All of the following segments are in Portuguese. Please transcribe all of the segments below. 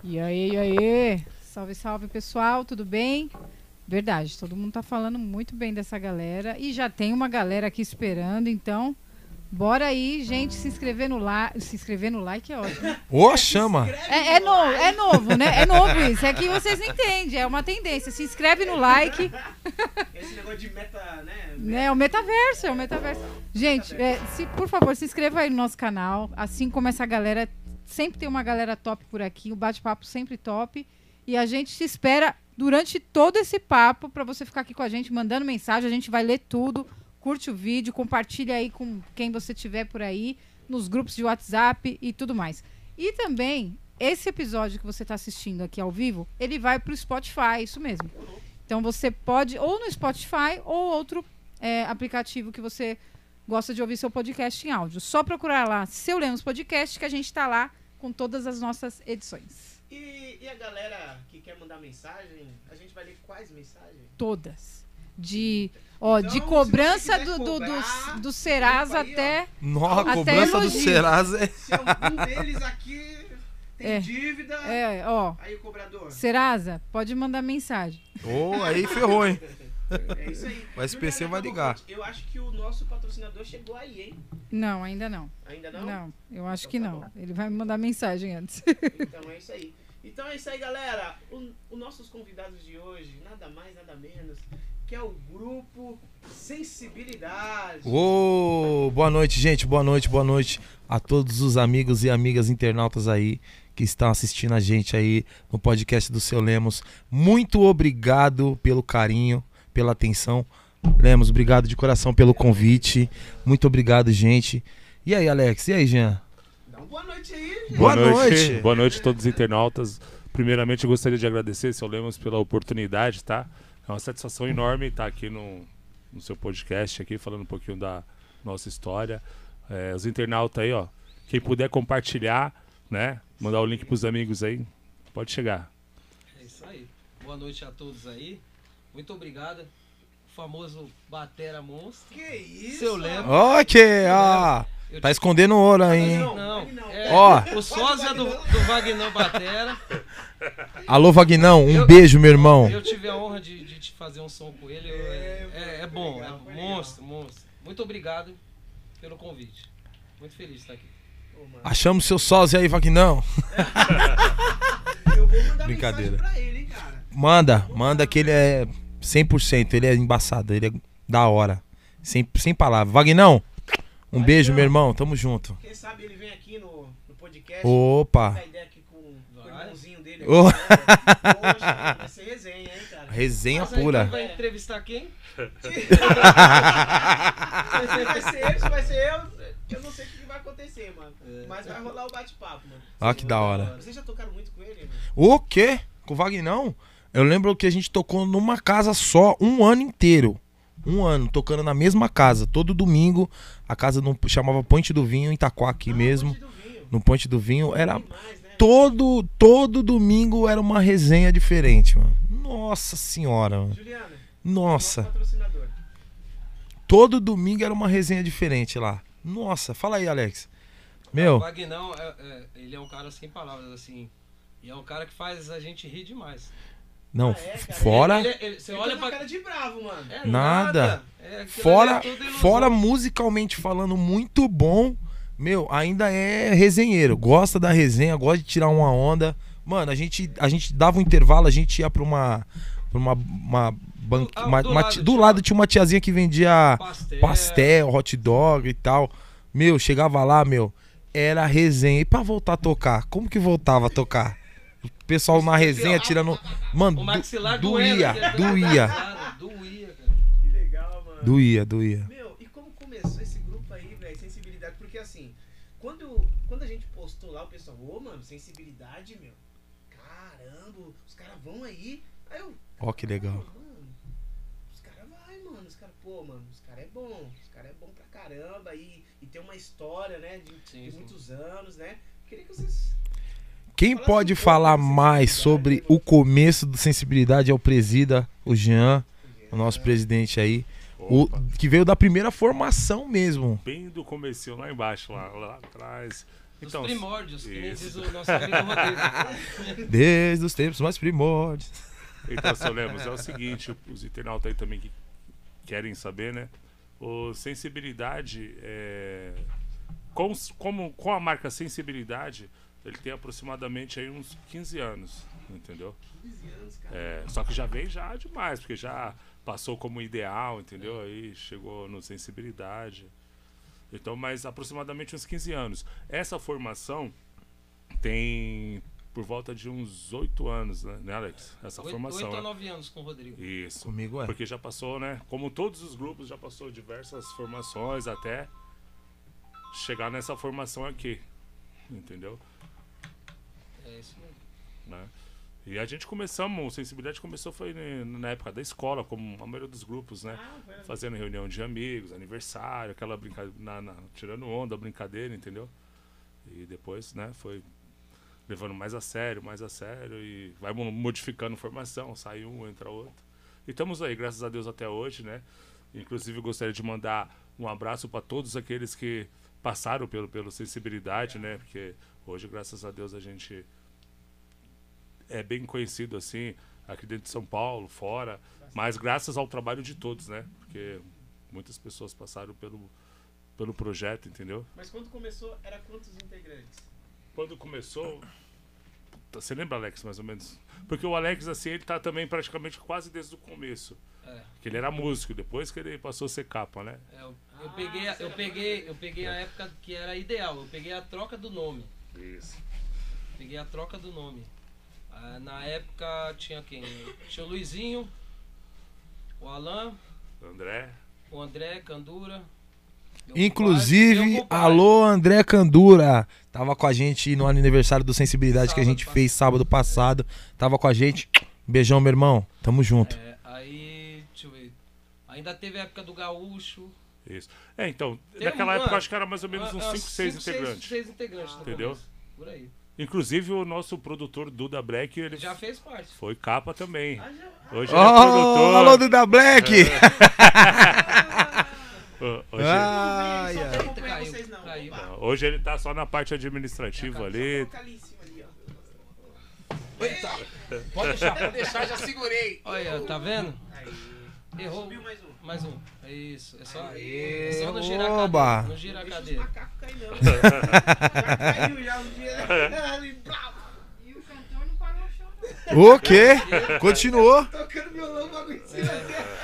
E aí? Salve, salve, pessoal, tudo bem? Verdade, todo mundo tá falando muito bem dessa galera e já tem uma galera aqui esperando, então bora aí, gente, se inscrever no like é ótimo. Ô, chama! É novo, né? É novo isso, é que vocês não entendem, é uma tendência. Se inscreve no like. Esse negócio de meta, né? É o metaverso, Gente, por favor, se inscreva aí no nosso canal, assim como essa galera, sempre tem uma galera top por aqui, o bate-papo sempre top, e a gente te espera durante todo esse papo para você ficar aqui com a gente, mandando mensagem, a gente vai ler tudo, curte o vídeo, compartilha aí com quem você tiver por aí, nos grupos de WhatsApp e tudo mais. E também, esse episódio que você está assistindo aqui ao vivo, ele vai para o Spotify, isso mesmo. Então você pode, ou no Spotify, ou outro aplicativo que você gosta de ouvir seu podcast em áudio. Só procurar lá Seu Lemos Podcast, que a gente está lá com todas as nossas edições. E a galera que quer mandar mensagem, a gente vai ler quais mensagens? Todas. De Então, cobrança do Serasa aí, até... Nossa, Até cobrança do elogio. Serasa. Se algum deles aqui tem dívida, aí o cobrador. Serasa, pode mandar mensagem. Ô, aí ferrou, hein? É isso aí. O SPC Juliana vai ligar. Cavalcante, eu acho que o nosso patrocinador chegou aí, hein? Não, ainda não. Ainda não? Não, eu acho Então que tá não. bom. Ele vai me mandar mensagem antes. Então é isso aí. Então é isso aí, galera. Os nossos convidados de hoje, nada mais, nada menos, que é o grupo Sensibilidade. Ô, boa noite, gente. Boa noite a todos os amigos e amigas internautas aí que estão assistindo a gente aí no podcast do Seu Lemos. Muito obrigado pelo carinho, pela atenção. Lemos, obrigado de coração pelo convite. Muito obrigado, gente. E aí, Alex? E aí, Jean? Dá uma boa noite aí, gente. Boa noite. Boa noite a todos os internautas. Primeiramente, eu gostaria de agradecer, Seu Lemos, pela oportunidade, tá? É uma satisfação enorme estar aqui no seu podcast, aqui falando um pouquinho da nossa história. Os internautas aí, ó, quem puder compartilhar, né? Mandar o link pros amigos aí, pode chegar. É isso aí. Boa noite a todos aí. Muito obrigado. O famoso Batera Monstro. Que isso? Seu Lemos. Ok, ó. Eu Tá te- escondendo ouro aí, hein? Não, Ó. o sósia do Vagnão Batera. Alô, Vagnão, um Eu- beijo, meu irmão. Eu tive a honra de te fazer um som com ele. É bom, legal, é foi monstro. Muito obrigado pelo convite. Muito feliz de estar aqui. Ô, mano, Achamos seu sósia aí, Vagnão. eu vou mandar Brincadeira. mensagem pra ele, hein, cara. Manda que ele é 100%, ele é embaçado, ele é da hora. Sem palavras. Vagnão, um beijo, meu irmão, tamo junto. Quem sabe ele vem aqui no podcast. Opa. Trocar ideia aqui com o Vai. irmãozinho dele. Ô. Poxa, vai ser resenha, hein, cara. Resenha Mas aí pura. quem vai entrevistar quem? Vai ser ele, se vai ser eu não sei o que vai acontecer, mano. Mas vai rolar o bate-papo, mano. Ó, que da hora. Vocês já tocaram muito com ele, mano? O quê? Com o Vagnão? Eu lembro que a gente tocou numa casa só, um ano inteiro. Um ano, tocando na mesma casa. Todo domingo, a casa chamava Ponte do Vinho, em Itaquá aqui mesmo. Ponte do Vinho. No Ponte do Vinho. Era Demais, né? todo domingo era uma resenha diferente, mano. Nossa senhora, mano. Juliana, Nossa. nosso patrocinador. Todo domingo era uma resenha diferente lá. Nossa, fala aí, Alex. Meu, O Vagnão, ele é um cara sem palavras, assim. E é um cara que faz a gente rir demais. não, é, cara, fora, Você Ele olha tá na pra... cara de bravo, mano. É Nada. Aquilo fora, ali é tudo ilusão. fora musicalmente falando muito bom, meu, ainda é resenheiro, gosta da resenha, gosta de tirar uma onda. Mano, a gente dava um intervalo, a gente ia pra uma do lado tinha uma tiazinha que vendia pastel, hot dog e tal. Meu, chegava lá, meu, era resenha. E pra voltar a tocar, como que voltava a tocar? O pessoal na resenha tirando, mano, O maxilar doía, doía, cara. Que legal, mano. doía. Meu, e como começou esse grupo aí, velho? Sensibilidade. Porque assim, quando a gente postou lá, o pessoal, ô, mano, sensibilidade, meu. Caramba, os caras vão aí. Aí eu. Ó, que legal. Mano, os caras vão, mano. Os caras, pô, mano, os caras é bom. Os caras é bom pra caramba. E tem uma história, né? De muitos anos, né? Queria que vocês. Quem pode falar mais sobre o começo do Sensibilidade é o presida, o Jean, o nosso presidente aí. O, que veio da primeira formação mesmo. Bem do comecinho lá embaixo, lá atrás. Dos Então, primórdios, que nem isso. diz o nosso querido Rodrigo. Desde os tempos mais primórdios. Então, seu Lemos, é o seguinte, os internautas aí também que querem saber, né? O Sensibilidade, com a marca Sensibilidade, ele tem aproximadamente aí uns 15 anos, entendeu? 15 anos, cara. Só que já vem já demais, porque já passou como ideal, entendeu? Aí chegou no Sensibilidade. Então, mas aproximadamente uns 15 anos. Essa formação tem por volta de uns 8 anos, né, Alex? Essa formação. 8 a né? 9 anos com o Rodrigo. Isso. Comigo é. Porque já passou, né? Como todos os grupos, já passou diversas formações até chegar nessa formação aqui. Entendeu? É isso mesmo. Né? E a gente começamos, Sensibilidade começou foi na época da escola, como a maioria dos grupos, né? Fazendo reunião de amigos, aniversário, aquela brincadeira, tirando onda, brincadeira, entendeu? E depois, né, foi levando mais a sério, e vai modificando formação, sai um, entra outro. E estamos aí, graças a Deus, até hoje, né? Inclusive, eu gostaria de mandar um abraço para todos aqueles que passaram pelo Sensibilidade, né? Porque hoje, graças a Deus, a gente é bem conhecido, assim, aqui dentro de São Paulo, fora, mas graças ao trabalho de todos, né? Porque muitas pessoas passaram pelo projeto, entendeu? Mas quando começou, era quantos integrantes? Quando começou, você lembra, Alex, mais ou menos? Porque o Alex, assim, ele tá também praticamente quase desde o começo. É. Que ele era músico, depois que ele passou a ser capa, né? Eu peguei a época que era ideal. Eu peguei a troca do nome. Isso. Peguei a troca do nome. Na época tinha quem? Tinha o Luizinho, o Alan, o André Candura. Inclusive, alô André Candura. Tava com a gente no aniversário do Sensibilidade que a gente fez sábado passado. Tava com a gente. Beijão, meu irmão. Tamo junto. Aí, deixa eu ver. Ainda teve a época do Gaúcho. Isso. Então, naquela época eu acho que era mais ou menos uns 5, 6 integrantes. 6 integrantes, entendeu? Começo, por aí. Inclusive o nosso produtor Duda Black, ele já fez parte. Foi capa também. Hoje ele é produtor. Alô Duda Black! Hoje ele tá só na parte administrativa ali. Pode deixar, já segurei. Olha, tá vendo? Aí. Errou. Subiu mais um. Mais um. É isso. É só, Aê, é só não girar a oba. cadeira. Não gira a Deixa os cadeira. macacos cair, não. Já caiu já um dia. E o cantor não parou o chão, não. O quê? Continuou. Tocando violão, bagulho em cima.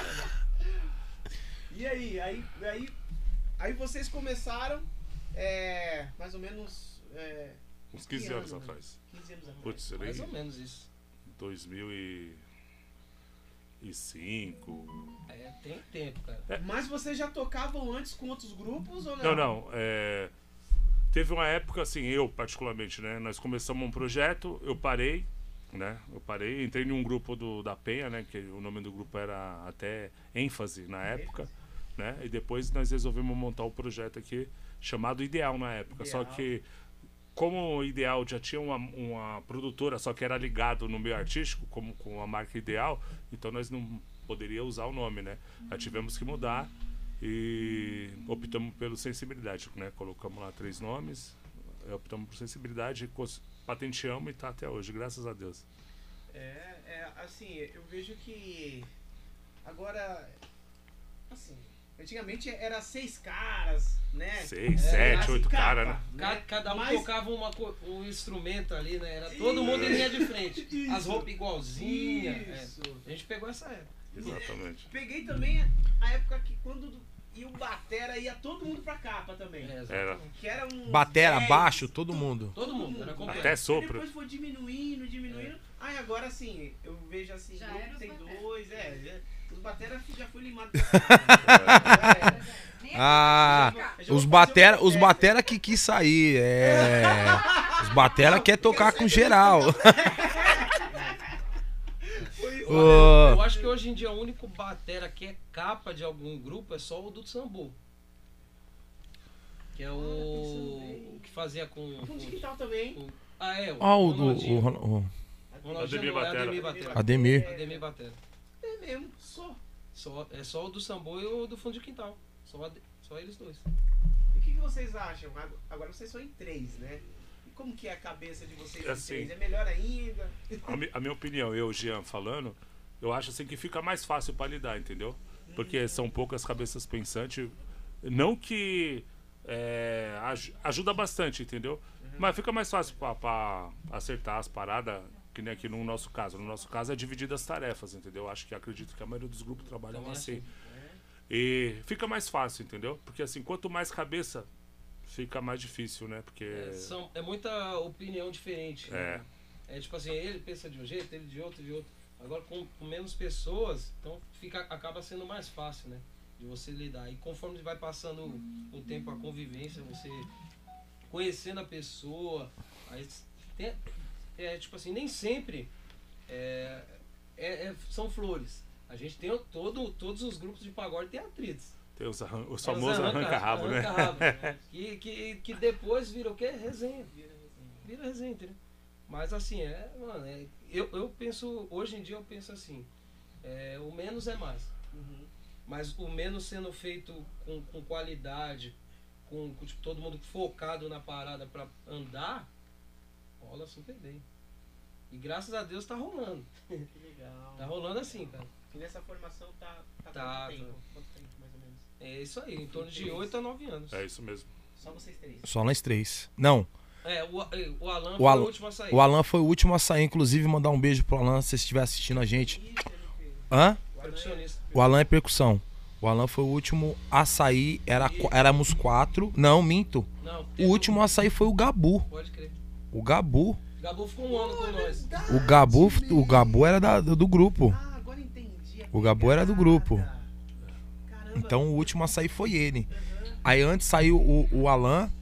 E aí vocês começaram mais ou menos uns 15 anos atrás. 15 anos atrás. Putz, Mais ou menos isso. 2005. Tem tempo, cara. Mas vocês já tocavam antes com outros grupos ou não? Não. Teve uma época, assim, eu particularmente, né? Nós começamos um projeto, eu parei, né? Entrei em um grupo da Penha, né? Que o nome do grupo era até ênfase na época, né? E depois nós resolvemos montar o projeto aqui, chamado Ideal na época. Ideal. Só que, como o Ideal já tinha uma produtora, só que era ligado no meio artístico, como com a marca Ideal, então nós não poderia usar o nome, né? Já tivemos que mudar e optamos pelo Sensibilidade, né? Colocamos lá 3 nomes, optamos por Sensibilidade, patenteamos e tá até hoje, graças a Deus. Assim, eu vejo que agora, assim, antigamente era 6 caras, né? 6, 7, 8 caras, né? Cada um tocava um instrumento ali, né? Era todo mundo em linha de frente. Isso. As roupas igualzinhas. Isso. A gente pegou essa época. Exatamente. Peguei também a época que quando ia o batera, ia todo mundo pra capa também. Era. Que era um Batera, baixo, todo mundo. Todo mundo, era completo. Até sopro. Depois foi diminuindo. Aí agora assim, eu vejo assim, Já grupo era os tem batera. 2, os batera já foi limado. Os batera que quis sair. Os batera quer tocar com geral. Eu acho que hoje em dia o único batera que é capa de algum grupo é só o do Sambo. Que é o que fazia com... Com digital também. o Ademir Batera. Ademir. Ademir Batera. É mesmo, só. É só o do Sambo e o do Fundo de Quintal. Só eles dois. E o que vocês acham? Agora vocês são em 3, né? E como que é a cabeça de vocês assim, em 3? É melhor ainda? A minha opinião, eu, Jean, falando, eu acho assim que fica mais fácil pra lidar, entendeu? Porque são poucas cabeças pensantes. Não que ajuda bastante, entendeu? Mas fica mais fácil pra acertar as paradas, que nem aqui no nosso caso. No nosso caso é dividir as tarefas, entendeu? Acho que acredito que a maioria dos grupos trabalham assim. E fica mais fácil, entendeu? Porque assim, quanto mais cabeça, fica mais difícil, né? Porque... É muita opinião diferente. Né? É tipo assim, ele pensa de um jeito, ele de outro, de outro. Agora com menos pessoas, então acaba sendo mais fácil, né? De você lidar. E conforme vai passando o tempo, a convivência, você conhecendo a pessoa, aí tipo assim, nem sempre são flores. A gente tem todos os grupos de pagode tem atritos. Tem os famosos arranca-rabo, né? Que depois vira o quê? Resenha. Vira resenha, entendeu? Mas assim, mano, eu penso, hoje em dia eu penso assim, o menos é mais. Mas o menos sendo feito com qualidade, com tipo, todo mundo focado na parada pra andar, rola super bem. E graças a Deus tá rolando. Que legal. Tá rolando assim, cara. E nessa formação tá quanto tempo? Quanto tempo, mais ou menos? É isso aí, em torno de 8 a 9 anos. É isso mesmo. Só vocês 3? Só nós 3. Não. O Alan foi o último a sair. O Alan foi o último a sair. Inclusive, mandar um beijo pro Alan, se você estiver assistindo a gente. Hã? O Alan é percussão. O Alan foi o último a sair. Éramos 4. Não, minto. Não, o último a sair foi o Gabu. Pode crer. O Gabu. O Gabu ficou um ano com nós. O Gabu era do grupo. Ah, agora entendi. O Gabu era do grupo. Caramba. Então o último a sair foi ele. Aí antes saiu o Alan.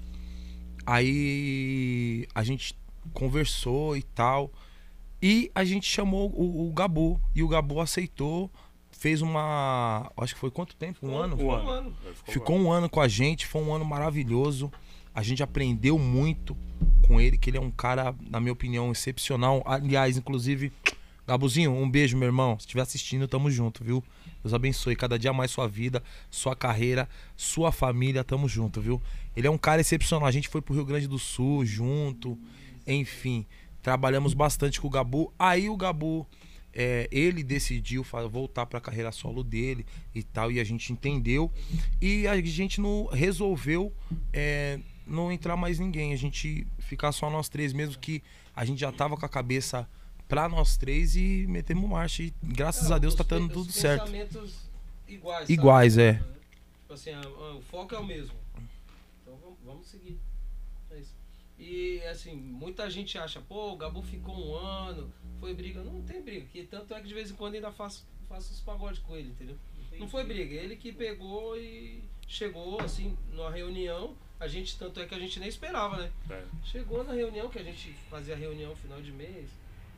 Aí a gente conversou e tal. E a gente chamou o Gabu. E o Gabu aceitou. Fez uma... Acho que foi quanto tempo? Um ano? Um ano. Ficou um ano com a gente. Foi um ano maravilhoso. A gente aprendeu muito com ele. Que ele é um cara, na minha opinião, excepcional. Aliás, inclusive... Gabuzinho, um beijo, meu irmão. Se estiver assistindo, tamo junto, viu? Deus abençoe cada dia mais sua vida, sua carreira, sua família, tamo junto, viu? Ele é um cara excepcional. A gente foi pro Rio Grande do Sul junto, enfim, trabalhamos bastante com o Gabu. Aí o Gabu, ele decidiu voltar pra carreira solo dele e tal, e a gente entendeu. E a gente não resolveu não entrar mais ninguém, a gente ficar só nós 3 mesmo, que a gente já tava com a cabeça pra nós 3 e metemos marcha. E graças a Deus tá dando tudo certo. Pensamentos iguais. Iguais, sabe? Tipo assim, o foco é o mesmo. Então vamos seguir. É isso. E assim, muita gente acha, pô, o Gabu ficou um ano, foi briga. Não tem briga, que tanto é que de vez em quando ainda faço os pagodes com ele, entendeu? Não foi briga, ele que pegou e chegou assim, numa reunião. Tanto é que a gente nem esperava, né? Chegou na reunião, que a gente fazia reunião final de mês.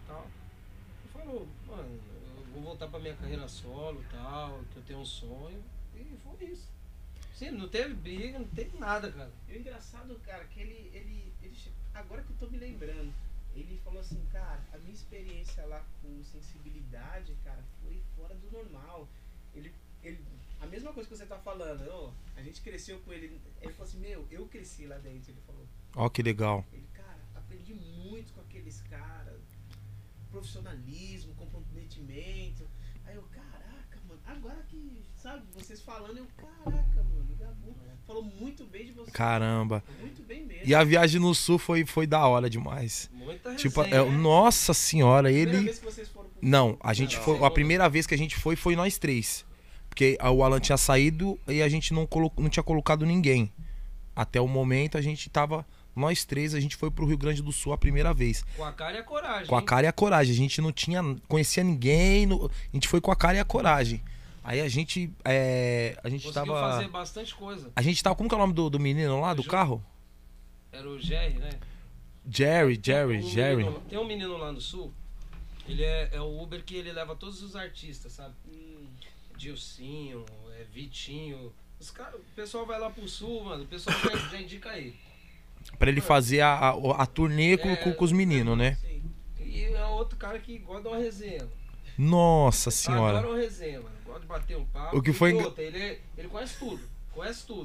E falou, mano, eu vou voltar pra minha carreira solo e tal, que eu tenho um sonho. E foi isso. Sim, não teve briga, não teve nada, cara. E o engraçado, cara, que ele agora que eu tô me lembrando, ele falou assim, cara, a minha experiência lá com sensibilidade, cara, foi fora do normal. Ele a mesma coisa que você tá falando, a gente cresceu com ele. Ele falou assim, eu cresci lá dentro, ele falou. Ó, que legal. Ele, cara, aprendi muito com aqueles caras. Profissionalismo, comprometimento. Aí eu, caraca, mano, agora que, sabe, vocês falando, eu, caraca, mano, o Gabu falou muito bem de você. Caramba. Muito bem mesmo. E a viagem no Sul foi da hora demais. Muita tipo, resenha, né? Nossa senhora, Primeira ele... vez que vocês foram pro... Não, a gente foi... A primeira vez que a gente foi nós 3. Porque o Alan tinha saído e a gente não tinha colocado ninguém. Até o momento a gente tava... Nós 3, a gente foi pro Rio Grande do Sul a primeira vez. Com a cara e a coragem. Com a cara e a coragem. A gente não conhecia ninguém. A gente foi com a cara e a coragem. Aí a gente conseguiu fazer bastante coisa. A gente tava... Como que é o nome do menino lá, do carro? Era o Jerry, né? Jerry. Tem um menino lá no Sul. Ele é o Uber que ele leva todos os artistas, sabe? Dilcinho, Vitinho. O pessoal vai lá pro Sul, mano. O pessoal já indica ele. Pra ele fazer a turnê com os meninos, né? Sim. E é outro cara que gosta de uma resenha. Nossa senhora. Adora uma resenha, mano. Gosta de bater um papo. O que foi... Ele conhece tudo.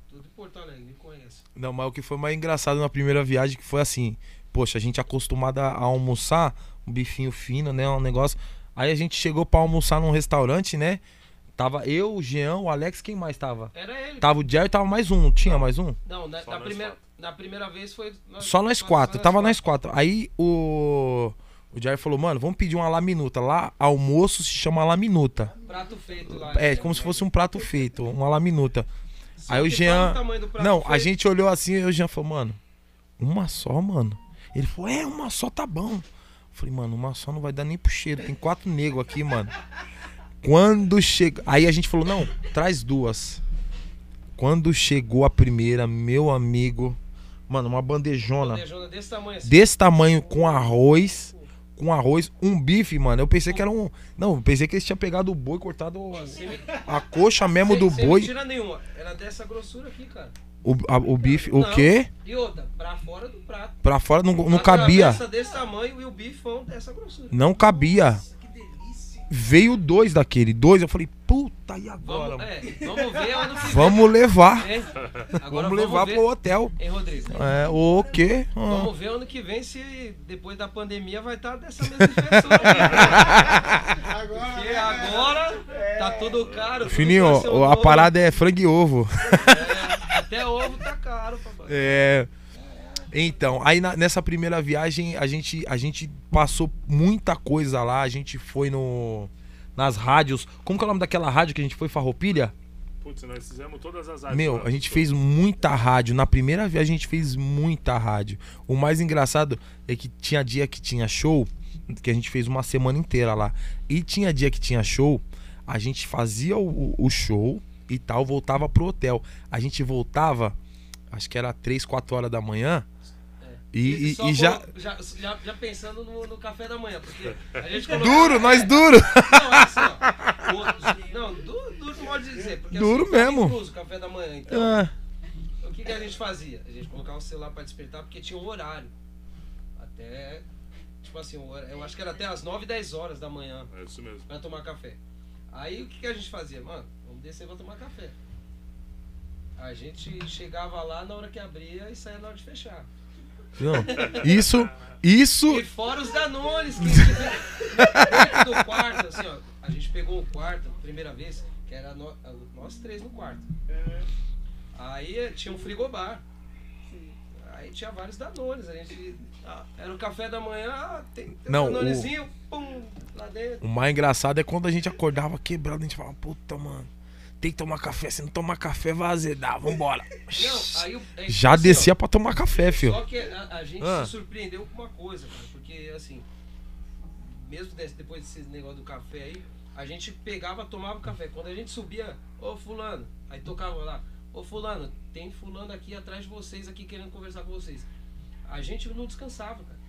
Tudo em Porto Alegre, me conhece. Não, mas o que foi mais engraçado na primeira viagem que foi assim, poxa, a gente acostumado a almoçar, um bifinho fino, né, um negócio. Aí a gente chegou pra almoçar num restaurante, né? Tava eu, o Jean, o Alex, quem mais tava? Era ele. Tava o Jerry, tava mais um, não tinha mais um? Não, Só nós na primeira vez foi... Só nós quatro, tava nós quatro. Aí o Jerry falou, mano, vamos pedir uma laminuta. Lá, almoço se chama laminuta. Prato feito lá. É, como se fosse um prato feito, uma laminuta. Só Aí o que Jean... fala o tamanho do prato Não, a feito. gente olhou assim e o Jean falou, mano, uma só, mano? Ele falou, uma só tá bom. Eu falei, mano, uma só não vai dar nem pro cheiro, tem 4 negros aqui, mano. Quando chegou... Aí a gente falou, não, traz 2. Quando chegou a primeira, meu amigo... Mano, uma bandejona Desse tamanho assim. desse tamanho com arroz, um bife, mano. Eu pensei que era um... Não, eu pensei que eles tinham pegado o boi, cortado a coxa mesmo do Sem boi. mentira nenhuma. Era dessa grossura aqui, cara. O bife, o Não, quê? E outra, pra fora do prato. Pra fora não A cabia. travessa desse tamanho e o bifão dessa grossura. Não cabia. Que delícia. Veio 2 daquele. 2, eu falei, puta, e agora? Vamos ver ano que vem. Vamos levar. Hein? Agora Vamos levar ver. pro hotel. Hein, Rodrigo? É, o quê? Ah. Vamos ver ano que vem se depois da pandemia vai estar dessa mesma pessoa aqui. Porque agora tá tudo caro. tudo Fininho, vai ser um a novo. parada é frango e ovo. Até ovo tá caro, papai. É. Então, aí nessa primeira viagem a gente passou muita coisa lá. A gente foi nas rádios. Como que é o nome daquela rádio que a gente foi, Farroupilha? Putz, nós fizemos todas as áreas. Meu, a gente fez muita rádio. Na primeira viagem a gente fez muita rádio. O mais engraçado é que tinha dia que tinha show, que a gente fez uma semana inteira lá. E tinha dia que tinha show, a gente fazia o show e tal, voltava pro hotel. A gente voltava, acho que era 3, 4 horas da manhã. E Só já... já pensando no café da manhã, porque a gente colocava... Duro, nós duro. Não, é assim, ó. Não, duro não pode dizer, porque Duro assim, mesmo. incluso o café da manhã. Então, Ah, o que a gente fazia? A gente colocava o celular pra despertar, porque tinha um horário. Até, tipo assim, eu acho que era até as 9, 10 horas da manhã É isso mesmo. pra tomar café. Aí o que a gente fazia? Mano, vamos descer pra tomar café. A gente chegava lá na hora que abria e saía na hora de fechar. não. Isso... E fora os Danones que a gente dentro do quarto, assim, ó. A gente pegou o quarto, primeira vez, que era nós 3 no quarto. Aí tinha um frigobar. Aí tinha vários Danones. A gente. Era o café da manhã, tem Não, um Danonezinho, pum, lá dentro. O mais engraçado é quando a gente acordava quebrado, a gente falava, puta, mano, tem que tomar café, se não tomar café vai azedar, vambora. Não, aí Já assim, descia ó, pra tomar café, filho. Só que a gente Ah. se surpreendeu com uma coisa, cara, porque assim, mesmo depois desse negócio do café aí, a gente pegava, tomava o café. Quando a gente subia, ô fulano, aí tocava lá, ô fulano, tem fulano aqui atrás de vocês, aqui querendo conversar com vocês. A gente não descansava, cara.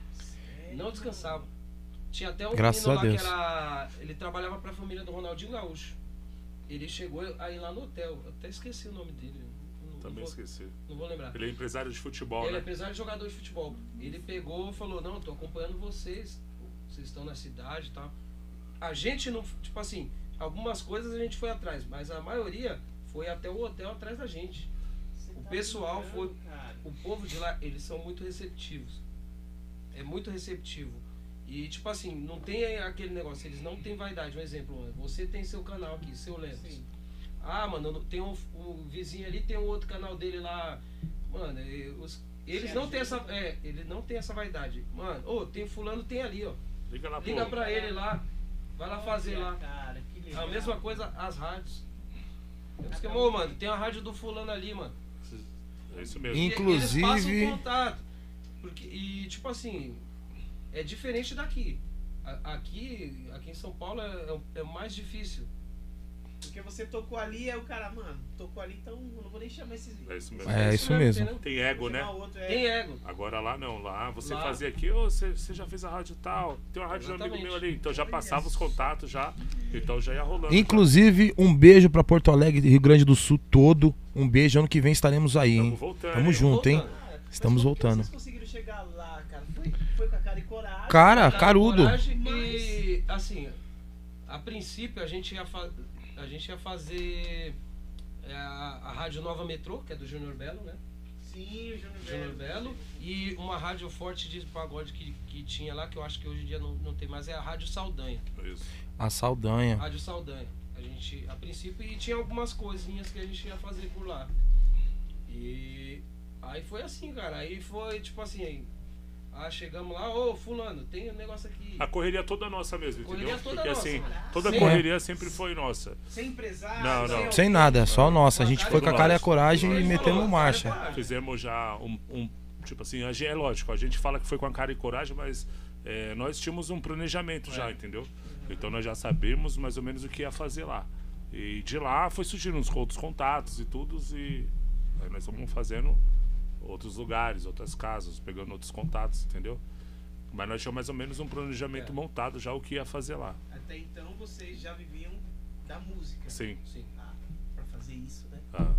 Não descansava. Tinha até um Graças menino a lá Deus. que era. Ele trabalhava pra família do Ronaldinho Gaúcho. Ele chegou aí lá no hotel, eu até esqueci o nome dele. Não Também vou- esqueci. Não vou lembrar. Ele é empresário de futebol, Ele é né? empresário de jogador de futebol. Ele pegou e falou, não, eu tô acompanhando vocês. Vocês estão na cidade e tal. A gente não, tipo assim, algumas coisas a gente foi atrás, mas a maioria foi até o hotel atrás da gente. O pessoal foi, o povo de lá, eles são muito receptivos. É muito receptivo. E tipo assim, não tem aquele negócio, eles não têm vaidade. Um exemplo, você tem seu canal aqui, seu Lemos. Sim. Ah, mano, tem um vizinho ali, tem um outro canal dele lá. Mano, eles não têm essa. Ele não tem essa vaidade. Mano, tem fulano, tem ali, ó. Liga lá Liga pro... pra ele lá. Vai lá fazer lá. Cara, que legal. A mesma coisa as rádios. Mano, tem a rádio do fulano ali, mano. É isso mesmo. E Inclusive- eles passam contato. E tipo assim, é diferente daqui. Aqui em São Paulo é mais difícil. Porque você tocou ali, aí o cara, mano, tocou ali, então eu não vou nem chamar esses. É isso mesmo. É isso mesmo. entendeu? Tem ego, né? Tem ego. Agora lá não, lá você Lá- fazia aqui, você já fez a rádio tal, tem uma rádio do amigo Exatamente. meu ali, então já passava os contatos já, então já ia rolando. Inclusive, um beijo pra Porto Alegre, Rio Grande do Sul todo. Um beijo, ano que vem estaremos aí, hein? Estamos voltando. Tamo hein? junto, hein? Voltando. Estamos voltando. Vocês conseguiram chegar lá, cara? Foi com a cara e coragem. Cara, Tá, carudo. coragem. E assim, a princípio a gente ia fazer é a Rádio Nova Metrô, que é do Júnior Belo, né? Sim, o Júnior Belo. E uma rádio forte de pagode que tinha lá, que eu acho que hoje em dia não tem mais, é a Rádio Saldanha. Isso. A Saldanha. Rádio Saldanha. A gente, a princípio, e tinha algumas coisinhas que a gente ia fazer por lá. E aí foi assim, cara. Aí foi tipo assim, chegamos lá, ô fulano, tem um negócio aqui. A correria toda nossa mesmo, Correria entendeu? toda Porque nossa. assim, toda Sim. correria sempre foi nossa. Sem empresário. Não. Sem nada, só nossa. A gente foi com a cara e a coragem e Ele metemos falou, marcha. cara, Fizemos já tipo assim, é lógico, a gente fala que foi com a cara e coragem, mas nós tínhamos um planejamento já, entendeu? Então nós já sabemos mais ou menos o que ia fazer lá. E de lá foi surgindo uns outros contatos e tudo, e aí nós vamos fazendo outros lugares, outras casas, pegando outros contatos, entendeu? Mas nós tínhamos mais ou menos um planejamento montado já o que ia fazer lá. Até então vocês já viviam da música. Sim. Sim. Pra fazer isso, né? Ah,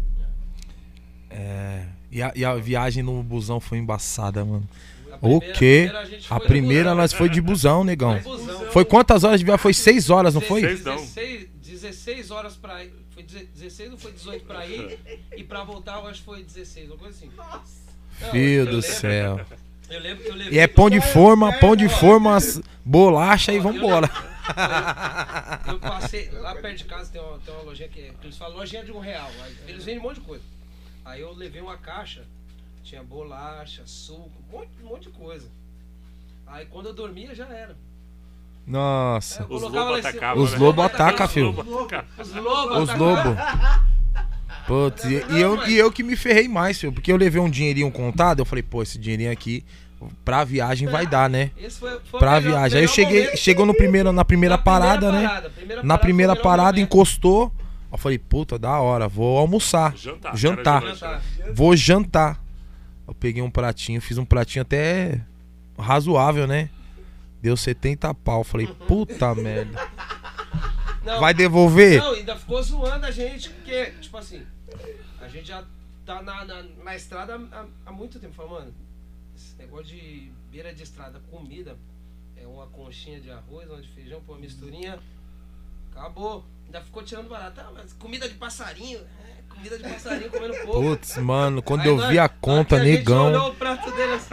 E a viagem no busão foi embaçada, mano. A O primeira- quê? a gente A foi primeira de busão. nós foi de busão, negão. Foi busão. Foi quantas horas de viagem? Foi 6 horas, não foi? 16 horas pra ir. Foi 16 ou foi 18 pra ir? E pra voltar eu acho que foi 16, uma coisa assim. Nossa. Não, Filho eu do lembro- céu. Eu lembro que eu levei. E é pão de forma, bolacha e Ó, vambora. Eu passei lá perto de casa, tem uma lojinha que eles falam lojinha de R$1. Aí eles vendem um monte de coisa. Aí eu levei uma caixa, tinha bolacha, suco, um monte de coisa. Aí quando eu dormia já era. Nossa. Eu os colocava lá lobos em cima. atacavam, Os né? lobos atacam, Os filho. lobos atacavam. Os lobos. Os atacavam. lobos. Putz, e eu que me ferrei mais, filho. Porque eu levei um dinheirinho contado, eu falei, pô, esse dinheirinho aqui pra viagem vai dar, né? Esse foi Pra o melhor- viagem. Aí eu melhor momento. chegou na primeira parada, né? Na primeira foi o melhor parada, momento. encostou. Eu falei, puta, da hora, vou almoçar. Jantar. Jantar. Cara, Vou jantar. Eu peguei um pratinho, fiz um pratinho até razoável, né? Deu 70 pau. Falei, puta merda. Não, Vai devolver? Não, ainda ficou zoando a gente, porque, tipo assim, a gente já tá na estrada há muito tempo. Falando, mano, esse negócio de beira de estrada, comida, é uma conchinha de arroz, uma de feijão, pô, uma misturinha, acabou. Ainda ficou tirando barato. Ah, mas comida de passarinho, comida de passarinho comendo pouco. Putz, mano, quando Aí eu nós- vi a conta, aqui a gente negão. olhou o prato dele assim.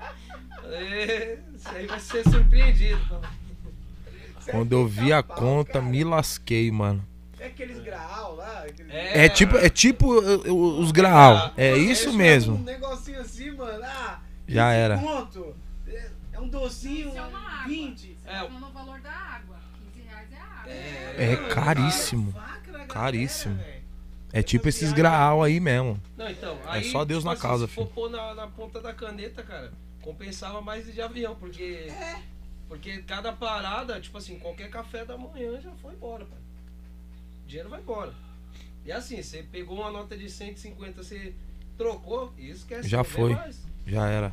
Isso aí vai ser surpreendido. Quando eu vi a conta, me lasquei, mano. É aqueles graal lá. Aqueles... É tipo os graal. É isso Um mesmo. negocinho assim, mano. Já 15 era. conto. É um docinho, Isso é uma água. 20. Você tá falando o valor da água. R$15 é a água. É caríssimo. Faca na galera, Caríssimo. velho. É tipo esses graal aí mesmo. Não, então, É aí, só Deus tipo na assim, causa, se for filho. pôr na ponta da caneta, cara, compensava mais ir de avião, porque. Porque cada parada, tipo assim, qualquer café da manhã já foi embora, cara. O dinheiro vai embora. E assim, você pegou uma nota de 150, você trocou, e esquece. Já não vem foi. mais. Já era.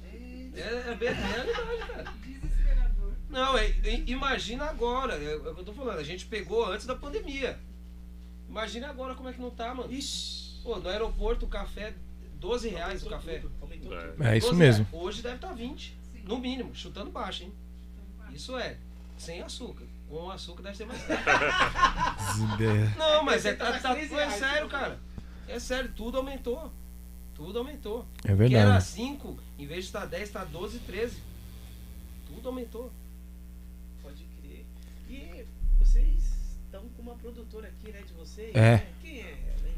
É bem realidade, cara. Desesperador. Não, imagina agora, é o que eu tô falando, a gente pegou antes da pandemia. Imagina agora como é que não tá, mano. Ixi. Pô, no aeroporto o café, R$12 o Aumentou café. tudo, aumentou É. tudo. É isso 12 mesmo. reais. Hoje deve estar 20, no mínimo, chutando baixo, hein? Isso é, sem açúcar. Com açúcar deve ser mais caro. Não, mas Você tá mais é 13 reais, sério, né? cara. É sério, tudo aumentou. Tudo aumentou. É Que era verdade. 5, em vez de estar 10, está 12, 13. Tudo aumentou. Pode crer. E vocês estão com uma produtora aqui, né, de vocês? É. Né? Quem é ela, hein?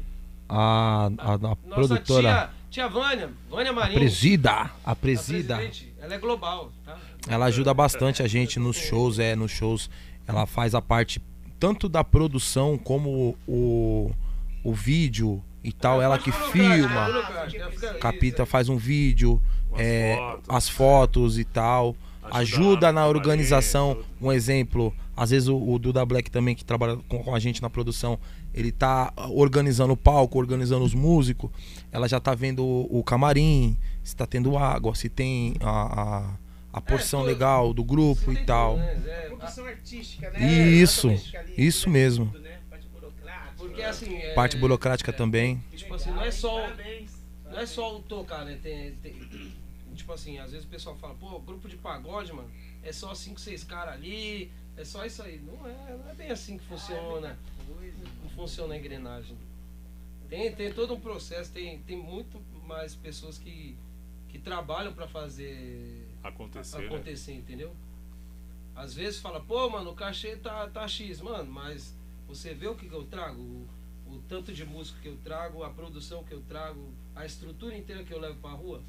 A Nossa produtora. tia Vânia A Marinho. presida. A a presida. presidente, ela é global, tá? Ela ajuda bastante a gente nos shows, nos shows. Ela faz a parte tanto da produção como o vídeo e tal. Ela que filma. Capita faz um vídeo, as fotos e tal. Ajuda na organização. Um exemplo, às vezes o Duda Black também, que trabalha com a gente na produção, ele tá organizando o palco, organizando os músicos. Ela já tá vendo o camarim, se tá tendo água, se tem a porção legal do grupo e tal. Produção artística, né? Isso, Exatamente, ali, isso né, mesmo. tudo, né? Parte burocrática. Porque assim. Parte burocrática também. Tipo assim, não é só. Parabéns. Não é só o tocar, né? Tipo assim, às vezes o pessoal fala, pô, grupo de pagode, mano, é só 5, 6 caras ali, é só isso aí. Não é bem assim que funciona. Não funciona a engrenagem. Tem todo um processo, tem muito mais pessoas que trabalham pra fazer Acontecer, né? entendeu? Às vezes fala, pô, mano, o cachê tá X, mano, mas você vê o que eu trago, o tanto de música que eu trago, a produção que eu trago, a estrutura inteira que eu levo pra rua.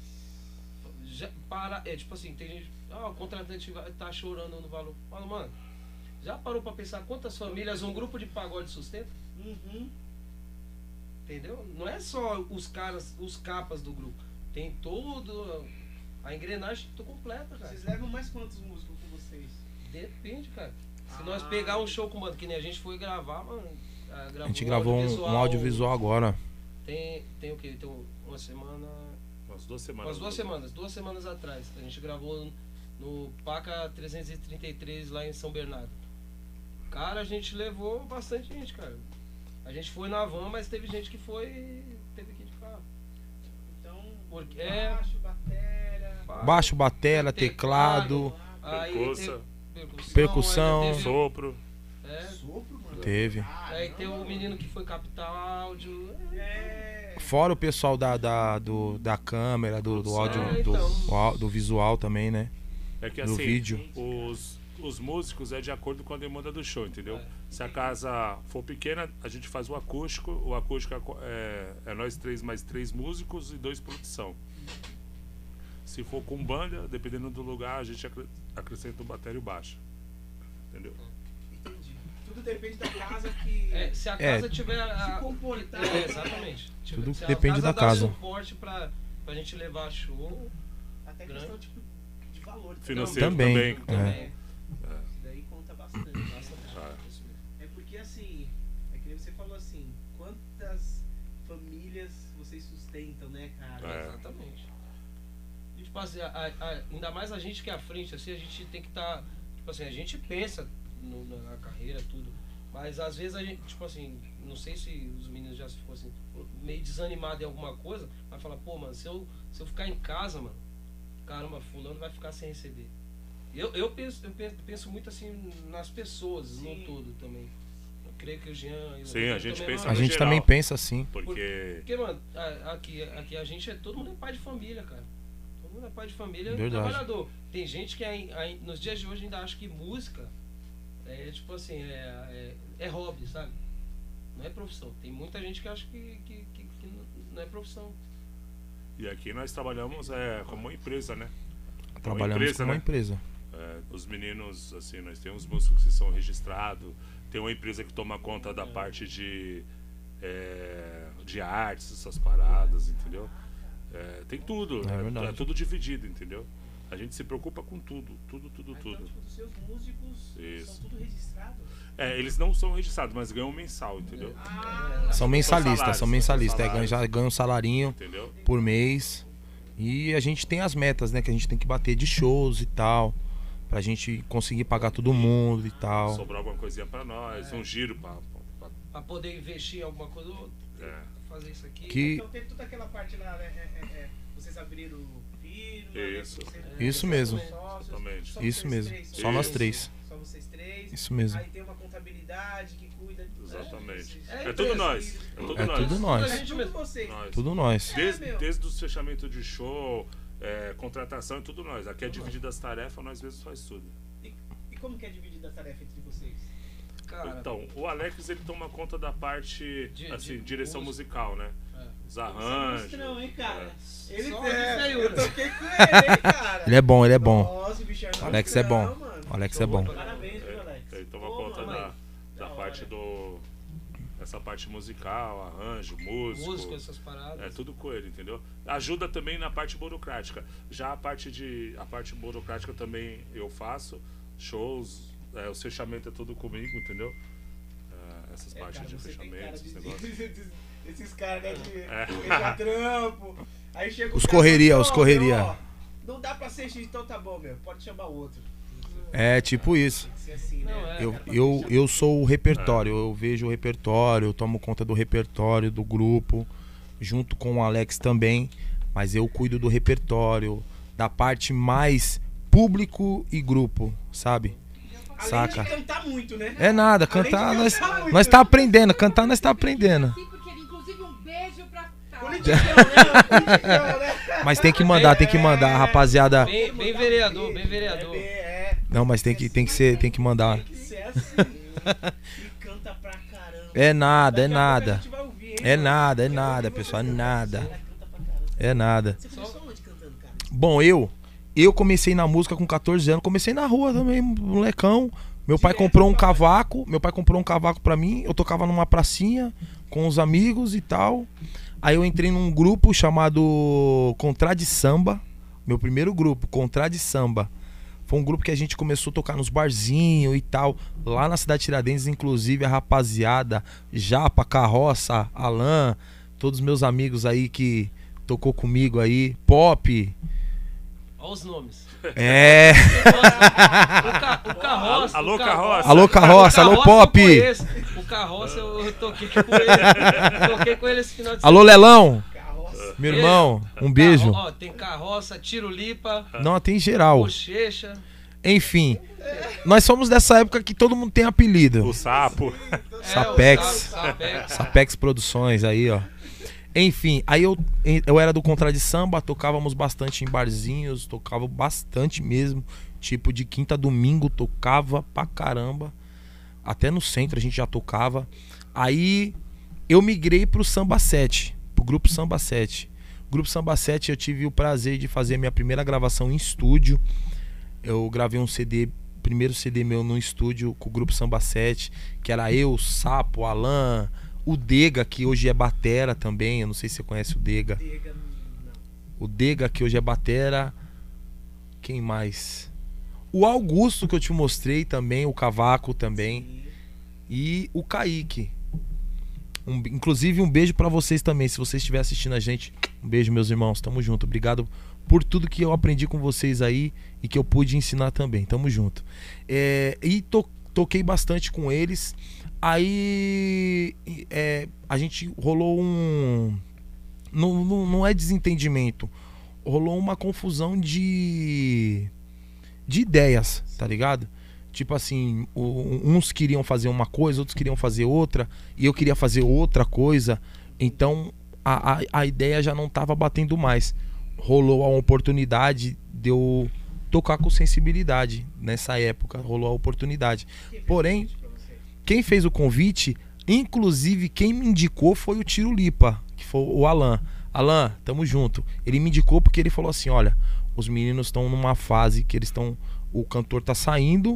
Tipo assim, tem gente, o contratante tá chorando no valor. Fala, mano, já parou pra pensar quantas famílias um grupo de pagode sustenta? Uhum. Entendeu? Não é só os capas do grupo. Tem todo a engrenagem completa, cara. Vocês levam mais quantos músicos com vocês? Depende, cara. Se nós pegar um show com mano, que nem a gente foi gravar, mano. A gente gravou um audiovisual agora. Tem o quê? Tem uma semana. Umas 2 semanas. 2 semanas atrás. A gente gravou no Paca 333 lá em São Bernardo. Cara, a gente levou bastante gente, cara. A gente foi na van, mas teve gente que teve que ir de carro. Então, Porque baixo, batera, teclado, aí percussão, ainda teve- sopro. sopro, mano. teve. Aí tem o menino que foi captar áudio. Fora o pessoal da câmera, do áudio, do visual também, né? É que Do assim, vídeo. os músicos é de acordo com a demanda do show, entendeu? Se a casa for pequena, a gente faz o acústico. O acústico é nós 3 mais 3 músicos e 2 produção. Se for com banda, dependendo do lugar, a gente acrescenta o bateria e o baixo. Entendeu? Entendi. Tudo depende da casa que... Se a casa tiver se comportar. Exatamente. Tudo Se a depende da dá casa. suporte pra gente levar show. Até questão tipo, de valor. Financeiro Também. Também. Isso daí conta bastante. É porque assim, é que nem você falou assim, quantas famílias vocês sustentam, né, cara? Exatamente. E tipo assim, ainda mais a gente que é à frente, assim, a gente tem que estar. Tipo assim, a gente pensa na carreira, tudo. Mas às vezes a gente, tipo assim, não sei se os meninos já ficam assim, meio desanimados em alguma coisa, mas fala, pô, mano, se eu ficar em casa, mano, caramba, fulano vai ficar sem receber. Eu penso muito assim nas pessoas, no todo também. Eu creio que o Jean... Sim, a gente pensa A no gente geral. também pensa assim. Porque mano, aqui a gente todo mundo é pai de família, cara. Todo mundo é pai de família, Verdade. trabalhador. Tem gente que nos dias de hoje ainda acha que música é tipo assim, é hobby, sabe? Não é profissão. Tem muita gente que acha que não é profissão. E aqui nós trabalhamos como uma empresa, né? Trabalhamos empresa, com uma né? empresa. Os meninos, assim, nós temos músicos que são registrados, tem uma empresa que toma conta da parte de artes, essas paradas, entendeu? Tem tudo, É verdade. tudo dividido, entendeu? A gente se preocupa com tudo. Então, tipo, os seus músicos Isso. são tudo registrados? Eles não são registrados, mas ganham mensal, entendeu? São mensalistas, salários. Já ganham um salarinho Entendeu? por mês. E a gente tem as metas, né? Que a gente tem que bater de shows e tal. Pra gente conseguir pagar todo mundo e tal. Sobrar alguma coisinha pra nós, um giro Pra poder investir em alguma coisa ou outra, fazer isso aqui. Que- Então teve toda aquela parte lá, né? Vocês abriram firma, Isso. Isso mesmo. Exatamente. Só Isso vocês mesmo. três, Só nós três. Só vocês três. Isso mesmo. Aí tem uma contabilidade que cuida de Exatamente. vocês. É É tudo empresa. nós. É tudo É nós. tudo nós. A gente Tudo mesmo. vocês. Nós. Tudo nós. meu. Desde o fechamento de show, contratação, é tudo nós. Aqui é dividido as tarefas, nós mesmos faz tudo. E como que é dividida a tarefa entre vocês? Cara, Então, o Alex, ele toma conta da parte, De direção música. musical, né? Os arranjos. Monstrão, hein, cara? Ele Só eu toquei com ele, hein, cara? Ele é bom, ele é bom. Nossa, o bicho é O Alex é bom. monstrão, mano. O Alex é bom. Parabéns, viu, Alex? Ele toma Pô, conta mano. da Da parte hora. essa parte musical, arranjo, músico. essas paradas. É tudo com ele, entendeu? Ajuda também na parte burocrática. Já a parte burocrática também eu faço. Shows, o fechamento é tudo comigo, entendeu? Essas partes Cara, de você tem fechamento, cara esses de- negócios. Esses caras, né, de fechar trampo. Aí chega o Os cara, correria, "Ó, os correria." meu, ó, não dá pra ser X, então tá bom, meu. Pode chamar outro. É tipo isso. Tem que ser assim, Não, né? Eu sou o repertório, eu vejo o repertório, eu tomo conta do repertório do grupo, junto com o Alex também, mas eu cuido do repertório, da parte mais público e grupo, sabe? Além Saca? de cantar muito, né? É nada, Além de cantar cantar muito. nós tá aprendendo, cantar nós tá aprendendo. Sim, porque inclusive um beijo Politicão, né? Mas tem que mandar, rapaziada. Bem vereador, bem vereador. Não, mas tem que mandar. Tem que ser assim. E canta pra caramba. É nada, é Daqui a pouco a nada. gente vai ouvir, hein, É mano? nada, pessoal, é nada. Canta pra caramba. É nada. Você começou onde cantando, cara? Bom, eu comecei na música com 14 anos, comecei na rua também, molecão. Meu pai comprou um cavaco, pra mim, eu tocava numa pracinha com os amigos e tal. Aí eu entrei num grupo chamado Contra de Samba, meu primeiro grupo, Contra de Samba. Foi um grupo que a gente começou a tocar nos barzinhos e tal, lá na cidade de Tiradentes, inclusive a rapaziada, Japa, Carroça, Alan, todos os meus amigos aí que tocou comigo aí, Pop. Olha os nomes. É. O Carroça. Alô, Carroça. Alô, Carroça, alô, Pop. O Carroça eu toquei com ele. Toquei com ele esse final de semana. Alô, Lelão. Carroça. Meu irmão, um beijo. Ó, tem Carroça, Tirulipa, Não, tem geral. Bochecha. Enfim, nós somos dessa época que todo mundo tem apelido. O Sapo. Sapex. Sapex. Sapex Produções aí, ó. Enfim, aí eu era do Contra de Samba, tocávamos bastante em barzinhos, tocava bastante mesmo. Tipo, de quinta a domingo tocava pra caramba. Até no centro a gente já tocava. Aí eu migrei pro Samba 7, pro grupo Samba 7. Grupo Samba 7 eu tive o prazer de fazer a minha primeira gravação em estúdio. Eu gravei um CD, primeiro CD meu no estúdio com o grupo Samba 7, que era eu, Sapo, Alan, o Dega, que hoje é batera também, eu não sei se você conhece o Dega. O Dega, que hoje é batera. Quem mais? O Augusto, que eu te mostrei também, o Cavaco também. E o Kaique. Inclusive um beijo pra vocês também, se vocês estiverem assistindo a gente. Um beijo, meus irmãos, tamo junto. Obrigado por tudo que eu aprendi com vocês aí e que eu pude ensinar também, tamo junto. E toquei bastante com eles. Aí a gente rolou um... Não é desentendimento. Rolou uma confusão de ideias, tá ligado? Tipo assim, uns queriam fazer uma coisa, outros queriam fazer outra, e eu queria fazer outra coisa. Então a ideia já não tava batendo mais. Rolou a oportunidade de eu tocar com sensibilidade. Nessa época rolou a oportunidade. Porém, quem fez o convite, inclusive quem me indicou, foi o Tirulipa, que foi o Alan. Alan, tamo junto. Ele me indicou porque ele falou assim, olha, os meninos estão numa fase que eles estão... O cantor tá saindo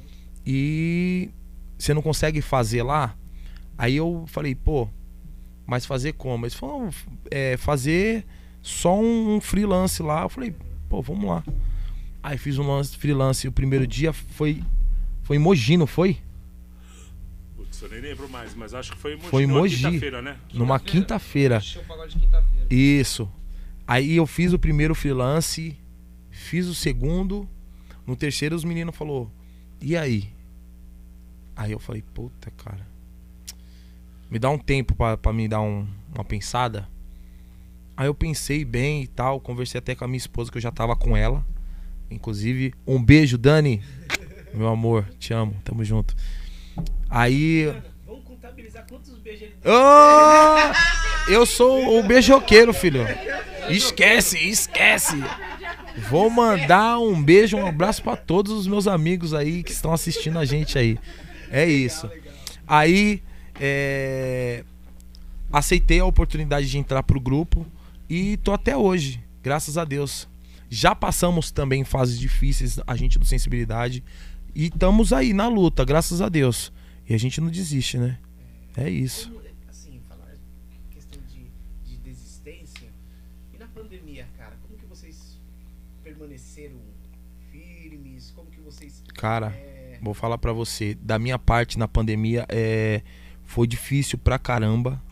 e você não consegue fazer lá? Aí eu falei, pô, mas fazer como? Eles falaram, fazer só um freelance lá. Eu falei, pô, vamos lá. Aí fiz um freelance. O primeiro dia foi em Mogi, não foi? Putz, eu nem lembro mais, mas acho que foi em Mogi. Foi em numa Mogi. quinta-feira, né? Numa quinta-feira. Show pagode de quinta-feira. Isso. Aí eu fiz o primeiro freelance, fiz o segundo. No terceiro os meninos falaram, e aí? Aí eu falei, puta, cara, me dá um tempo pra me dar uma pensada. Aí eu pensei bem e tal, conversei até com a minha esposa, que eu já tava com ela. Inclusive, um beijo, Dani. Meu amor, te amo, tamo junto. Aí... Vamos contabilizar quantos beijos ele Oh, eu sou o beijoqueiro, filho. Esquece. Vou mandar um beijo, um abraço pra todos os meus amigos aí que estão assistindo a gente aí. É isso. Aí, aceitei a oportunidade de entrar pro grupo e tô até hoje, graças a Deus. Já passamos também fases difíceis, a gente do Sensibilidade, e estamos aí na luta, graças a Deus. E a gente não desiste, né? É isso. Como, assim, falar questão de desistência. E na pandemia, cara, como que vocês permaneceram firmes? Como que vocês... Cara, vou falar pra você, da minha parte na pandemia, foi difícil pra caramba.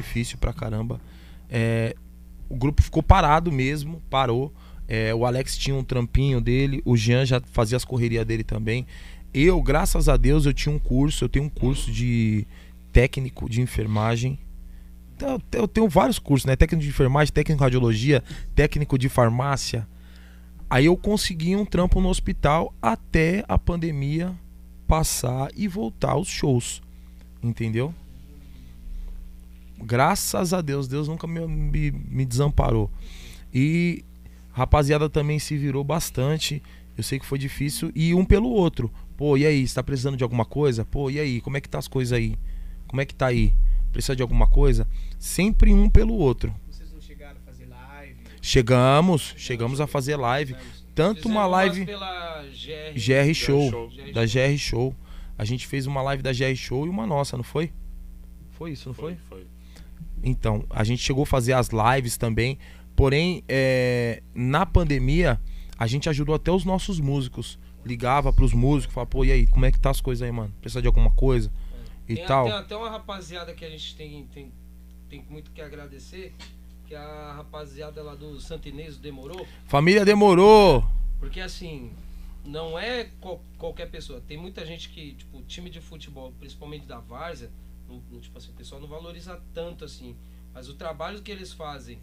O grupo ficou parado mesmo, parou. O Alex tinha um trampinho dele, o Jean já fazia as correrias dele também. Eu, graças a Deus, eu tenho um curso de técnico de enfermagem. Então, eu tenho vários cursos, né? Técnico de enfermagem, técnico de radiologia, técnico de farmácia. Aí eu consegui um trampo no hospital até a pandemia passar e voltar aos shows. Entendeu? Graças a Deus, Deus nunca me desamparou. E a rapaziada também se virou bastante. Eu sei que foi difícil. E um pelo outro. Pô, e aí, você tá precisando de alguma coisa? Pô, e aí, como é que tá as coisas aí? Como é que tá aí? Precisa de alguma coisa? Sempre um pelo outro. Vocês não chegaram a fazer live? Chegamos a fazer live. Tanto uma live pela GR Show, Show. da GR Show. A gente fez uma live da GR Show e uma nossa, não foi? Foi isso, não foi? Foi. Então, a gente chegou a fazer as lives também. Porém, na pandemia, a gente ajudou até os nossos músicos. Ligava pros músicos, falava, pô, e aí, como é que tá as coisas aí, mano? Precisa de alguma coisa? E tal. Tem até uma rapaziada que a gente tem muito que agradecer, que é a rapaziada lá do Santinês Demorou. Família Demorou! Porque assim, não é qualquer pessoa. Tem muita gente que, tipo, time de futebol, principalmente da várzea, tipo assim, o pessoal não valoriza tanto assim. Mas o trabalho que eles fazem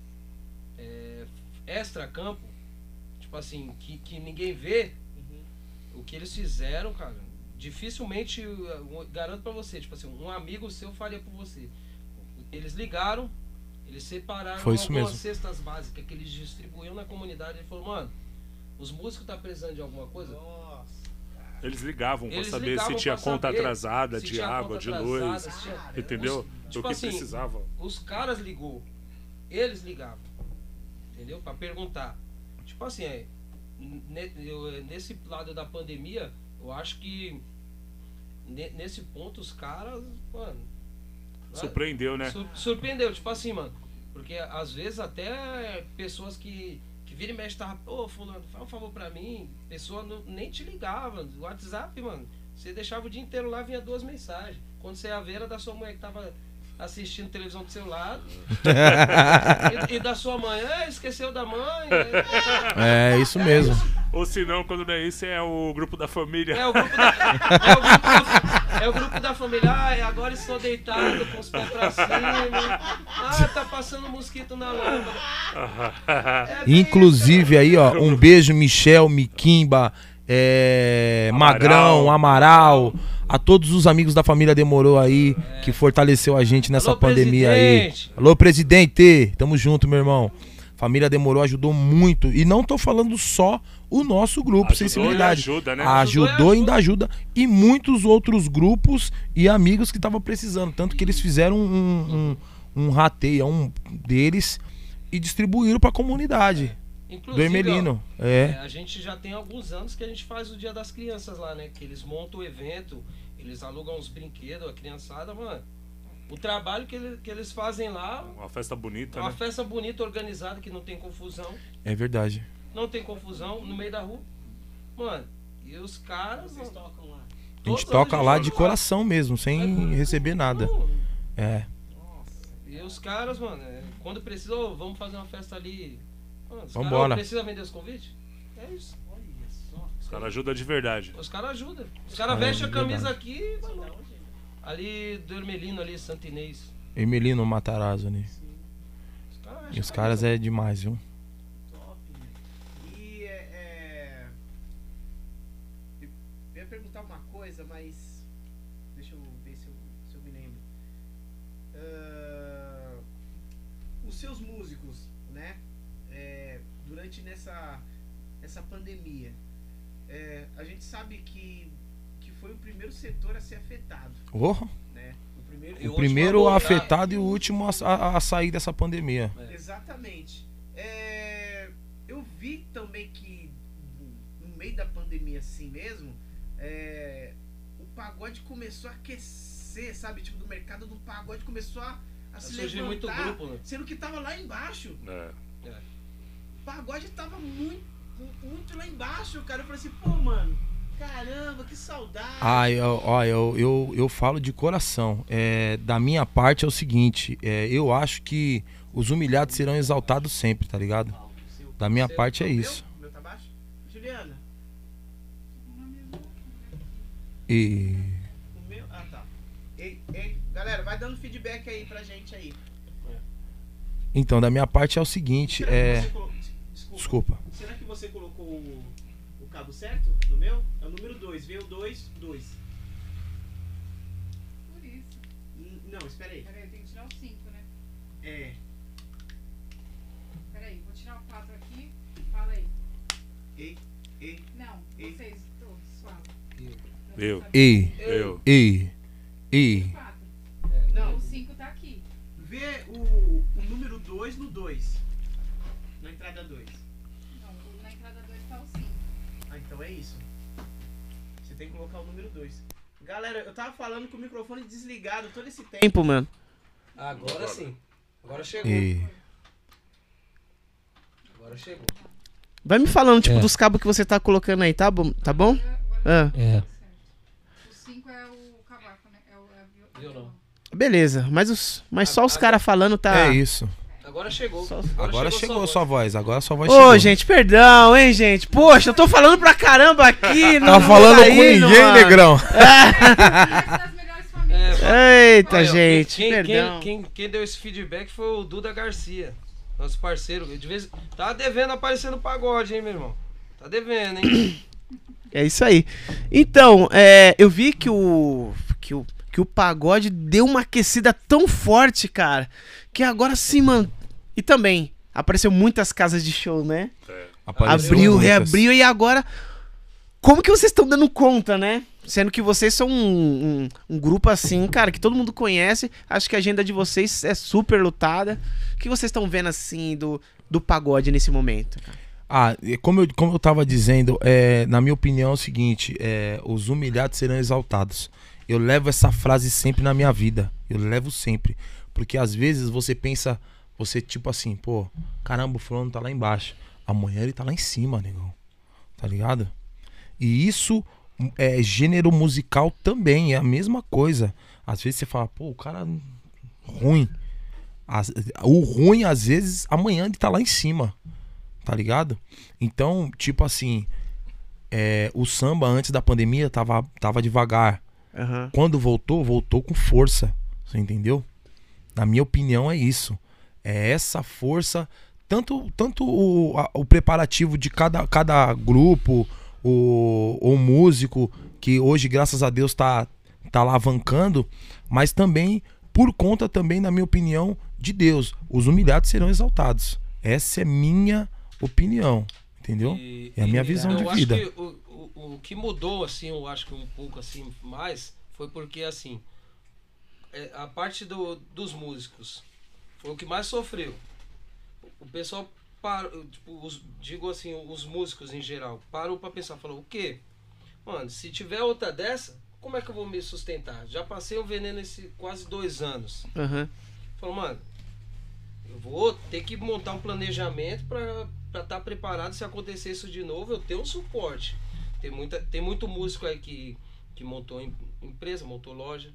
extra-campo, tipo assim, que ninguém vê, o que eles fizeram, cara, dificilmente, eu garanto pra você, tipo assim, um amigo seu faria por você. Eles ligaram, eles separaram Foi isso algumas mesmo. cestas básicas que eles distribuíam na comunidade. Ele falou, mano, os músicos tá precisando de alguma coisa? Nossa. Eles ligavam pra Eles saber ligavam se tinha pra conta saber atrasada se de tinha água, conta de atrasada, luz. se tinha- Entendeu? Tipo Do que assim, precisavam. Os caras ligou, eles ligavam, entendeu? Pra perguntar. Tipo assim, nesse lado da pandemia, eu acho que nesse ponto os caras, mano, Surpreendeu, né? surpreendeu, tipo assim, mano. Porque às vezes até pessoas que vira e mexe tava, ô fulano, faz um favor pra mim, pessoa nem te ligava, no WhatsApp, mano. Você deixava o dia inteiro lá, vinha 2 mensagens. Quando você ia ver, era da sua mulher que tava assistindo televisão do seu lado. e da sua mãe, esqueceu da mãe. É isso mesmo. Ou se não, quando não é isso, é o grupo da família. É o grupo da família. Ai, agora estou deitado com os pés pra cima. Tá passando mosquito na lâmpada. Inclusive aí, ó, um beijo, Michel, Miquimba, Magrão, Amaral, a todos os amigos da família Demorou aí, que fortaleceu a gente nessa Alô, pandemia presidente. aí. Alô, presidente! Tamo junto, meu irmão. Família Demorou ajudou muito. E não tô falando só o nosso grupo, Ajudou Sensibilidade. e ajuda, né? Ajudou e ainda ajuda. E muitos outros grupos e amigos que estavam precisando. Tanto que eles fizeram um rateio, um deles, e distribuíram pra comunidade. Inclusive, Do Hermelino. a gente já tem alguns anos que a gente faz o Dia das Crianças lá, né? Que eles montam o evento, eles alugam uns brinquedos, a criançada, mano. O trabalho que eles fazem lá, Uma festa bonita, uma né? festa bonita, organizada, que não tem confusão. É verdade. Não tem confusão no meio da rua. Mano, e os caras. Vocês mano, tocam lá. A todos gente toca lá de toca coração mesmo, sem receber nada. Não, É. E os caras, mano, quando precisa, ô, vamos fazer uma festa ali. Mano, os Vambora. caras precisa vender os convites? É isso. Olha só. Os caras ajudam de verdade. Os caras ajudam. Os caras caras vestem a de camisa verdade. aqui, mano, Da onde? ali do Hermelino, ali, Santinês. Hermelino Matarazzo ali. Os caras E vestem os a caras camisa. é demais, viu? Top, né? E eu ia perguntar uma coisa, mas deixa eu ver se eu me lembro. Os seus músicos, né? Durante essa pandemia, a gente sabe que foi o primeiro setor a ser afetado, Oh, né? E o primeiro último a voltar. afetado e o último a sair dessa pandemia. Exatamente. Eu vi também que no meio da pandemia assim mesmo, o pagode começou a aquecer, sabe? Tipo, do mercado do pagode começou a se Surgiu muito levantar, grupo, né? sendo que tava lá embaixo. O pagode tava muito lá embaixo, cara. Eu falei assim, pô, mano, caramba, que saudade. Eu falo de coração. Da minha parte é o seguinte, eu acho que os humilhados serão exaltados sempre, tá ligado? Da minha parte é isso. O meu tá baixo? Juliana, E o meu... Ah, tá. Ei, galera, vai dando feedback aí pra gente aí. então, da minha parte é o seguinte, Será que você desculpa. Será que você colocou o cabo certo no meu? É o número 2, veio 2, 2. Por isso. Não, espera aí. Peraí, eu tenho que tirar o 5, né? É. Peraí, vou tirar o 4 aqui. Fala aí. Ei. Não, vocês todos, suave. Eu. E. 4. Não. O 5 tá aqui. Vê o número 2 no 2. Na entrada 2. Não, na entrada 2 tá o 5. Ah, então é isso. Você tem que colocar o número 2. Galera, eu tava falando com o microfone desligado todo esse tempo, mano. Agora sim. Agora chegou. E. Agora chegou. Vai me falando, tipo, dos cabos que você tá colocando aí, tá bom? Tá bom? Ah, É. O 5 é o cavaco, né? É o Violão. beleza, mas só os caras falando tá... É isso. Agora chegou. Agora chegou sua sua voz. Agora sua voz Ô, chegou. gente, perdão, hein, gente. Poxa, eu tô falando pra caramba aqui. Tá não falando tá com indo, ninguém, mano. negrão. Essa das melhores famílias. Eita, Aí, ó, gente, quem, perdão. quem deu esse feedback foi o Duda Garcia, nosso parceiro. De vez tá devendo aparecer no pagode, hein, meu irmão? Tá devendo, hein? É isso aí. Então, eu vi que o pagode deu uma aquecida tão forte, cara, que agora sim, mano. E também, apareceu muitas casas de show, né? Apareceu Abriu, muitas. reabriu e agora... Como que vocês estão dando conta, né? Sendo que vocês são um grupo assim, cara, que todo mundo conhece. Acho que a agenda de vocês é super lotada. O que vocês estão vendo, assim, do pagode nesse momento? Ah, como eu tava dizendo, na minha opinião é o seguinte, os humilhados serão exaltados. Eu levo essa frase sempre na minha vida. Eu levo sempre. Porque às vezes você pensa, você tipo assim, pô, caramba, o fulano tá lá embaixo. Amanhã ele tá lá em cima, negão. Tá ligado? E isso gênero musical também, é a mesma coisa. Às vezes você fala, pô, o cara ruim. O ruim, às vezes, amanhã ele tá lá em cima. Tá ligado? Então, tipo assim, o samba antes da pandemia tava devagar. Uhum. Quando voltou com força. Você entendeu? Na minha opinião é isso. É essa força, tanto o preparativo de cada grupo, o músico, que hoje, graças a Deus, tá alavancando, mas também, por conta também, na minha opinião, de Deus. Os humilhados serão exaltados. Essa é minha opinião, entendeu? É a minha visão de vida. Eu acho que o que mudou, assim, eu acho que um pouco assim mais, foi porque, assim, a parte dos músicos foi o que mais sofreu. O pessoal parou, tipo, digo assim, os músicos em geral, parou pra pensar, falou, o quê? Mano, se tiver outra dessa, como é que eu vou me sustentar? Já passei o veneno quase 2 anos. Uhum. Falou, mano, eu vou ter que montar um planejamento pra estar preparado se acontecer isso de novo, eu tenho um suporte. Tem muito músico aí que montou empresa, montou loja.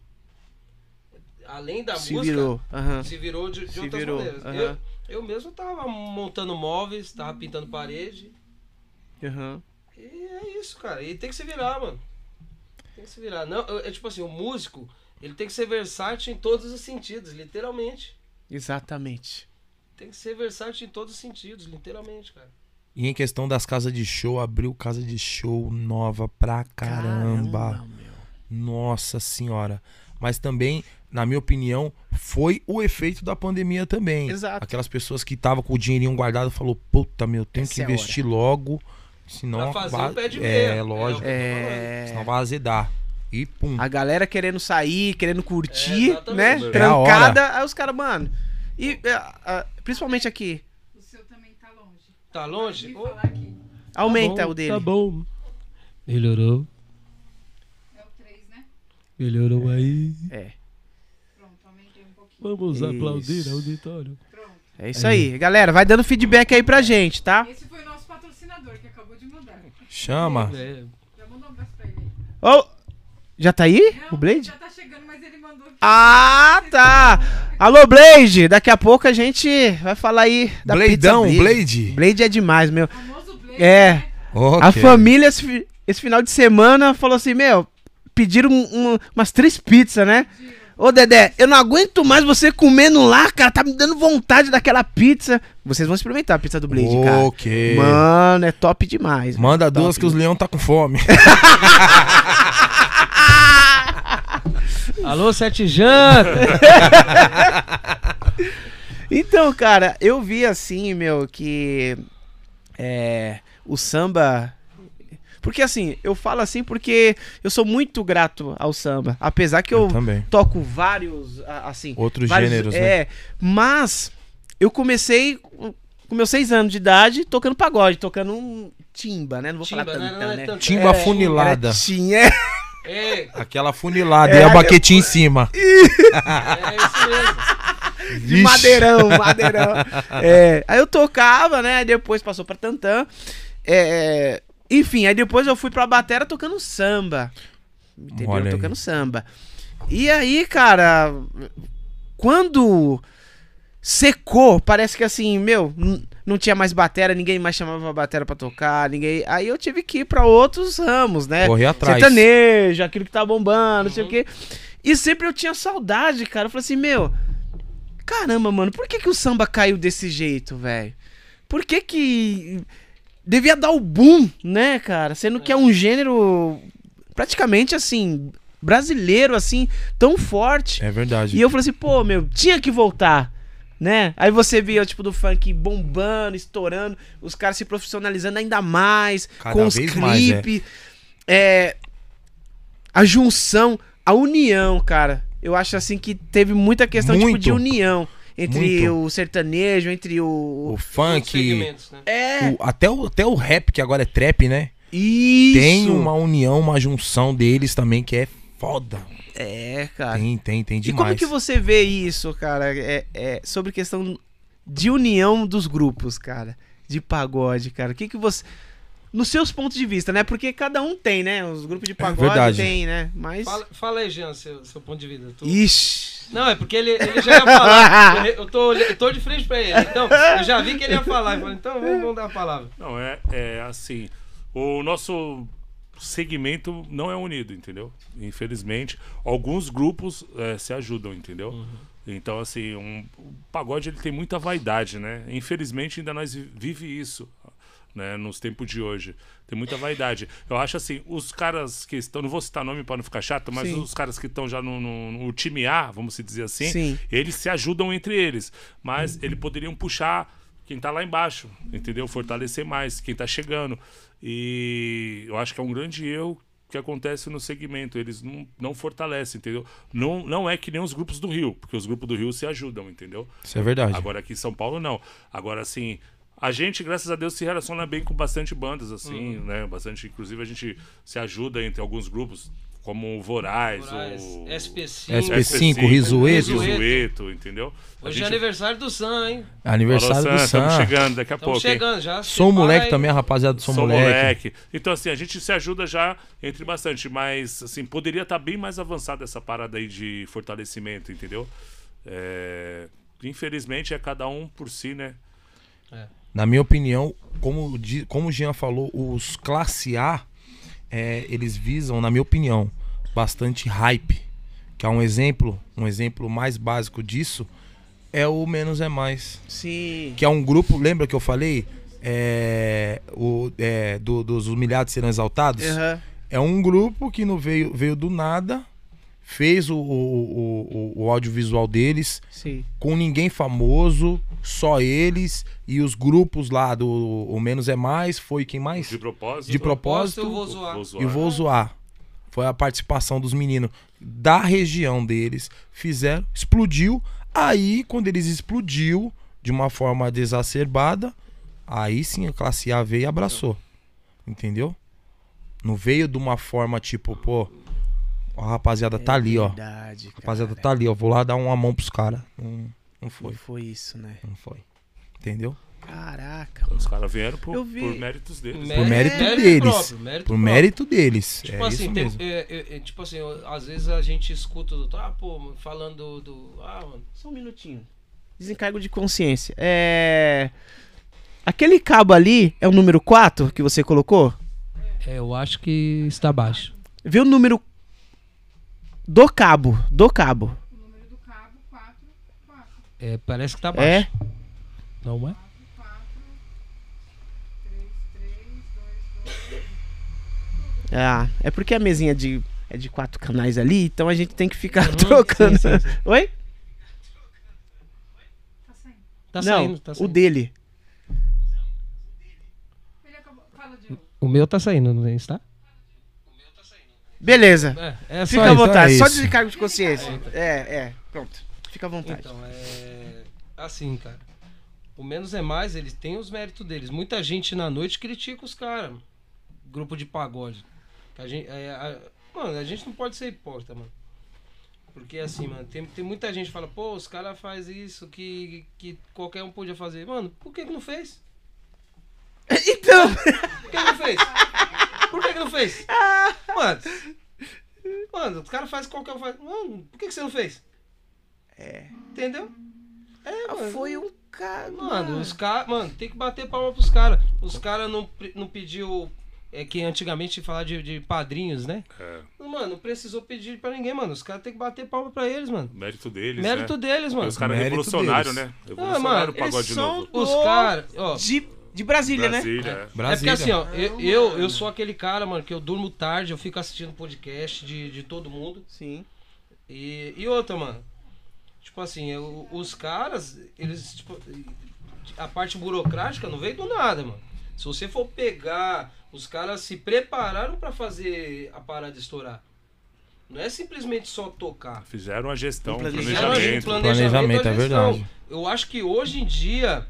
Além da música, Virou. Uhum. se virou de Se outras virou, maneiras. aham. Eu mesmo tava montando móveis, tava pintando parede. Uhum. E é isso, cara. E tem que se virar, mano. Tem que se virar. Não, tipo assim, o músico, ele tem que ser versátil em todos os sentidos, literalmente. Exatamente. Tem que ser versátil em todos os sentidos, literalmente, cara. E em questão das casas de show, abriu casa de show nova pra caramba. meu. Nossa senhora. Mas também, na minha opinião, foi o efeito da pandemia também. Exato. Aquelas pessoas que estavam com o dinheirinho guardado falou, puta, meu, tenho Essa que é a investir logo, senão Pra fazer vai, o pé de meia. lógico, senão vai azedar. E pum. A galera querendo sair, querendo curtir, exatamente. né? É a hora. Trancada, aí os caras, mano. E principalmente aqui. O seu também tá longe. Tá longe? Me Ô, falar aqui. Aumenta tá bom, o dele. Tá bom. Melhorou. É o 3, né? Melhorou aí. É. Pronto, aumentei um pouquinho. Vamos Isso. aplaudir, auditório. Pronto. É isso aí. Galera, vai dando feedback aí pra gente, tá? Esse foi o nosso patrocinador que acabou de mandar. Chama. Já mandou um abraço pra ele. Ô, já tá aí? Não, O Blade? Já tá chegando, mas ele mandou. Ah, tá. Alô, Blade. Daqui a pouco a gente vai falar aí da Bladão, pizza Blade. Blade é demais, meu. O famoso Blade, É. né? A família, esse final de semana, falou assim, meu, pediram umas 3 pizzas, né? Ô, Dedé, eu não aguento mais você comendo lá, cara, tá me dando vontade daquela pizza. Vocês vão experimentar a pizza do Blade, cara. Ok. Mano, é top demais. mano. Manda Top. 2 que os leão tá com fome. Alô, Sete Janta. Então, cara, eu vi assim, meu, que o samba... Porque assim, eu falo assim porque eu sou muito grato ao samba. Apesar que eu também. toco vários, assim... Outros vários, gêneros, né? Mas eu comecei com meus 6 anos de idade tocando pagode, tocando um timba, né? Não vou Timba, falar né? tantã, Não é né? tantã. Timba funilada. Tinha... Aquela funilada e a baquetinha em cima. É isso mesmo. De madeirão. Aí eu tocava, né? Aí depois passou pra tantã. Enfim, aí depois eu fui pra batera tocando samba. Entendeu? Olha aí. Tocando samba. E aí, cara, quando secou, parece que assim, meu, não tinha mais batera, ninguém mais chamava a batera pra tocar, ninguém... Aí eu tive que ir pra outros ramos, né? Correr atrás. Sertanejo, aquilo que tá bombando, não sei o quê. E sempre eu tinha saudade, cara. Eu falei assim, meu, caramba, mano, por que o samba caiu desse jeito, velho? Por que devia dar o boom, né, cara? Sendo que é um gênero praticamente, assim, brasileiro, assim, tão forte. É verdade. E eu falei assim, pô, meu, tinha que voltar, né? Aí você via, tipo, do funk bombando, estourando, os caras se profissionalizando ainda mais, Cada com os vez mais, clipes, a junção, a união, cara. Eu acho, assim, que teve muita questão, tipo, Muito. de união entre Muito. o sertanejo, entre O Outros funk, segmentos, né? até o rap, que agora é trap, né? Isso! Tem uma união, uma junção deles também que é foda. Cara. Tem E demais. como que você vê isso, cara? Sobre questão de união dos grupos, cara. De pagode, cara. O que você... Nos seus pontos de vista, né? Porque cada um tem, né? Os grupos de pagode verdade. tem, né? Mas... Fala aí, Jean, seu ponto de vista. Ixi! Não, é porque ele já ia falar. Eu tô de frente pra ele. Então, eu já vi que ele ia falar. Eu falei, então vamos dar a palavra. Não, é assim, o nosso segmento não é unido, entendeu? Infelizmente, alguns grupos se ajudam, entendeu? Então, assim, o pagode ele tem muita vaidade, né? Infelizmente, ainda nós vive isso, né? Nos tempos de hoje. Tem muita vaidade. Eu acho assim, os caras que estão, não vou citar nome para não ficar chato, mas Sim. os caras que estão já no time A, vamos dizer assim, Sim. eles se ajudam entre eles. Mas eles poderiam puxar quem tá lá embaixo, entendeu? Fortalecer mais quem tá chegando. E eu acho que é um grande erro que acontece no segmento. Eles não fortalecem, entendeu? Não é que nem os grupos do Rio, porque os grupos do Rio se ajudam, entendeu? Isso é verdade. Agora aqui em São Paulo, não. Agora, assim, a gente, graças a Deus, se relaciona bem com bastante bandas, assim, né? Bastante, inclusive, a gente se ajuda entre alguns grupos, como o Voraz, o SP5. SP5, Rizueto. Rizueto, entendeu? Hoje é aniversário do Sam, hein? Aniversário do Estamos Sam. chegando daqui a Estamos pouco. hein? chegando já. Sou moleque Vai- também, a rapaziada do Sou Sou Moleque. Então, assim, a gente se ajuda já entre bastante, mas, assim, poderia estar bem mais avançada essa parada aí de fortalecimento, entendeu? Infelizmente, é cada um por si, né? Na minha opinião, como o Jean falou, os classe A, eles visam, na minha opinião, bastante hype. Que é um exemplo mais básico disso, é o Menos é Mais. Sim. Que é um grupo, lembra que eu falei? Dos Humilhados Serão Exaltados? Aham. É um grupo que não veio do nada, fez o audiovisual deles, Sim. com ninguém famoso, só eles, e os grupos lá do O Menos é Mais, foi quem mais? De propósito. De propósito, eu vou zoar. e o Vou Zoar. Foi a participação dos meninos da região deles, fizeram, explodiu, aí quando eles explodiu de uma forma desacerbada, aí sim a classe A veio e abraçou, entendeu? Não veio de uma forma tipo, pô, a rapaziada tá ali, ó. Verdade, A rapaziada cara. tá ali, ó. Vou lá dar uma mão pros caras. Não Não foi. foi isso, né? Não foi. Entendeu? Caraca. Os caras vieram Eu vi. por méritos deles. Por mérito deles. próprio, mérito Por próprio. mérito deles. Tipo É assim, isso mesmo. tipo assim, às vezes a gente escuta falando mano, Só um minutinho. Desencargo de consciência. Aquele cabo ali é o número 4 que você colocou? eu acho que está baixo. Vê o número do cabo. Do cabo. O número do cabo, 4, 4. Parece que está É? baixo. Não é? 4, 3, 3, 2, 2. Ah, é porque a mesinha é de 4 canais ali, então a gente tem que ficar trocando. sim, sim. Oi? Tá saindo. Tá Não, saindo, tá o saindo. dele. O meu tá saindo, não está? Beleza. É só Fica à isso, vontade, é só isso. descargo de consciência. Pronto. Fica à vontade. Então, assim, cara. O Menos é Mais, eles têm os méritos deles. Muita gente na noite critica os caras. Grupo de pagode. Que a gente, mano, a gente não pode ser hipócrita, mano. Porque assim, mano, tem muita gente que fala, pô, os caras fazem isso que qualquer um podia fazer. Mano, por que não fez? Então. Por que não fez? Por que não fez? Mano, os caras fazem qualquer um faz. Mano, por que você não fez? Entendeu? Mano. Foi um cara. Mano, os caras. Mano, tem que bater palma pros caras. Os caras não pediu. Que antigamente falava de padrinhos, né? Mano, não precisou pedir pra ninguém, mano. Os caras tem que bater palma pra eles, mano. Mérito deles, Mérito né? deles, mano. Os caras Mérito revolucionários, deles. né? Revolucionário o pagode eles de são novo. Os caras, ó. De Brasília, né? Brasília, É porque Brasília. assim, ó, eu sou aquele cara, mano, que eu durmo tarde, eu fico assistindo podcast de todo mundo. Sim. E outra, mano. Tipo assim, os caras, eles, tipo, a parte burocrática não veio do nada, mano. Se você for pegar, os caras se prepararam pra fazer a parada estourar. Não é simplesmente só tocar. Fizeram a gestão, Um Fizeram planejamento. Planejamento, a é gestão. verdade. Eu acho que hoje em dia,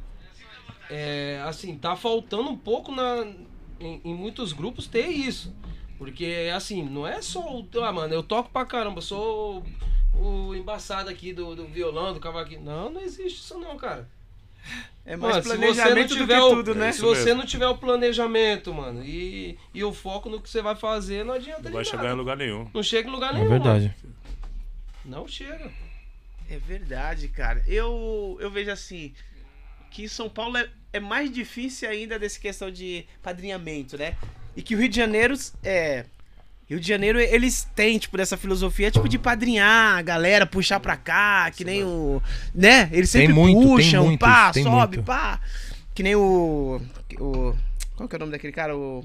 assim, tá faltando um pouco em muitos grupos ter isso. Porque, assim, não é só mano, eu toco pra caramba, eu sou o embaçado aqui do violão, do cavaquinho. Não existe isso não, cara. É mais Mano, planejamento do que tudo, né? Se você não tiver o planejamento, mano, e o foco no que você vai fazer, não adianta Não de vai nada. chegar em lugar nenhum. Não chega em lugar É nenhum, verdade. mano. Não chega. É verdade, cara. Eu vejo assim, que em São Paulo é mais difícil ainda dessa questão de padrinhamento, né? E que o Rio de Janeiro Rio de Janeiro, eles têm, tipo, dessa filosofia, tipo, de padrinhar a galera, puxar pra cá, que nem o... Né? Eles sempre puxam, pá, tem sobe, muito. pá. Que nem o... Qual que é o nome daquele cara? O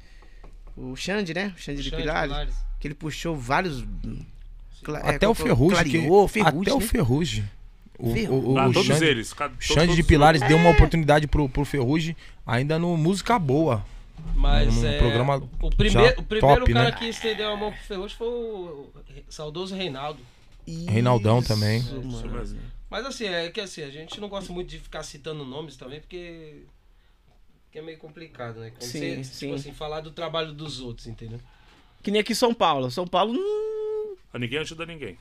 Xande, né? O Xande de Xande Pilares. Pilares. Que ele puxou vários... Até o Ferrugem. Clareou, Até Ferrugem, o né? Ferrugem. O Todos Xande, eles. Xande de Pilares deu uma oportunidade pro Ferrugem ainda no Música Boa. Mas Um programa o já primeiro top, cara né? que estendeu a mão pro Ferrugem foi o saudoso Reinaldo. Reinaldão também. Isso, Isso mano. mesmo. Mas assim, a gente não gosta muito de ficar citando nomes também, porque é meio complicado, né? Quando Sim, você, sim. tipo assim, falar do trabalho dos outros, entendeu? Que nem aqui em São Paulo. São Paulo... Ninguém ajuda ninguém.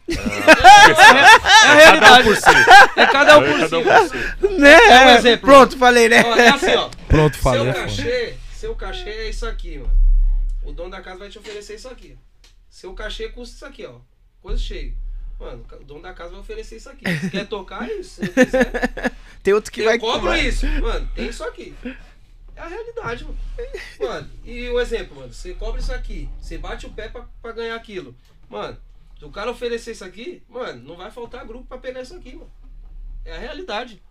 É a realidade. É cada um por si. Né? É um exemplo. Pronto, falei, né? Ó, é assim, ó. Pronto, falei. Seu cachê é isso aqui, mano. O dono da casa vai te oferecer isso aqui. Seu cachê custa isso aqui, ó. Coisa cheia. Mano, o dono da casa vai oferecer isso aqui. Se quer tocar, é isso. Se não quiser, Tem outro que eu vai... cobro isso. Mano, tem isso aqui. É a realidade, mano. Mano, e o exemplo, mano. Você cobra isso aqui. Você bate o pé pra ganhar aquilo. Mano, se o cara oferecer isso aqui, mano, não vai faltar grupo pra pegar isso aqui, mano. É a realidade.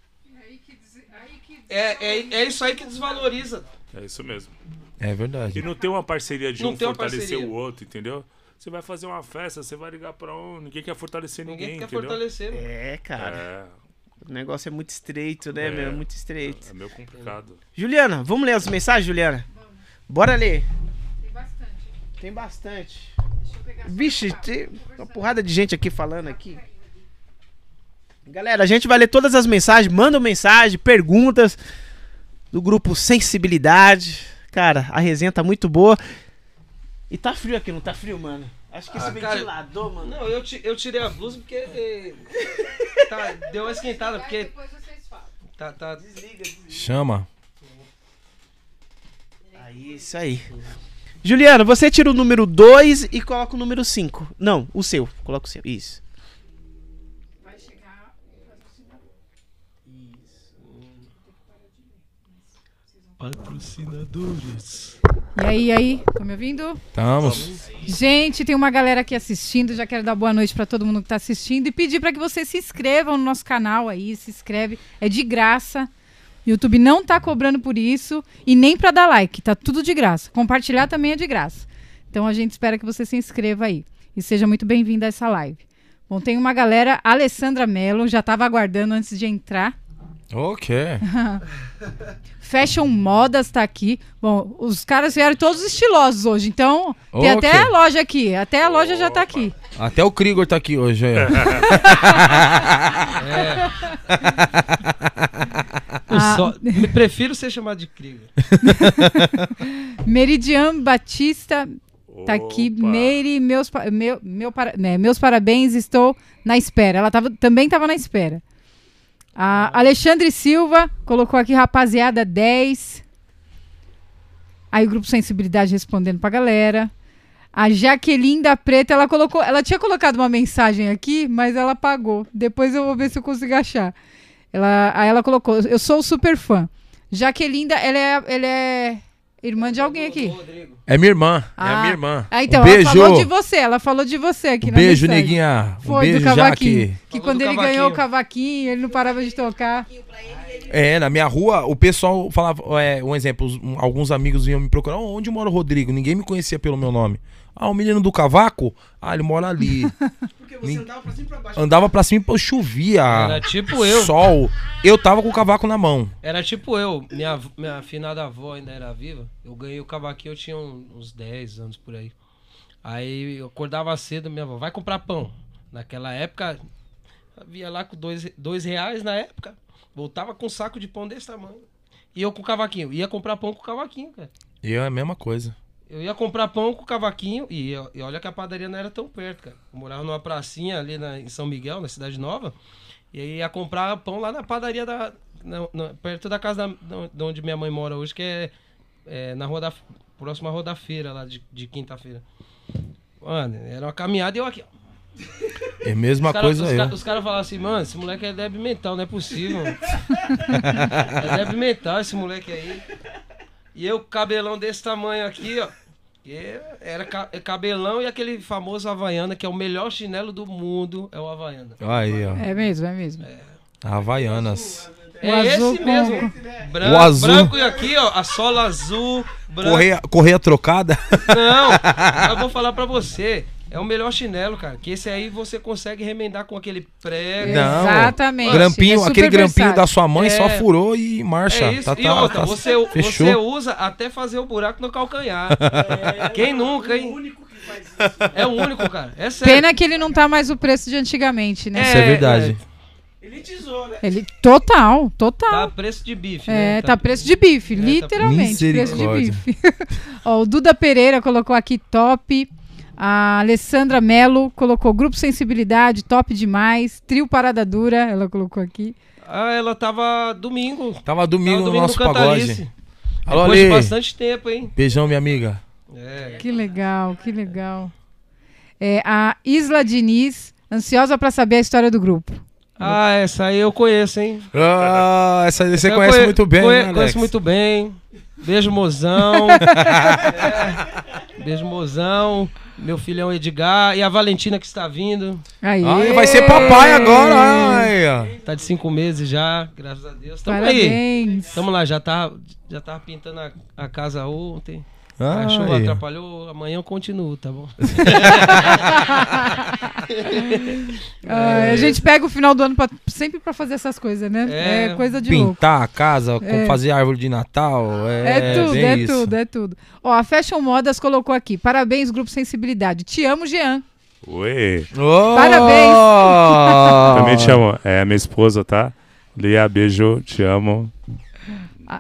É isso aí que desvaloriza. É isso mesmo. É verdade. E não tem uma parceria de Não um tem uma fortalecer parceria. o outro, entendeu? Você vai fazer uma festa, você vai ligar pra um. Ninguém quer fortalecer ninguém, Ninguém quer entendeu? fortalecer, mano. É, cara. É, O negócio é muito estreito, né, meu? Muito estreito. é meio complicado. Juliana, vamos ler as mensagens, Juliana? Bora ler. Tem bastante. Tem bastante. Deixa eu pegar só Vixe, essa tem parte. uma porrada de gente aqui falando aqui. Galera, a gente vai ler todas as mensagens. Mandam mensagem, perguntas do grupo Sensibilidade. Cara, a resenha tá muito boa. E tá frio aqui, não tá frio, mano? Acho que esse cara, ventilador, mano. Não, eu tirei a blusa porque deu uma esquentada, Aí porque depois vocês falam. tá Desliga. Chama. Aí, isso aí. Juliana, você tira o número 2 e coloca o número 5. Não, o seu. Coloca o seu. Isso. Vai chegar o patrocinador. Patrocinadores. E aí? Tá me ouvindo? Estamos. Gente, tem uma galera aqui assistindo. Já quero dar boa noite pra todo mundo que tá assistindo e pedir pra que vocês se inscrevam no nosso canal aí. Se inscreve. É de graça. O YouTube não tá cobrando por isso e nem pra dar like. Tá tudo de graça. Compartilhar também é de graça. Então a gente espera que você se inscreva aí. E seja muito bem-vindo a essa live. Bom, tem uma galera. A Alessandra Mello já tava aguardando antes de entrar. Ok. Fashion Modas tá aqui. Bom, os caras vieram todos estilosos hoje, então tem Ok. até a loja aqui. Até a loja já tá aqui. Até o Krigor tá aqui hoje. Aí, ó. Me prefiro ser chamado de Krieger. Meridian Batista tá aqui. Opa. Meire, meus parabéns, estou na espera. Ela também tava na espera. A Alexandre Silva colocou aqui, rapaziada, 10. Aí o Grupo Sensibilidade respondendo pra galera. A Jaqueline da Preta, ela tinha colocado uma mensagem aqui, mas ela apagou. Depois eu vou ver se eu consigo achar. Aí ela colocou, eu sou super fã. Jaqueline, ela é irmã de alguém aqui. Rodrigo. É minha irmã. É a Ah. minha irmã. Então, Um beijo. ela falou de você aqui na Beijo, mensagem. neguinha. Um Foi, beijo, do cavaquinho. Jaque. Que Falou quando do ele cavaquinho. ganhou o cavaquinho, ele não parava de tocar. É, na minha rua, o pessoal falava, um exemplo, alguns amigos vinham me procurar, onde mora o Rodrigo? Ninguém me conhecia pelo meu nome. Ah, o menino do cavaco? Ah, ele mora ali. Porque você andava pra cima e pra baixo. Andava pra cima e chovia. Era tipo eu. Sol. Eu tava com o cavaco na mão. Era tipo eu. Minha afinada avó ainda era viva. Eu ganhei o cavaquinho, eu tinha uns 10 anos por aí. Aí eu acordava cedo, minha avó, vai comprar pão. Naquela época, havia lá com dois reais na época. Voltava com um saco de pão desse tamanho. E eu com o cavaquinho. Ia comprar pão com o cavaquinho, cara. E é a mesma coisa. Eu ia comprar pão com o cavaquinho e olha que a padaria não era tão perto, cara. Eu morava numa pracinha ali em São Miguel, na Cidade Nova. E aí ia comprar pão lá na padaria perto da casa de onde minha mãe mora hoje, que é na rua próxima à rua da feira, lá de quinta-feira. Mano, era uma caminhada e eu aqui, ó. É a mesma coisa eu. Os caras falavam assim, mano, esse moleque é débil mental, não é possível. Mano. É débil mental esse moleque aí. E eu, cabelão desse tamanho aqui, ó. Era cabelão e aquele famoso Havaiana, que é o melhor chinelo do mundo, é o Havaiana. Aí, ó. É mesmo. Havaianas. O azul esse com- mesmo. O azul. Branco e aqui, ó, a sola azul, branco. Correia trocada. Não, eu vou falar pra você. É o melhor chinelo, cara. Que esse aí você consegue remendar com aquele prego. Não. Exatamente. Grampinho, É super aquele grampinho versátil. da sua mãe só É. furou e marcha. É isso. E outra, você fechou. usa até fazer o buraco no calcanhar. Quem nunca, O hein? único que faz isso. É o único, cara. É sério. Pena que ele não tá mais o preço de antigamente, né? Isso é verdade. Ele tesoura, né? Ele total. Tá preço de bife, né? Tá preço de bife, tá- literalmente, preço de Misericórdia. bife. Ó, o Duda Pereira colocou aqui top. A Alessandra Mello colocou Grupo Sensibilidade, top demais. Trio Parada Dura, ela colocou aqui. Ah, ela tava domingo. Tava domingo no Tava nosso Cantalice. pagode. Alô, Depois de Ale. bastante tempo, hein? Beijão, minha amiga. É. Que legal, que legal. A Isla Diniz, ansiosa pra saber a história do grupo. Ah, essa aí eu conheço, hein? Ah, essa aí você Eu conhece muito bem, né, Alex? Conheço muito bem. Beijo, mozão. É. Beijo, mozão. Meu filhão Edgar. E a Valentina que está vindo. Aí. Ai, vai ser papai agora. Ai, ó. Tá de 5 meses já, graças a Deus. Tamo aí. Parabéns. Tamo lá, já tava pintando a casa ontem. A chuva Ai. atrapalhou, amanhã eu continuo, tá bom? A gente pega o final do ano sempre pra fazer essas coisas, né? É, É. coisa de louco. Pintar a casa, É. fazer árvore de Natal. bem isso. É tudo. Ó, a Fashion Modas colocou aqui. Parabéns, Grupo Sensibilidade. Te amo, Jean. Oi. Oh! Parabéns. Também te amo. É minha esposa, tá? Lia, beijo, te amo. A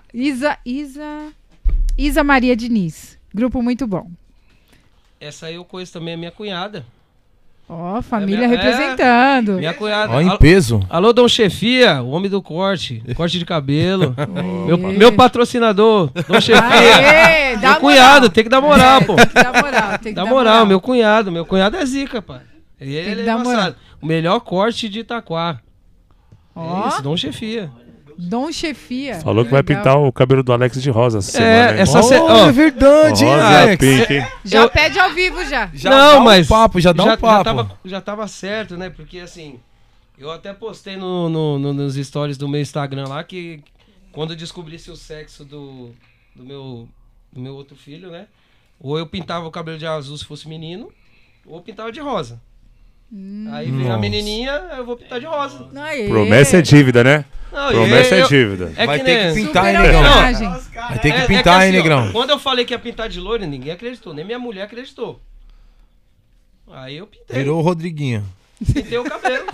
Isa Maria Diniz. Grupo muito bom. Essa aí eu conheço também, a minha cunhada. Ó, família É minha- representando. Minha cunhada. Ó, em peso. Alô, Dom Chefia, o homem do corte de cabelo. meu patrocinador, Dom Chefia. Aê, dá Meu cunhado, moral. tem que dar moral, pô. Tem que dar moral. Tem que Dá dar moral, meu cunhado. Meu cunhado é zica, pai. que Ele é dar moral. embaçado. O melhor corte de Itaquá. Ó, É isso, Dom Chefia. Dom Chefia. Falou que vai Legal. pintar o cabelo do Alex de rosa essa semana. hein? essa Oh, ó, é verdade, hein, Rosa, Alex? pink, hein? Já eu- pede ao vivo já. Já Não, dá um mas papo, já dá um papo. Já tava certo, né? Porque assim, eu até postei nos stories do meu Instagram lá que quando eu descobrisse o sexo do meu outro filho, né? Ou eu pintava o cabelo de azul se fosse menino, ou eu pintava de rosa. Aí vem a Nossa. menininha, eu vou pintar de rosa. Aê. Promessa é dívida, né? Não, Promessa e é dívida. É Vai que ter nem... que pintar, hein, Super negão? homenagem. Vai ter que É pintar, hein, assim, ó, negrão? quando eu falei que ia pintar de loiro, ninguém acreditou, nem minha mulher acreditou. Aí eu pintei. Virou o Rodriguinho. Pintei o cabelo.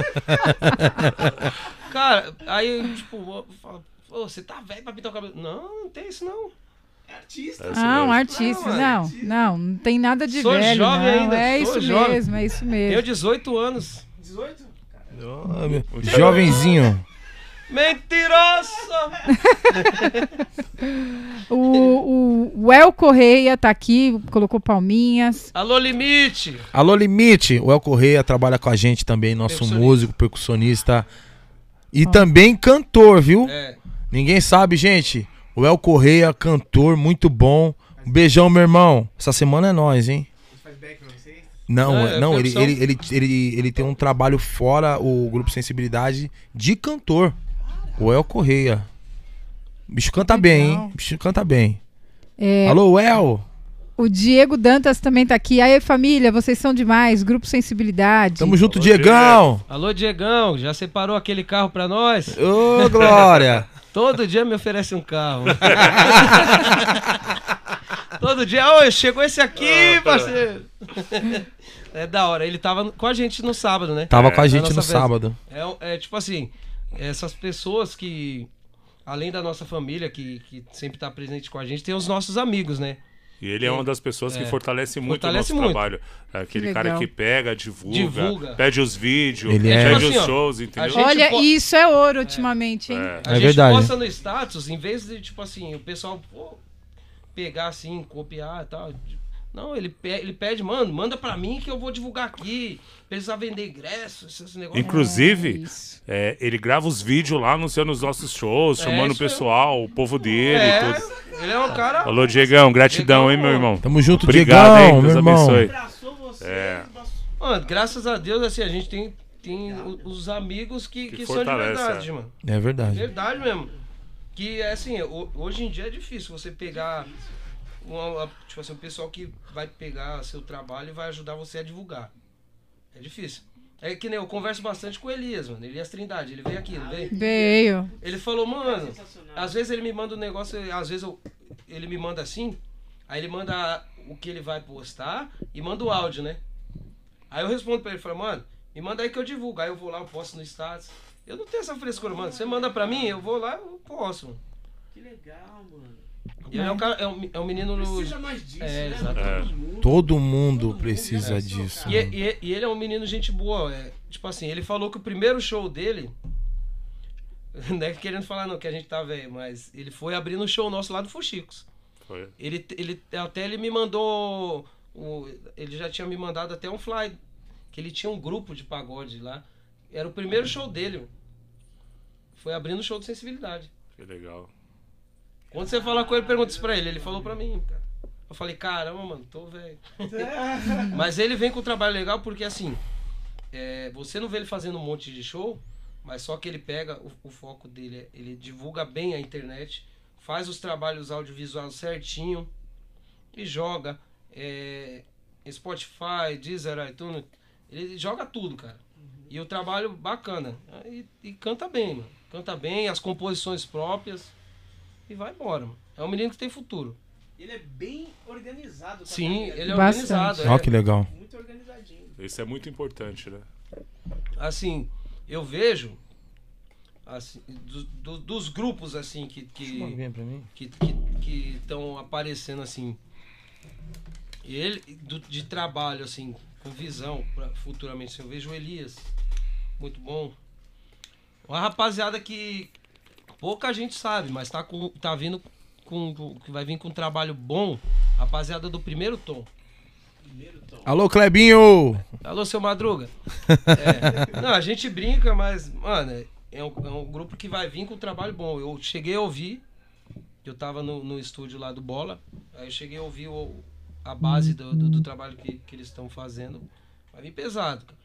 Cara, aí, tipo, eu falo, pô, você tá velho pra pintar o cabelo? Não, não tem isso não. É artista. É isso Ah, um mesmo. artista. Não tem nada de Sou velho, jovem não. ainda, É sou isso jovem. mesmo, é isso Tenho mesmo. 18 anos. 18? Ah, meu- Jovenzinho. Mentiroso! O El Correia tá aqui, colocou palminhas. Alô, Limite! Alô, Limite. O El Correia trabalha com a gente também, nosso Percussionista. músico, percussionista. E também cantor, viu? É, Ninguém sabe, gente. O El Correia, cantor, muito bom. Um beijão, meu irmão. Essa semana é nós, hein? Você faz back pra vocês? Não, É, não, ele, percussão. ele tem um trabalho fora o Grupo Sensibilidade de cantor. O El Correia. O bicho canta bem, hein? O bicho canta bem. É, Alô, El. o Diego Dantas também tá aqui. Aí, família, vocês são demais. Grupo Sensibilidade. Tamo junto, Alô, Diegão. alô, Diegão, já separou aquele carro pra nós? Ô, Glória. Todo dia me oferece um carro. Todo dia, oi, chegou esse aqui, parceiro. É da hora, ele tava com a gente no sábado, né? Tava com a Na gente nossa no festa. sábado. É tipo assim, essas pessoas que, além da nossa família, que sempre tá presente com a gente, tem os nossos amigos, né? E ele é uma das pessoas que fortalece muito Fortalece o nosso muito. trabalho. É aquele Que cara legal. que pega, divulga, Divulga. pede os vídeos, Ele pede é- os Tipo assim, ó, shows, entendeu? gente Olha, po- isso é ouro ultimamente, hein? É. A gente verdade. posta no status, em vez de, tipo assim, o pessoal pegar assim, copiar e tal. Não, ele pede, mano, manda pra mim que eu vou divulgar aqui. Precisar vender ingresso, esses negócios. Inclusive, isso. ele grava os vídeos lá anunciando os nossos shows, É, chamando o isso aí. pessoal, o povo dele e tudo. Ele é um cara. Alô, Diegão, gratidão, Diegão, hein, meu pô. irmão. Tamo junto, Obrigado, Diegão, hein, meu Deus irmão. abençoe. Abraçou você. É. Mano, graças a Deus, assim, a gente tem os amigos que são de fortalece, verdade, é. mano. É verdade. Verdade mesmo. Que é assim, hoje em dia é difícil você pegar tipo assim, o pessoal que vai pegar seu trabalho e vai ajudar você a divulgar. É difícil. É que nem eu converso bastante com o Elias, mano. Elias Trindade, ele veio aqui, não veio? Veio. Ele falou, mano, Sensacional. às vezes ele me manda um negócio, às vezes ele me manda assim, aí ele manda o que ele vai postar e manda o áudio, né? Aí eu respondo pra ele, falo, mano, me manda aí que eu divulgo. Aí eu vou lá, eu posto no status. Eu não tenho essa frescura, mano. Você manda pra mim, eu vou lá, eu posto, mano. Que legal, mano. E ele é um menino no... Precisa mais disso, É, né? exato. Todo mundo precisa disso. E ele é um menino gente boa. Tipo assim, ele falou que o primeiro show dele. Não é querendo falar não, que a gente tá velho, mas ele foi abrindo um show nosso lá do Fuxicos. Foi. Ele me mandou. Ele já tinha me mandado até um fly. Que ele tinha um grupo de pagode lá. Era o primeiro show dele. Foi abrindo o show de Sensibilidade. Que legal. Quando você fala com ele, pergunta isso pra ele. Ele falou pra mim, cara. Eu falei, caramba, mano, tô velho. Mas ele vem com um trabalho legal porque, assim, você não vê ele fazendo um monte de show, mas só que ele pega, o foco dele, ele divulga bem a internet, faz os trabalhos audiovisuais certinho e joga. Spotify, Deezer, iTunes, ele joga tudo, cara. E o trabalho bacana. E canta bem, mano. Canta bem, as composições próprias. E vai embora, mano. É um menino que tem futuro. Ele é bem organizado. Sim, tá? ele é Bastante. organizado. Ó, que legal. Muito organizadinho. Isso é muito importante, né? Assim, eu vejo assim, dos grupos assim que pra mim. estão aparecendo assim, e ele de trabalho assim, com visão pra futuramente, assim, eu vejo o Elias, muito bom. Uma rapaziada que pouca gente sabe, mas tá vindo que vai vir com um trabalho bom, rapaziada do Primeiro Tom. Alô, Clebinho! Alô, seu Madruga. Não, a gente brinca, mas, mano, é um grupo que vai vir com um trabalho bom. Eu cheguei a ouvir, eu tava no estúdio lá do Bola, aí eu cheguei a ouvir a base do trabalho que eles estão fazendo. Vai vir pesado, cara.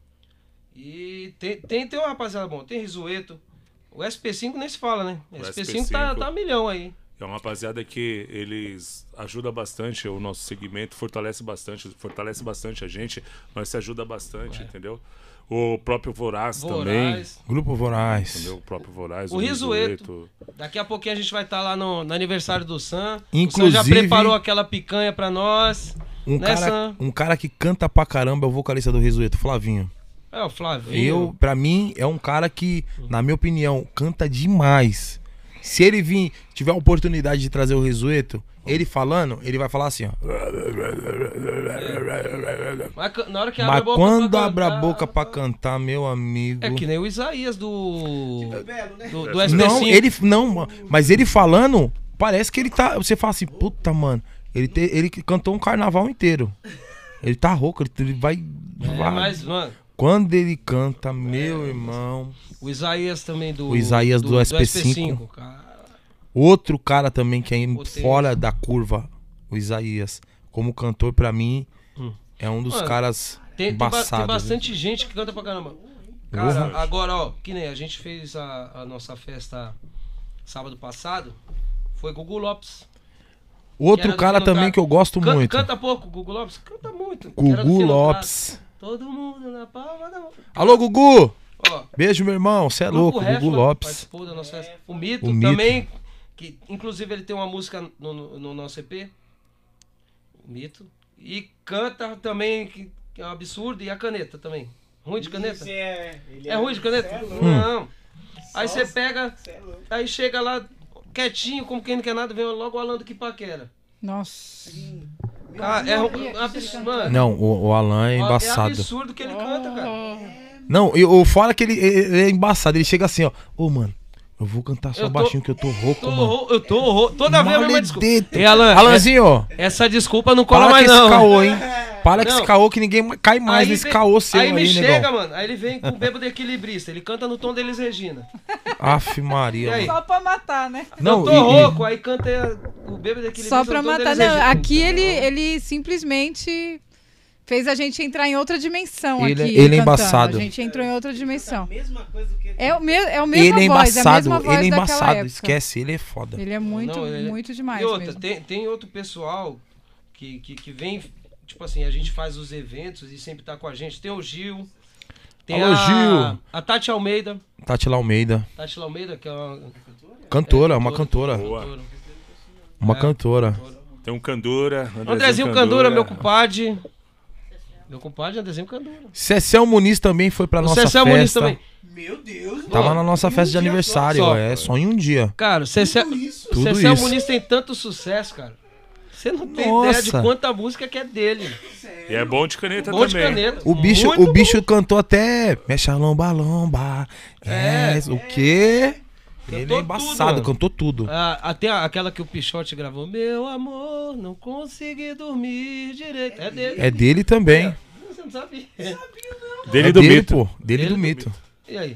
E tem uma rapaziada bom, tem Rizueto. O SP5 nem se fala, né? O SP5 tá milhão aí. É uma rapaziada que eles ajudam bastante o nosso segmento, fortalece bastante a gente, mas se ajuda bastante, entendeu? O próprio Voraz também. Grupo Voraz. Entendeu? O próprio Voraz. O Risoeto. Daqui a pouquinho a gente vai estar lá no aniversário do Sam. Inclusive, o Sam já preparou aquela picanha pra nós. Um cara que canta pra caramba é o vocalista do Risoeto, Flavinho. É, o Flavinho. Pra mim, é um cara que, na minha opinião, canta demais. Se ele vir, tiver a oportunidade de trazer o Risoeto, ele falando, ele vai falar assim, ó. Na hora que abre a Mas boca quando pra abre a cantar, boca pra cantar, meu amigo... É que nem o Isaías do Do SP5. Mas ele falando, parece que ele tá... Você fala assim, puta, mano, ele cantou um carnaval inteiro. Ele tá rouco, ele vai... Mas, mano... Quando ele canta, meu irmão... O Isaías também do... O Isaías do SP5. Cara. Outro cara também que é Potente. fora da curva, o Isaías. Como cantor, pra mim, é um dos Mano, caras Tem embaçados. bastante gente que canta pra caramba. Cara, agora, ó, que nem a gente fez a nossa festa sábado passado, foi Gugu Lopes. Outro cara também que eu gosto muito. Canta pouco, Gugu Lopes? Canta muito. Que era do Gugu Filho Lopes. Prato. Todo mundo na palma da mão. Alô, Gugu! Ó, Beijo, meu irmão. Você é louco, Refla Gugu Lopes. participou da nossa festa. O Mito O Mito. também, que inclusive ele tem uma música no nosso EP. O Mito. E canta também, que é um absurdo. E a Caneta também. Ruim de caneta? É ruim de caneta? Não. Aí você pega, aí chega lá quietinho, como quem não quer nada, vem logo o Alan do Quipaquera. Nossa. Ah, é um absurdo, mano. Não, o Alan é É embaçado. absurdo que ele canta, cara. Não, e o fora que ele é embaçado. Ele chega assim, ó. Ô, mano, eu vou cantar só Eu tô- baixinho que eu tô rouco, mano. Eu tô toda vez a mesma desculpa. Maledeto. E Alan, Alanzinho, essa desculpa não cola para com mais esse não. caô, hein? Para com Não. esse caô que ninguém cai mais nesse vem- caô seu aí me aí, chega, negão. mano. Aí ele vem com o bêbado equilibrista. Ele canta no tom deles Regina. Aff, E Maria. aí? Mano. Só pra matar, né? Não, eu tô rouco, aí canta o bêbado equilibrista. Só pra no tom matar. deles Não, Regina. aqui Então, ele simplesmente fez a gente entrar em outra dimensão Ele- aqui. ele é cantando. embaçado. A gente entrou em outra dimensão. Mesma coisa do que... É o mesmo Ele é voz, é a embaçado, mesma voz ele é daquela embaçado. época. Esquece, ele é foda. Ele é muito, Não, ele- muito demais E outra, mesmo. tem outro pessoal que vem, tipo assim, a gente faz os eventos e sempre tá com a gente. Tem o Gil. Tem Alô, a, Gil. a Tati Almeida. Tati Almeida. Tati Almeida, que é uma Cantora, uma cantora. Boa. Uma cantora. Tem um Candura. Andrezinho Candura, meu compadre. Meu compadre, Andrezinho Candura. Cecel Muniz também foi pra O nossa Cecel festa. Muniz também. Meu Deus, Tava na nossa festa de aniversário, só. é só em um dia. Cara, o Cecel Tudo Cecel isso. Muniz tem tanto sucesso, cara. Você não tem Nossa. ideia de quanta música que é dele. E é bom de caneta Bom de também. caneta. O bicho, Muito o bicho cantou até Mexa lomba lomba. É. O quê? Ele Cantou é embaçado, tudo, cantou tudo. Até aquela que o Pichote gravou. Meu amor, não consegui dormir direito. É dele. É dele também. Você não sabia. Dele É do dele, mito. pô. Dele Dele do do mito. E aí?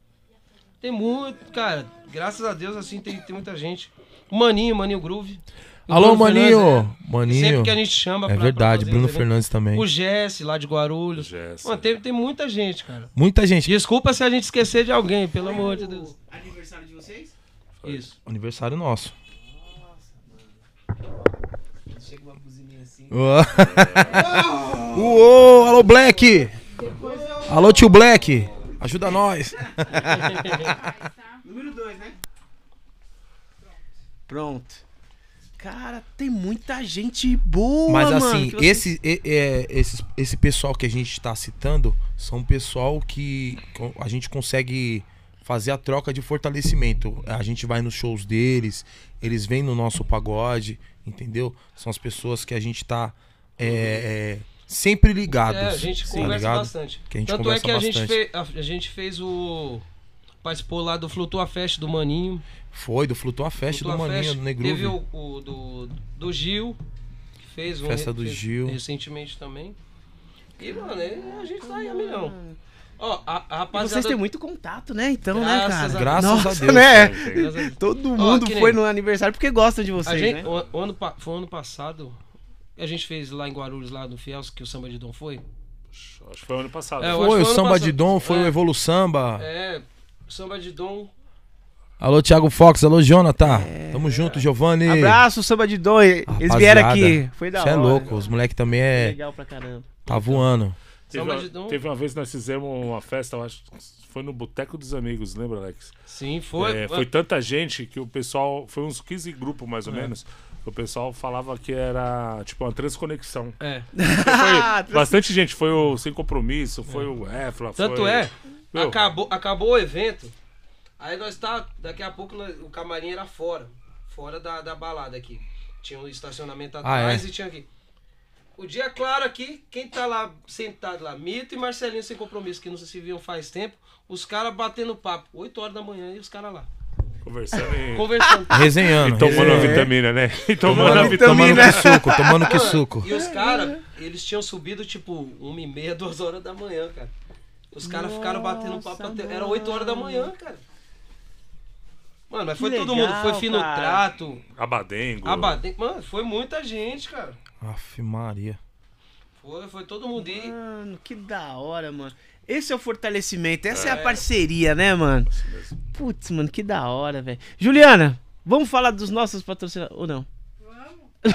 Tem muito, cara. Graças a Deus, assim, tem muita gente. O Maninho Groove. O Alô, Bruno Fernandes, Maninho. Sempre Maninho. que a gente chama É pra verdade, fazer Bruno os eventos. Fernandes também. O Jesse, lá de Guarulhos. Jesse. Mano, tem muita gente, cara. Muita gente. Desculpa se a gente esquecer de alguém, pelo amor de Deus. Aniversário de vocês? Isso. Aniversário nosso. Chega uma buzininha assim. Uou, alô, Black. Alô, tio Black. Ajuda nós. Número 2, né? Pronto. Cara, tem muita gente boa, Mas mano. assim, que vocês- esse pessoal que a gente tá citando são pessoal que a gente consegue fazer a troca de fortalecimento. A gente vai nos shows deles, eles vêm no nosso pagode, entendeu? São as pessoas que a gente tá sempre ligados. A gente tá conversa ligado? bastante. Que a gente Tanto conversa é que bastante. a gente fez o... Participou lá do Flutua Fest do Maninho. Foi, do Flutua Fest Flutua do Maninho, Fest. do Negruve. Teve o do Gil, que fez Festa do fez Gil. recentemente também. E, mano, a gente tá aí a milhão. Ó, a E rapaziada... vocês têm muito contato, né? Então, Graças né, cara? a- Graças Nossa, a Deus. né? Tem. Graças a Deus. Todo mundo que nem- foi no aniversário porque gosta de A vocês, gente, né? foi ano passado, a gente fez lá em Guarulhos, lá no Fiels, que o Samba de Dom foi. Acho que foi ano passado. É, eu acho Foi que o foi ano Samba passado. de Dom, foi o Evolu Samba. É, o Samba de Dom Alô, Thiago Fox. Alô, Jonathan. Tamo junto, Giovanni. Abraço, Samba de Dom. Eles Rapaziada, vieram aqui. Foi da hora. Você é louco. Os moleques também Legal pra caramba. Tá voando. Teve uma vez que nós fizemos uma festa, eu acho que foi no Boteco dos Amigos, lembra, Alex? Sim, foi. Foi tanta gente que o pessoal, foi uns 15 grupos mais ou menos, o pessoal falava que era tipo uma transconexão. Foi bastante gente, foi o Sem Compromisso, foi o Efla, Tanto foi... Meu, acabou o evento, aí nós daqui a pouco o camarim era fora da balada aqui. Tinha um estacionamento atrás e tinha aqui. O dia claro aqui, quem tá lá sentado lá, Mito e Marcelinho Sem Compromisso, que não se viam faz tempo, os caras batendo papo, 8 horas da manhã e os caras lá. Conversando. Resenhando. E tomando a vitamina, né? E tomando a Tomando que suco, tomando que suco. E os caras, eles tinham subido tipo 1h30, 2 horas da manhã, cara. Os caras ficaram batendo papo até... Era 8 horas da manhã, cara. Mano, mas foi todo mundo. Foi Fino Trato. Abadengo. Mano, foi muita gente, cara. Aff, Maria. Foi todo mundo. Mano, que da hora, mano. Esse é o fortalecimento, essa é a parceria, né, mano? Putz, mano, que da hora, velho. Juliana, vamos falar dos nossos patrocinadores, ou não? Vamos.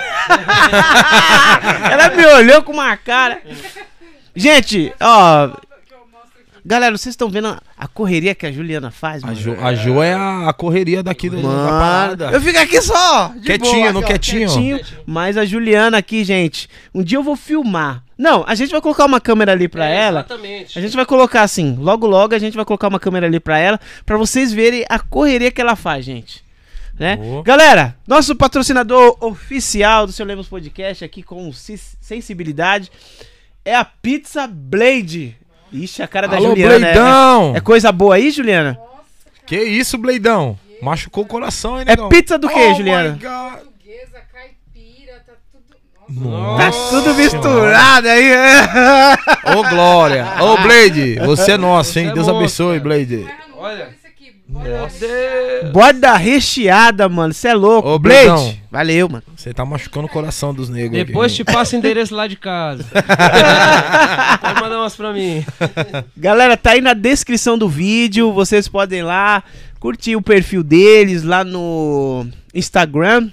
Ela me olhou com uma cara. Gente, ó... Galera, vocês estão vendo a correria que a Juliana faz, mano? A Jo é a correria daqui da Mano, parada. eu fico aqui só, de Quietinho, boa, aqui, ó, quietinho. Mas a Juliana aqui, gente, um dia eu vou filmar. Não, a gente vai colocar uma câmera ali pra ela. Exatamente. A gente vai colocar assim, logo a gente vai colocar uma câmera ali pra ela, pra vocês verem a correria que ela faz, gente. Né? Galera, nosso patrocinador oficial do Seu Lemos Podcast aqui com sensibilidade é a Pizza Blade. Ixi, a cara da Alô, Juliana. Bleidão! É coisa boa aí, Juliana? Que isso, Bleidão? Machucou o coração, hein, É negão? pizza do que, Juliana? My God. Portuguesa, caipira, tá tudo... Nossa. Tá tudo misturado aí. Ô, Glória. Ô, Blade, você é nosso, hein? Você é Deus monstro, abençoe, cara. Blade. Olha. Isso aqui, Borda recheada, mano. Você é louco. Ô, Blade. Bleidão. Valeu, mano. Você tá machucando o coração dos negros Depois aqui. te passa o endereço lá de casa. Pode mandar umas pra mim. Galera, tá aí na descrição do vídeo. Vocês podem ir lá curtir o perfil deles lá no Instagram,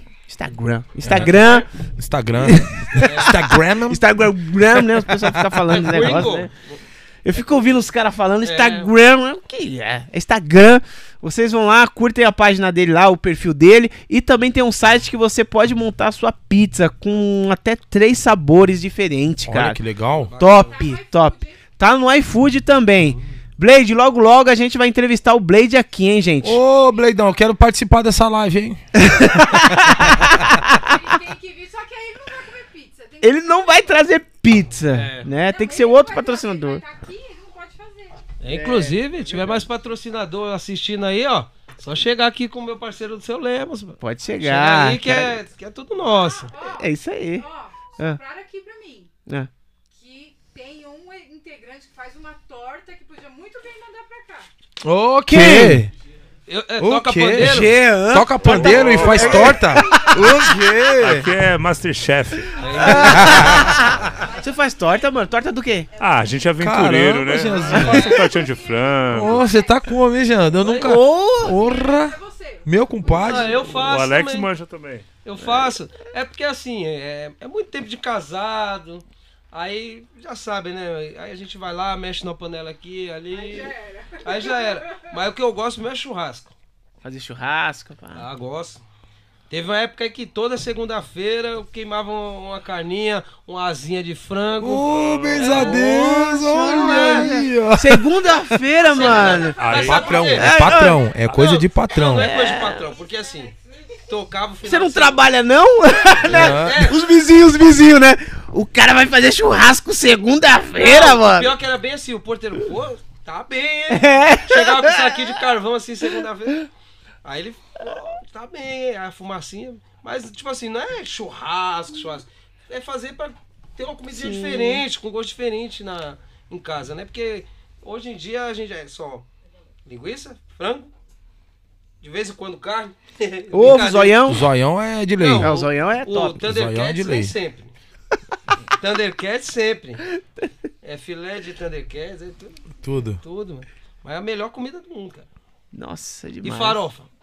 né? Os pessoal ficam falando esse negócio, né? Eu fico ouvindo os caras falando Instagram. O que é? Instagram. Vocês vão lá, curtem a página dele lá, o perfil dele. E também tem um site que você pode montar a sua pizza com até 3 sabores diferentes, cara. Olha que legal. Top. Tá no iFood também. Blade, logo a gente vai entrevistar o Blade aqui, hein, gente? Ô, Bleidão, eu quero participar dessa live, hein? Ele tem que vir, só que aí ele não vai comer pizza. Tem que... Ele não vai trazer pizza, né? Tem que ser outro patrocinador. Ele vai estar aqui, ele não pode fazer. Inclusive, tiver mais patrocinador assistindo aí, ó. Só chegar aqui com o meu parceiro do Seu Lemos, mano. Pode Chega chegar. aí que é tudo nosso. É isso aí. Ó, Ah. sopraram aqui pra mim Ah. que tem um integrante que faz uma torta que podia muito bem mandar pra cá. O quê? O Toca quê? pandeiro? Jean. Toca pandeiro e faz torta? O quê? Aqui é Masterchef. Você faz torta, mano? Torta do quê? Ah, a gente é aventureiro, Caramba, né? Jeanzinho. Faça um tortinho de frango. Ô, você tá com homem, Jean? Eu nunca... Porra! Pra você. Meu compadre. Eu faço O Alex também. manja também. Eu faço. É porque assim, é muito tempo de casado. Aí, já sabe, né? Aí a gente vai lá, mexe na panela aqui, ali. Aí já era. Mas o que eu gosto mesmo é churrasco. Fazer churrasco, pá. Ah, gosto. Teve uma época que toda segunda-feira eu queimava uma carninha, uma asinha de frango. Ô, beijo a Deus, olha aí, ó. Segunda-feira, mano. É Mas sabe patrão, por quê? é patrão, é coisa de patrão. Não é coisa de patrão, porque assim, tocava o final Você não de semana. trabalha, não? É. Os vizinhos, né? O cara vai fazer churrasco segunda-feira, Não, mano. Pior que era bem assim, o porteiro, pô, tá bem, hein? É. Chegava com um saquinho de carvão assim, segunda-feira. Aí ele, pô, tá bem, hein? A fumacinha. Mas, tipo assim, não é churrasco. É fazer pra ter uma comidinha diferente, com gosto diferente em casa, né? Porque hoje em dia a gente é só linguiça, frango, de vez em quando carne. Ovo, brincadeira. zoião. O zoião é de lei. Não, É, o zoião é O top. Zoião Thundercats de vem lei. sempre. Thundercats sempre. É filé de Thundercats, é tudo, Tudo. tudo, mano. Mas é a melhor comida do mundo, cara. Nossa, E demais. farofa.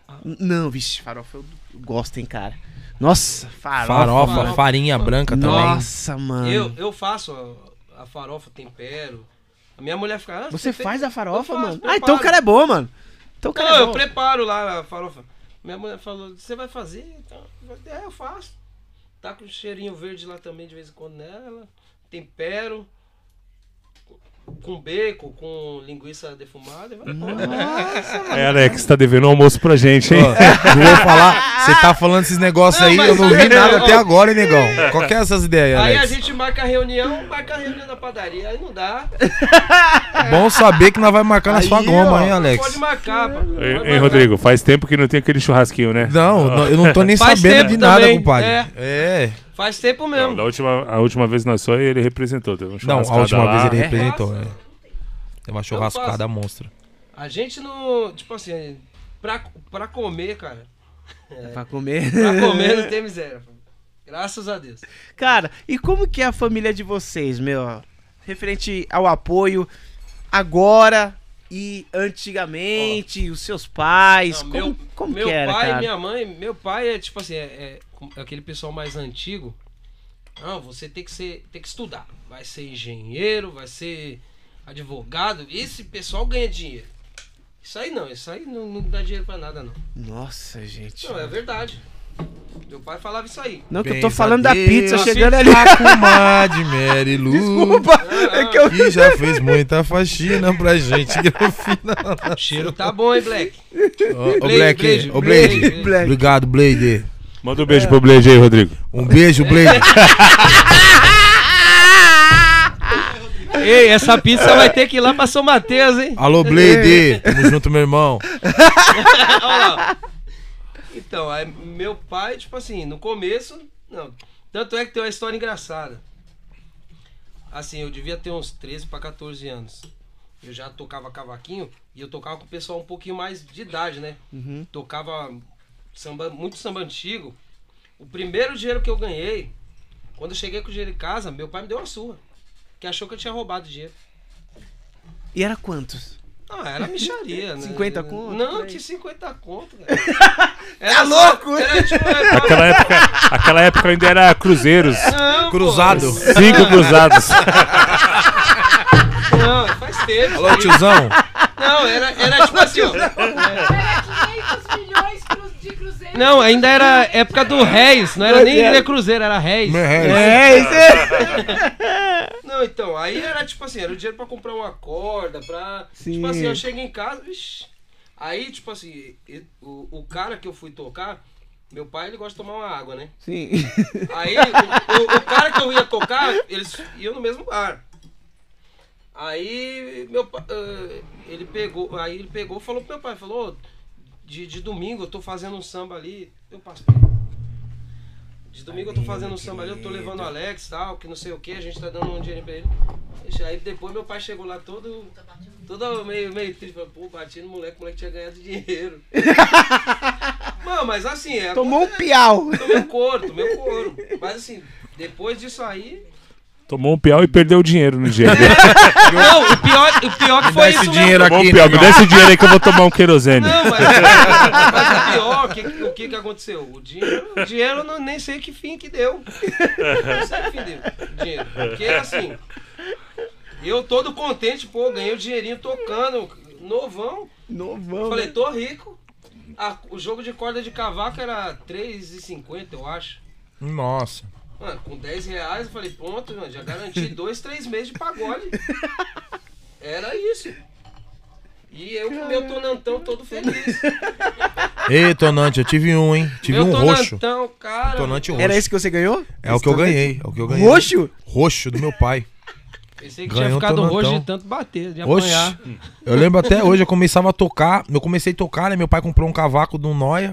Não, vixe, farofa eu gosto, hein, cara. Nossa, Farofa, farinha branca também. Nossa, mano. Eu faço a farofa, tempero. A minha mulher fica... Você faz a farofa, Eu faço, mano? preparo. Então o cara é bom, mano. Então o cara Não, é eu bom. preparo lá a farofa. Minha mulher falou, você vai fazer? Então, eu faço. Tá com cheirinho verde lá também de vez em quando nela. Tempero. Com bacon, com linguiça defumada. E vai embora. Alex, tá devendo um almoço pra gente, hein? Ó, não vou falar, você tá falando esses negócios Não, aí, mas eu não vi aí- nada até agora, hein, negão? Qual que é essas ideias, Aí a Alex? gente marca a reunião na padaria. Aí não dá. Bom saber que nós vai marcar na Aí, sua goma, ó, hein, Alex? Pode marcar, pá. Pode Hein, marcar. Rodrigo? Faz tempo que não tem aquele churrasquinho, né? Não, eu não tô nem Faz sabendo tempo de nada, também, compadre. é. É. Faz tempo mesmo. Não, a última vez nós foi, ele representou. Teve um Não, a churrascada última lá. vez ele É? representou, Nossa. né? Tem uma churrascada monstra. A gente não. Tipo assim, pra comer, cara. Pra comer. Pra comer não tem miséria. Pô. Graças a Deus. Cara, e como que é a família de vocês, meu? Referente ao apoio agora e antigamente, os seus pais, Não, como meu que era, pai cara? e minha mãe, meu pai é tipo assim, é aquele pessoal mais antigo. Não, você tem que estudar. Vai ser engenheiro, vai ser advogado. Esse pessoal ganha dinheiro. Isso aí não dá dinheiro pra nada, não. Nossa, gente. Não, é verdade. Meu pai falava isso aí. Não, que eu tô falando da Deus, pizza a chegando pizza ali. Tá com uma de Mary Lu. Desculpa, é que eu... Que já fez muita faxina pra gente que no final. O cheiro tá bom, hein, Black? Ô, Black, ô, Blade. Blade. Obrigado, Blade. Manda um beijo pro Blade aí, Rodrigo. Um beijo, Blade. Ei, essa pizza vai ter que ir lá pra São Mateus, hein? Alô, Blade. Tamo junto, meu irmão. Olha lá. Então, aí, meu pai, tipo assim, no começo, não. Tanto é que tem uma história engraçada. Assim, eu devia ter uns 13 pra 14 anos. Eu já tocava cavaquinho e eu tocava com o pessoal um pouquinho mais de idade, né? Tocava samba, muito samba antigo. O primeiro dinheiro que eu ganhei, quando eu cheguei com o dinheiro em casa, meu pai me deu uma surra. Que achou que eu tinha roubado dinheiro. E era quantos? Ah, era mixaria, né? 50 conto, por Não, aí? que 50 conto, cara. Era louco? Era tipo, Aquela época ainda era cruzeiros. não, Cruzado. 5 cruzados. Pô, não, faz tempo. Alô, tiozão. Não, era tipo assim, ó. Era 500 milhões de cruzeiros. Não, ainda era época do réis. Não era nem de cruzeiro, era réis. É, isso é... Não, então, aí era tipo assim, era o dinheiro pra comprar uma corda, pra... Sim. Tipo assim, eu cheguei em casa, vixi. Aí, tipo assim, o cara que eu fui tocar, meu pai, ele gosta de tomar uma água, né? Sim. Aí, o cara que eu ia tocar, eles iam no mesmo bar. Aí, meu pai, ele pegou e falou pro meu pai, falou, de domingo eu tô fazendo um samba ali, eu passo pra ele. De domingo eu tô fazendo um samba ali, eu tô levando o Alex e tal, que não sei o que, a gente tá dando um dinheiro pra ele. Aí depois meu pai chegou lá todo meio triste, falou, pô, bati no moleque, o moleque tinha ganhado dinheiro. Não, mas assim, Tomou um piau. tomei um couro. Mas assim, depois disso aí... Tomou um piau e perdeu o dinheiro no dia. Não, o pior que Me foi dá isso esse mesmo. dinheiro Tomou aqui, um piau. Me negão. dá esse dinheiro aí que eu vou tomar um querosene. Não, mas o pior, o que aconteceu? O dinheiro eu nem sei que fim que deu. Não sei que fim deu o dinheiro. Porque assim, eu todo contente, pô, ganhei o dinheirinho tocando, novão. Novão. Falei, né? tô rico. O jogo de corda de cavaco era R$3,50, eu acho. Nossa. Mano, com R$10 eu falei, pronto, mano, já garanti 2, 3 meses de pagode. Era isso. E eu com meu tonantão todo feliz. Ei, Tonante, eu tive um, hein? Tive meu um roxo. tonantão, cara. Tonante roxo. Era esse que você ganhou? É o que eu ganhei. É o que eu ganhei. Roxo? Roxo do meu pai. Pensei que Ganhou tinha ficado tonantão. roxo de tanto bater, de Oxi. apanhar. Eu lembro até hoje, eu começava a tocar. Eu comecei a tocar, né? Meu pai comprou um cavaco de um Noia.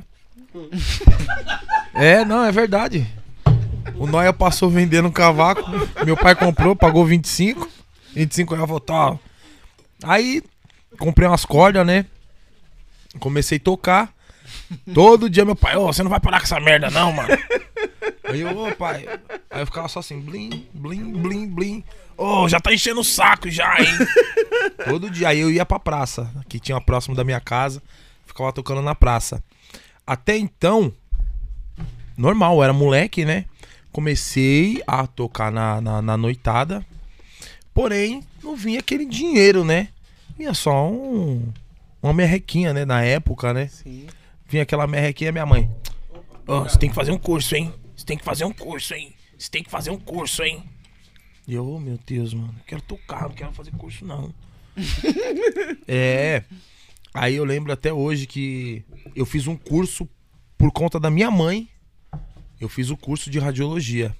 É, não, é verdade. O Noia passou vendendo um cavaco. Meu pai comprou, pagou 25. 25 reais, falou, tá. Aí, comprei umas cordas, né? Comecei a tocar. Todo dia meu pai, ô, você não vai parar com essa merda não, mano. Aí eu, ô pai. Aí eu ficava só assim, blim, blim, blim, blim. Ô, já tá enchendo o saco já, hein? Todo dia. Aí eu ia pra praça, que tinha próximo da minha casa. ficava tocando na praça. Até então, normal, eu era moleque, né? Comecei a tocar na noitada. Porém, não vinha aquele dinheiro, né? Vinha só uma merrequinha, né? Na época, né? Sim. Vinha aquela merrequinha, minha mãe. Ó, você tem que fazer um curso, hein? Você tem que fazer um curso, hein? Você tem que fazer um curso, hein? E eu, oh, meu Deus, mano, eu quero tocar, não quero fazer curso, não. Aí eu lembro até hoje que eu fiz um curso por conta da minha mãe. Eu fiz o curso de radiologia.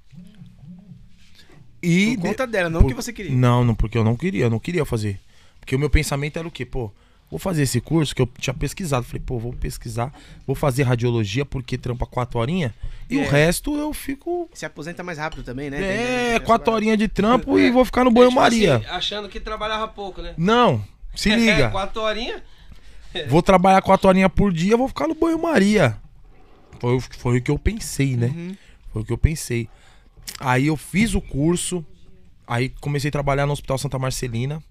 E Por conta dela, não que você queria. Não, porque eu não queria fazer. Porque o meu pensamento era o quê? Pô, vou fazer esse curso que eu tinha pesquisado. Falei, pô, vou pesquisar, vou fazer radiologia porque trampa 4 horinhas. E o resto eu fico... Se aposenta mais rápido também, né? 4 horinhas de trampo e vou ficar no banho-maria. Assim, achando que trabalhava pouco, né? Não, se liga. 4 horinhas? Vou trabalhar 4 horinhas por dia, vou ficar no banho-maria. Foi o que eu pensei, né? Foi o que eu pensei. Aí eu fiz o curso, aí comecei a trabalhar no Hospital Santa Marcelina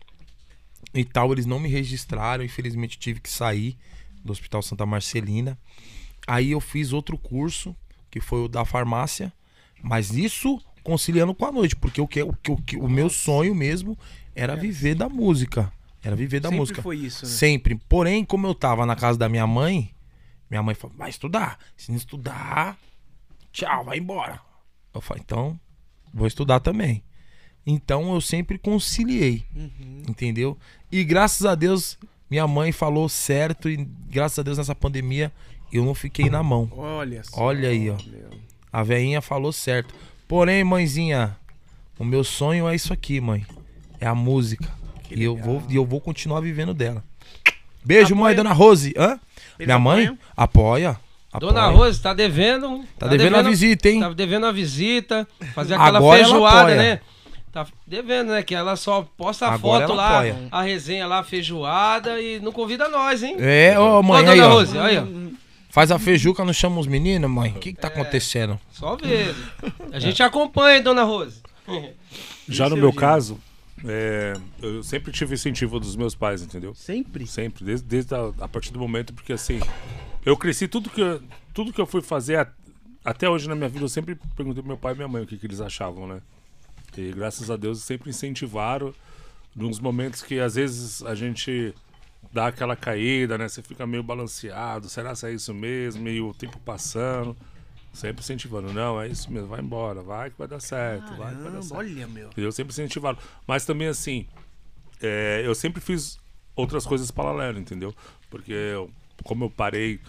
e tal, eles não me registraram, infelizmente tive que sair do Hospital Santa Marcelina. Aí eu fiz outro curso, que foi o da farmácia, mas isso conciliando com a noite, porque o meu sonho mesmo era viver da música. Era viver da música. Sempre foi isso, né? Sempre. Porém, como eu tava na casa da minha mãe falou, vai estudar. Se não estudar, tchau, vai embora. Eu falei, então, vou estudar também. Então, eu sempre conciliei, entendeu? E graças a Deus, minha mãe falou certo e graças a Deus nessa pandemia, eu não fiquei na mão. Olha só. Olha aí, ó. Meu. A velhinha falou certo. Porém, mãezinha, o meu sonho é isso aqui, mãe. É a música. E eu vou continuar vivendo dela. Beijo, mãe, dona Rose. Hã? Eles Minha mãe apoiam? apoia. Dona Rose, tá devendo. Tá devendo a visita, hein? Tá devendo a visita. Fazer aquela Agora ela feijoada, apoia. né? Tá devendo, né? Que ela só posta a Agora foto ela lá, apoia. a resenha lá, a feijoada e não convida nós, hein? Ô, mãe, Dona aí, ó. Rose, aí, ó. Faz a feijuca, não chama os meninos, mãe? O que tá acontecendo? Só ver. A gente acompanha, Dona Rose. Já no seu meu dia? caso, eu sempre tive incentivo dos meus pais, entendeu? Sempre? Sempre, desde a partir do momento, porque assim, eu cresci, tudo que eu fui fazer até hoje na minha vida, eu sempre perguntei pro meu pai e minha mãe o que eles achavam, né? E graças a Deus sempre incentivaram nos momentos que às vezes a gente dá aquela caída, né? Você fica meio balanceado, será que é isso mesmo? E o tempo passando, sempre incentivando, não, é isso mesmo, vai embora, vai que vai dar certo, vai que vai dar certo. Olha, meu. Eu sempre incentivaram. Mas também, assim, eu sempre fiz outras coisas paralelas, entendeu? Porque como eu parei,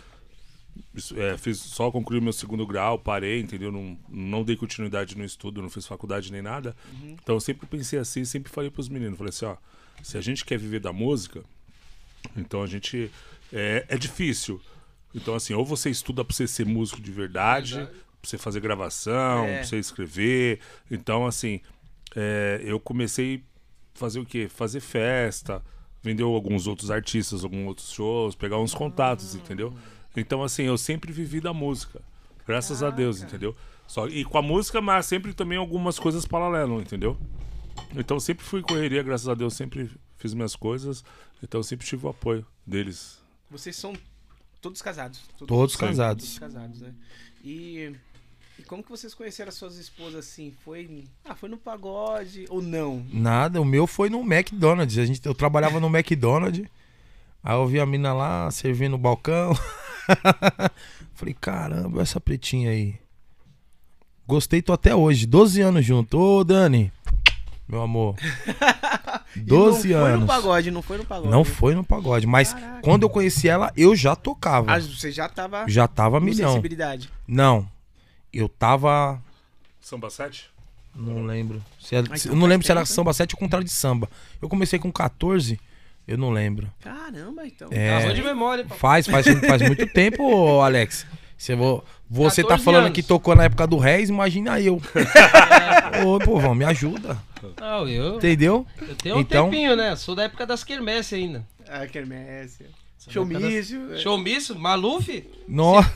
fiz só concluir meu 2º grau, parei, entendeu? Não dei continuidade no estudo, não fiz faculdade nem nada. Então eu sempre pensei assim, sempre falei pros meninos, falei assim, ó, se a gente quer viver da música, então a gente... É difícil. Então, assim, ou você estuda pra você ser músico de verdade, pra você fazer gravação, pra você escrever. Então, assim, eu comecei a fazer o quê? Fazer festa, vender alguns outros artistas, alguns outros shows, pegar uns contatos, entendeu? Então, assim, eu sempre vivi da música. Graças a Deus, entendeu? E com a música, mas sempre também algumas coisas paralelas, entendeu? Então, sempre fui em correria, graças a Deus, sempre fiz minhas coisas. Então, sempre tive o apoio deles. Vocês são todos casados? Todos casados. Todos casados, né? E como que vocês conheceram as suas esposas assim? Foi no pagode ou não? Nada, o meu foi no McDonald's. Eu trabalhava no McDonald's. Aí eu vi a mina lá servindo no balcão. Falei, caramba, essa pretinha aí. Gostei, tô até hoje. 12 anos junto. Ô, Dani, meu amor. 12 anos. Não foi no pagode. Não foi no pagode. Mas quando eu conheci ela, eu já tocava. Ah, você já tava. Já tava com milhão. sensibilidade. Não. Eu tava. Samba 7? Não lembro. então Eu não lembro se era faz tempo, samba 7 ou contrário de samba. Eu comecei com 14, eu não lembro. Caramba, então. É. Tá ruim de memória, pô. Faz muito tempo, ô, Alex. Você tá 14 falando anos. que tocou na época do Reis, imagina eu. Ô, povão, me ajuda. Não, eu Entendeu? tenho um Então- tempinho, né? Sou da época das quermesse ainda. Ah, quermesse. Sou Showmício. da época das- Showmício? Maluf? Nossa,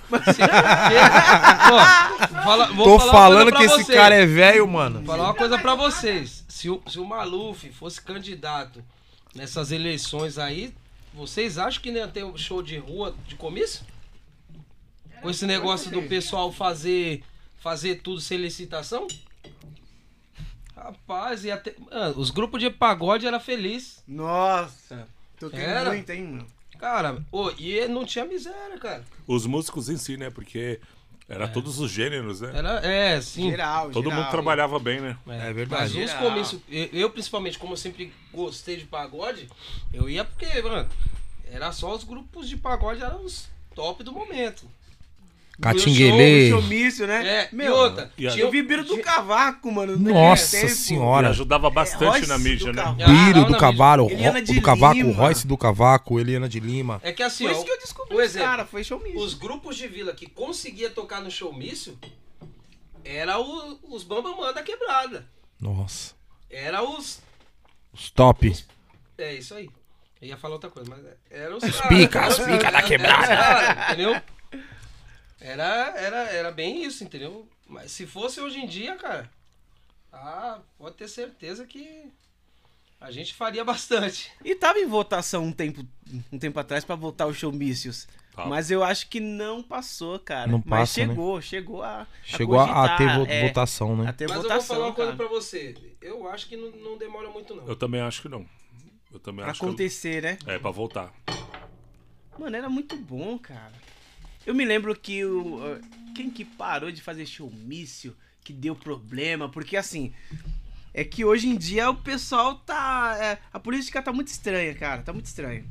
Vou tô falar uma falando coisa que pra esse vocês. cara é velho, mano. Vou falar uma coisa pra vocês. Se o Maluf fosse candidato nessas eleições aí, Vocês acham que não ia ter um show de rua de comício? Com esse negócio do pessoal fazer tudo sem licitação? Rapaz, ia ter... os grupos de pagode eram felizes. Nossa, toquei Era? muito, hein, mano. Cara, e não tinha miséria, cara. Os músicos em si, né? Porque era todos os gêneros, né? Sim. Todo mundo trabalhava bem, né? É Mas verdade. os comícios, eu principalmente, como eu sempre gostei de pagode, eu ia porque, mano, era só os grupos de pagode, eram os top do momento. Catinguelê. Showmício, né? E outra, Eu vi Biro do Cavaco, mano. Nossa tempo. E senhora. ajudava bastante Royce na mídia, do né? Cavaco. Biro lá do na Cavalo, Eliana de do Cavaco, Lima. Royce do Cavaco, Eliana de Lima. é que assim, Foi ó, isso que eu descobri, por exemplo, cara. Foi showmício. os grupos de vila que conseguia tocar no showmício era os Bambamã da quebrada. Nossa. Era os... Os top. É isso aí. Eu ia falar outra coisa, mas era os pica da quebrada. Entendeu? Era bem isso, entendeu? Mas se fosse hoje em dia, cara, pode ter certeza que a gente faria bastante. E tava em votação um tempo atrás pra voltar os showmícios. Tá. Mas eu acho que não passou, cara. Não Mas passa, né? chegou a A ter cogitar, votação, né? A ter Mas votação, eu vou falar uma coisa cara. pra você. Eu acho que não demora muito, não. Eu também acho que não. Eu também Pra acho acontecer, né? que... É, pra voltar. Mano, era muito bom, cara. Eu me lembro que quem que parou de fazer showmício, que deu problema, porque assim, é que hoje em dia o pessoal tá... a política tá muito estranha, cara, tá muito estranha.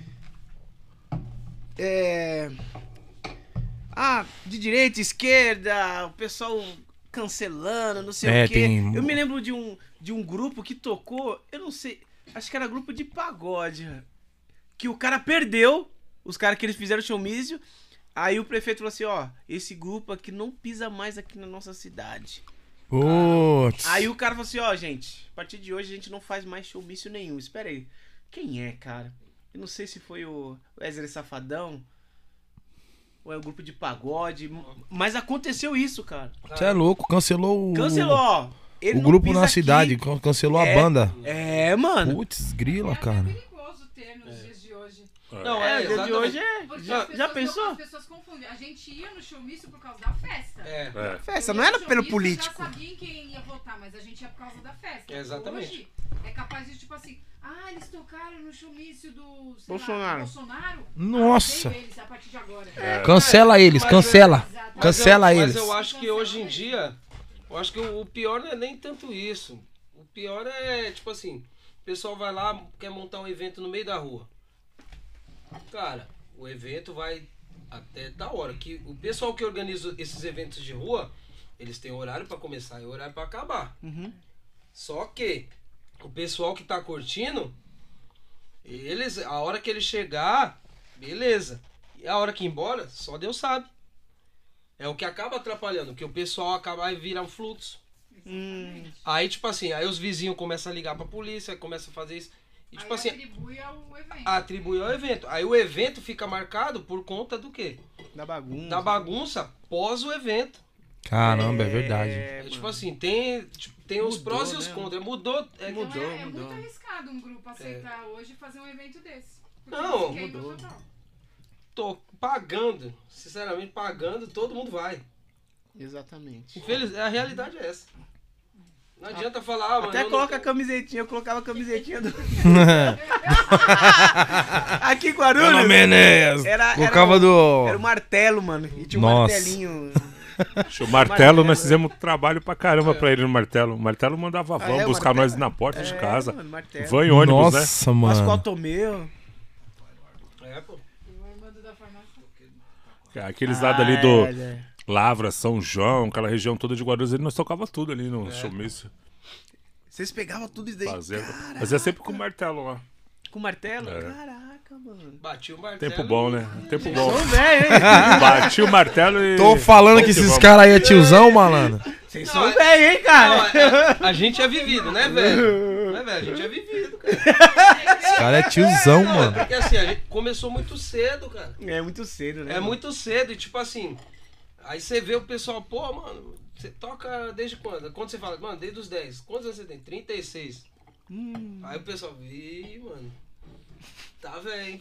De direita, esquerda, o pessoal cancelando, não sei o quê. tem- Eu me lembro de um grupo que tocou, eu não sei, acho que era grupo de pagode, que o cara perdeu, os caras que eles fizeram showmício, aí o prefeito falou assim, ó, esse grupo aqui não pisa mais aqui na nossa cidade. Putz. Aí o cara falou assim, ó, gente, a partir de hoje a gente não faz mais showmício nenhum. Espera aí, quem é, cara? Eu não sei se foi o Wesley Safadão ou é o grupo de pagode, mas aconteceu isso, cara. Você é louco, cancelou Cancelou, ó. Ele o não grupo pisa na aqui. cidade, cancelou a banda. Mano. Putz, grila, É cara. perigoso ter nos dias de hoje. Não, O dia de exatamente. hoje Porque Já as pessoas pensou? As pessoas confundem. A gente ia no showmício por causa da festa. É. Festa, Eu não ia era no pelo showmício, político. Eu já sabia em quem ia votar, mas a gente ia por causa da festa. Exatamente. Hoje, é capaz de, tipo assim, eles tocaram no showmício do sei Bolsonaro. Lá, Bolsonaro. Nossa. Veio eles a partir de agora. Cancela eles, Mas cancela. Exatamente. Cancela mas eles. eu acho que hoje em dia, eu acho que o pior não é nem tanto isso. O pior é, tipo assim, o pessoal vai lá, quer montar um evento no meio da rua. Cara, o evento vai até da hora. Que o pessoal que organiza esses eventos de rua, eles têm horário pra começar e horário pra acabar. Uhum. Só que o pessoal que tá curtindo, a hora que ele chegar, beleza. E a hora que ir embora, só Deus sabe. É o que acaba atrapalhando, porque o pessoal acaba e vira um fluxo. Aí, tipo assim, aí os vizinhos começam a ligar pra polícia, começam a fazer isso. E, tipo Aí assim, atribui ao evento. atribui ao evento. Aí o evento fica marcado por conta do quê? Da bagunça. Da bagunça pós o evento. Caramba, é verdade. É, mano. tipo assim, tem os Mudou, prós e os né? contras. Mudou. Então mudou, é mudou. muito arriscado um grupo aceitar hoje fazer um evento desse. Porque Não, eles queimam mudou. total. Tô pagando, sinceramente, pagando, todo mundo vai. Exatamente. A realidade é essa. Não adianta falar, mano. Até eu coloca a não... camisetinha, eu colocava a camisetinha do... Aqui em Guarulhos. Dona Menezes. Colocava do. Era o martelo, mano. E tinha um Nossa. martelinho. O martelo, nós fizemos trabalho pra caramba pra ele no martelo. O martelo mandava van o buscar martelo? nós na porta de casa. Mano, martelo. Van e ônibus, né? Nossa, Pascoal mano. Tomeu. É, pô. O Armando da farmácia. Aqueles lados ali do Olha. Lavra, São João, aquela região toda de Guarulhos, nós tocava tudo ali no showmício. Vocês pegavam tudo isso daí. Fazendo. Caraca. Mas é sempre com martelo lá. Com martelo? É. Caraca, mano. Bati o martelo. Tempo bom, né? Tempo bom. Sou velho, hein? Bati o martelo e. Tô falando que esses caras aí é tiozão, malandro. Vocês são velho, hein, cara? Não, a gente é vivido, né, velho? Não é, velho? A gente é vivido, cara. Esse cara é tiozão, Não, é mano. porque assim, a gente começou muito cedo, cara. É muito cedo, né? É muito cedo e tipo assim, aí você vê o pessoal, pô, mano, você toca desde quando? Quando você fala, mano, desde os 10. Quantos anos você tem? 36. Aí o pessoal, mano. Tá velho.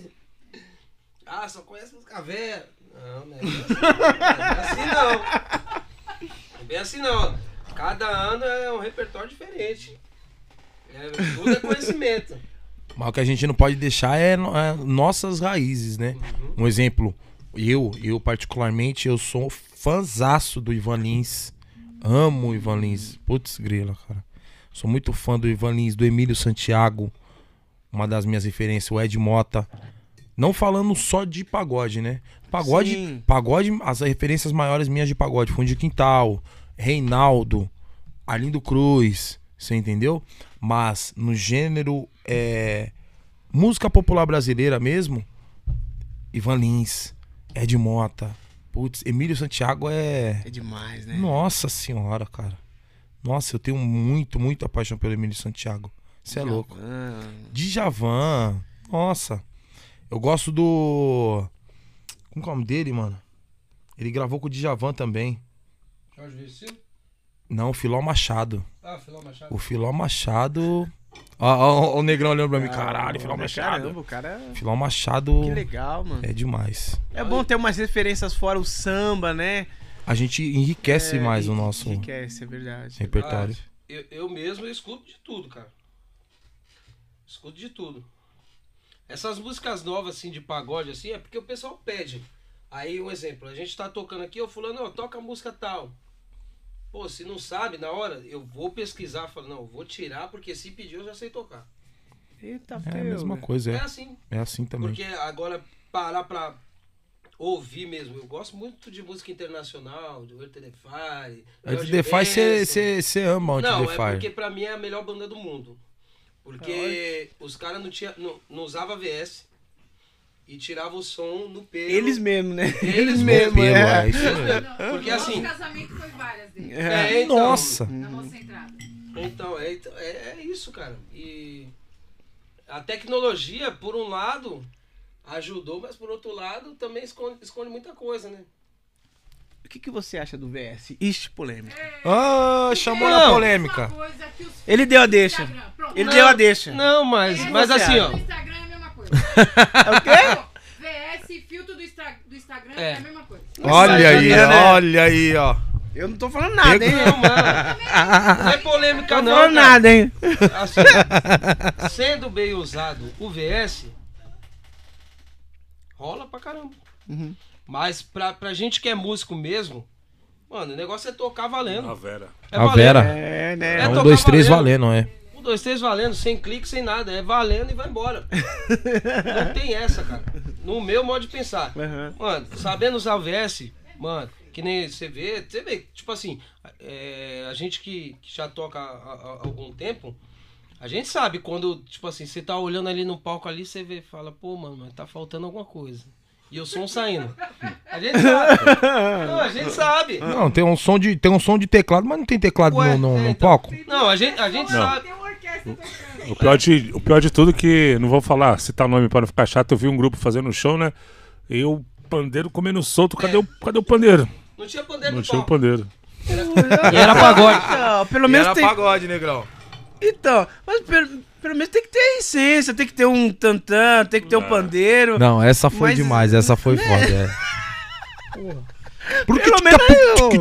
Ah, só conhece música velha. Não, não é bem assim não. Não é bem assim não. Cada ano é um repertório diferente. Tudo é conhecimento. Mas o que a gente não pode deixar é nossas raízes, né? Um exemplo, eu particularmente, eu sou fãzaço do Ivan Lins. Amo o Ivan Lins. Putz, grila, cara. Sou muito fã do Ivan Lins, do Emílio Santiago. Uma das minhas referências, o Ed Mota. Não falando só de pagode, né? Sim. Pagode, as referências maiores minhas de pagode. Fundo de Quintal, Reinaldo, Arlindo Cruz, você entendeu? Mas no gênero música popular brasileira mesmo, Ivan Lins, Ed Mota, putz, Emílio Santiago É demais, né? Nossa senhora, cara. Nossa, eu tenho muita paixão pelo Emílio Santiago. Você é louco. Djavan. Nossa. Eu gosto do... Como que é o nome dele, mano? Ele gravou com o Djavan também. Jorge Vecino? Não, o Filó Machado. Ah, Filó Machado. O Filó Machado... Ó, o Negrão olhando pra mim. Caralho, Filó Machado. Caramba, o cara... Filó Machado Que legal, mano. é demais. É bom ter umas referências fora o samba, né? A gente enriquece mais o nosso Enriquece, é verdade. repertório. Eu mesmo escuto de tudo, cara. Escuto de tudo. Essas músicas novas, assim, de pagode, assim, é porque o pessoal pede. Aí, um exemplo, a gente tá tocando aqui, eu falando, não, toca a música tal. Pô, se não sabe, na hora, eu vou pesquisar, falo, não, eu vou tirar, porque se pedir eu já sei tocar. Eita, É a mesma coisa, É assim. É assim também. Porque agora, parar pra ouvir mesmo, eu gosto muito de música internacional, de Earth, Wind & Fire. Antes George de Fire, Benson. você ama o Não, Antes de é Fire. porque pra mim é a melhor banda do mundo. Porque os caras não usavam VS e tiravam o som no pelo. Eles mesmo, né? Eles mesmo, Pelo, é. isso mesmo. Porque Nosso assim... casamento foi várias deles. então, Nossa. Na moça entrada. Então, é isso, cara. E a tecnologia, por um lado, ajudou, mas por outro lado, também esconde muita coisa, né? O que você acha do VS? Ixi, polêmica. Ah, chamou na Não. polêmica. Uma coisa que os Ele deu a deixa. Instagram, pronto. Ele deu a deixa. Não, mas você assim, acha? ó. No Instagram é a mesma coisa. É o quê? VS e filtro do Instagram É. é a mesma coisa. Olha aí, né? olha aí, ó. Eu não tô falando nada, hein? Não, mano. Não é polêmica, Tô não. falando cara. nada, hein? Assim, sendo bem usado o VS, rola pra caramba. Uhum. Mas pra gente que é músico mesmo, mano, o negócio é tocar valendo. A Vera. É A valendo. Vera. É, né? É Um, tocar 2, 3 valendo. valendo, é. 1, 2, 3 valendo, sem clique, sem nada. É valendo e vai embora. Não tem essa, cara. No meu modo de pensar. Uhum. Mano, sabendo usar o VS, mano, que nem você vê, tipo assim, a gente que já toca há algum tempo, a gente sabe quando, tipo assim, você tá olhando ali no palco ali, você vê, fala, pô, mano, mas tá faltando alguma coisa. E o som saindo. A gente sabe. Não, a gente sabe. Não, tem um som de teclado, mas não tem teclado Ué, no então. palco. Não, a gente sabe. Tem uma orquestra tocando. O pior de tudo que, não vou falar, citar o nome para não ficar chato, eu vi um grupo fazendo show, né? E o pandeiro comendo solto, cadê o pandeiro? Não tinha pandeiro Não no tinha o palco. pandeiro. E era pagode. Então, pelo menos tem... pagode, Negrão. Então, mas pelo menos tem que ter a essência, tem que ter um tantã, tem que ter um pandeiro. Não, essa foi Mas, demais, essa foi né? foda. Pelo menos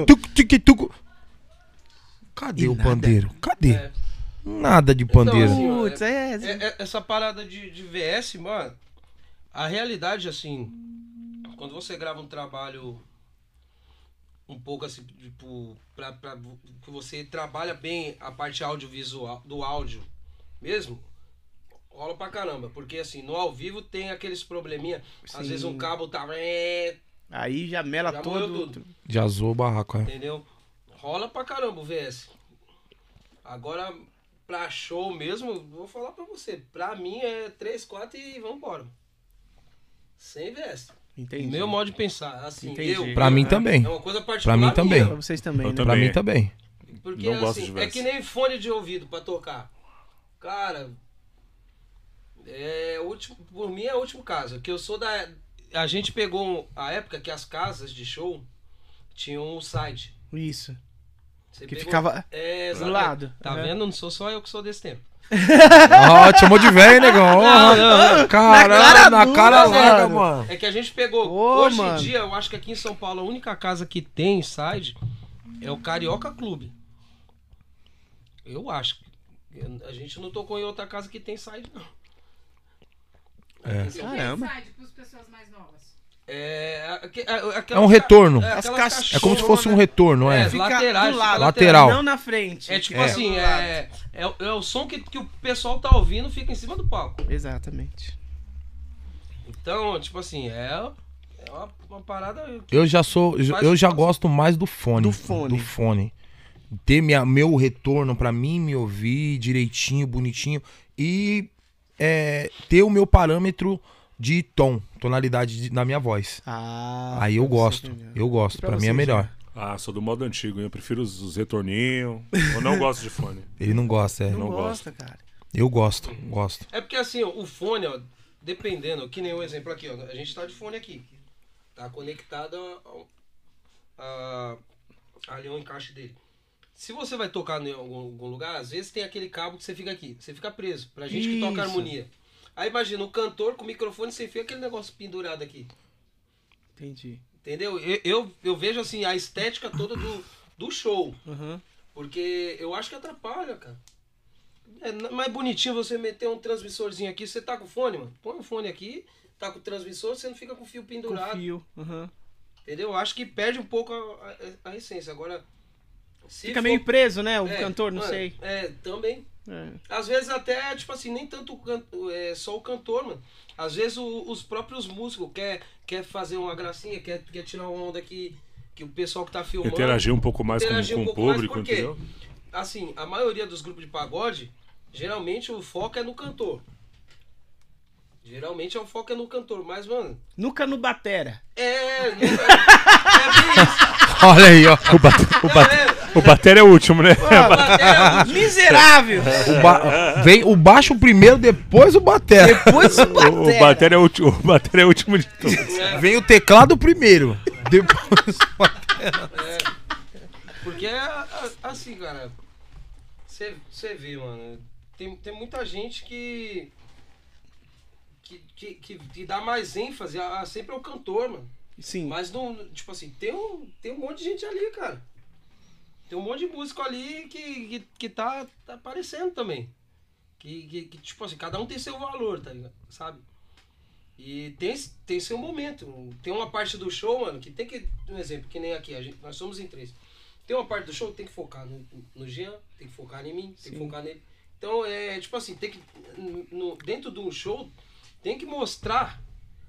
Cadê E o nada. pandeiro? Cadê? É. Nada de pandeiro. assim, ó, Putz, essa parada de VS, mano, a realidade, assim, quando você grava um trabalho um pouco assim, tipo, que você trabalha bem a parte audiovisual, do áudio mesmo, rola pra caramba. Porque, assim, no ao vivo tem aqueles probleminha, às Sim. vezes um cabo tá... Aí já mela Já todo. morreu tudo. Já zoou o barraco, é. Entendeu? Rola pra caramba o VS. Agora, pra show mesmo, vou falar pra você. Pra mim é 3, 4 e vambora. Sem VS. Entendi. Meu modo de pensar. Assim, Entendi. Pra mim também. É uma coisa particular. Pra mim também. Pra vocês também, Eu né? também. Pra mim também. Porque Não gosto assim, de é VS. que nem fone de ouvido pra tocar. Cara, por mim é o último caso. Que eu sou da. A gente pegou a época que as casas de show tinham um site. Isso. Você Que pegou- ficava É, do exatamente. lado. Tá Uhum. vendo? Não sou só eu que sou desse tempo. Ó, te chamou de velho, negão. Não. Caralho, na cara dura, larga, mano. mano. É que a gente pegou. Ô, Hoje mano. em dia, eu acho que aqui em São Paulo, a única casa que tem side é o Carioca Clube. Eu acho. A gente não tocou em outra casa que tem side, não. É. Aqui em São Paulo. Caramba. Side pras pessoas mais novas. É um retorno. aquelas As caixonas. É como se fosse um retorno, é. É, laterais, do lado, fica lateral. não na frente. É tipo É. assim, Do lado. é o som que o pessoal tá ouvindo fica em cima do palco. Exatamente. Então, tipo assim, é uma parada. Eu já gosto mais do fone. Do fone. Do fone. Ter meu retorno pra mim me ouvir direitinho, bonitinho. E ter o meu parâmetro de tom, tonalidade na minha voz. Ah, Aí eu pra você gosto. entender. Eu gosto. Pra Pra você, mim é melhor. Ah, sou do modo antigo, hein? Eu prefiro os retorninhos. Eu não gosto de fone. Ele não gosta, é. Não, Não gosta, cara. Eu gosto, gosto. É porque assim, ó, o fone, ó, dependendo, que nem o exemplo aqui, ó, a gente tá de fone aqui. Tá conectado ali ao encaixe dele. Se você vai tocar em algum lugar, às vezes tem aquele cabo que você fica aqui. Você fica preso. Pra gente que toca Isso. harmonia. Aí imagina, o cantor com o microfone sem fio, aquele negócio pendurado aqui. Entendi. Entendeu? Eu vejo assim a estética toda do show. Uhum. Porque eu acho que atrapalha, cara. É mais bonitinho você meter um transmissorzinho aqui. Você tá com o fone, mano? Põe o fone aqui, tá com o transmissor, você não fica com o fio pendurado. Com fio. Uhum. Entendeu? Eu acho que perde um pouco a essência. Agora, se Fica for- meio preso, né? O É, cantor, não mano, sei. Também. É. Às vezes até, tipo assim, nem tanto só o cantor, mano. Às vezes os próprios músicos quer fazer uma gracinha, quer tirar uma onda que o pessoal que tá filmando... Interagir um pouco mais Interagir com um o pouco mais, público, por quê? entendeu? Assim, a maioria dos grupos de pagode, geralmente o foco é no cantor. Geralmente o foco é no cantor, mas, mano... Nunca no batera. É bem isso. Olha aí, ó. O bater é o último, né? Miserável! Vem o baixo primeiro, depois o batera. Depois o O bater é o último de todos. Vem o teclado primeiro. Depois o batera. Porque assim, cara, você vê, mano, tem muita gente que dá mais ênfase sempre ao cantor, mano. Sim. Mas não, tipo assim, tem um monte de gente ali, cara. Tem um monte de músico ali que tá aparecendo também. Que, tipo assim, cada um tem seu valor, tá ligado? Sabe? E tem seu momento. Tem uma parte do show, mano, que tem que... Um exemplo, que nem aqui, nós somos em 3. Tem uma parte do show que tem que focar no Jean, tem que focar em mim, tem que focar nele. Então, tipo assim, tem que... dentro de um show, tem que mostrar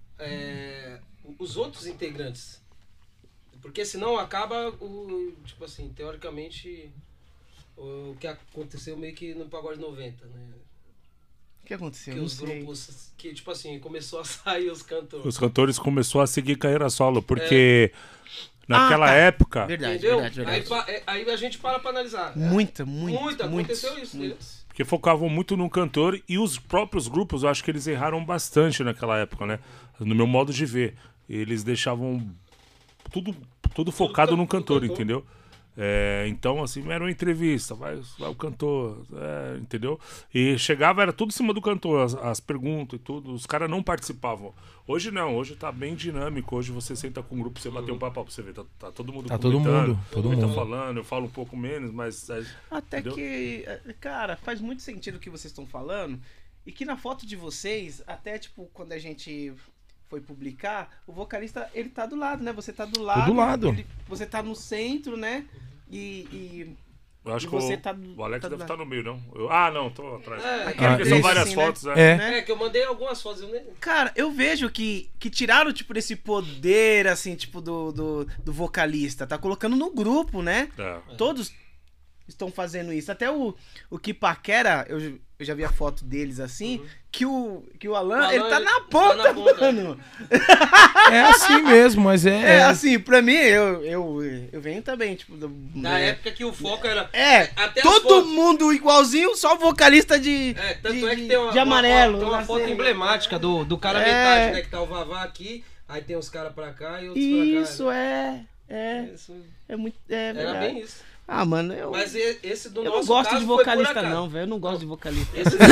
os outros integrantes. Porque senão acaba, tipo assim, teoricamente, o que aconteceu meio que no Pagode 90, né? O que aconteceu? Que Não os sei. grupos, que tipo assim, começou a sair os cantores. Os cantores começaram a seguir carreira solo, porque naquela tá. época... Verdade, Entendeu? verdade. Aí a gente para analisar. Muita, Aconteceu isso, né? Porque focavam muito no cantor e os próprios grupos, eu acho que eles erraram bastante naquela época, né? No meu modo de ver. Eles deixavam tudo focado no cantor, entendeu? Então, assim, era uma entrevista, vai o cantor, entendeu? E chegava, era tudo em cima do cantor, as perguntas e tudo, os caras não participavam. Hoje não, hoje tá bem dinâmico, hoje você senta com um grupo, você bater um papo pra você ver, tá todo mundo Tá todo comentando, mundo, todo tá mundo. falando, eu falo um pouco menos, mas... Até Entendeu? que, cara, faz muito sentido o que vocês estão falando. E que na foto de vocês, até tipo, quando a gente foi publicar, o vocalista, ele tá do lado, né? Você tá do lado. do lado. Você tá no centro, né? E Eu acho E que você o tá Alex tá do deve lado. estar no meio, não? não, tô atrás. Aquele São trecho várias assim, né? fotos, né? É. Que eu mandei algumas fotos, eu nem... cara, eu vejo que tiraram, tipo, desse poder, assim, tipo, do vocalista. Tá colocando no grupo, né? Todos estão fazendo isso. Até o que paquera, eu já vi a foto deles assim, que o Alan, ele tá na ponta, mano. É assim mesmo, mas É, assim, pra mim, eu venho também, tipo... Na época que o foco era... até as todo fotos- mundo igualzinho, só o vocalista de Tanto é que tem de amarelo. Tem uma na foto cena. emblemática do cara metade, né? Que tá o Vavá aqui, aí tem os caras pra cá e outros Isso, pra cá. é Isso, muito... É era verdade. bem isso. Ah, mano, eu esse do não nosso gosto caso de foi vocalista por acaso. não, velho. Eu não gosto de vocalista.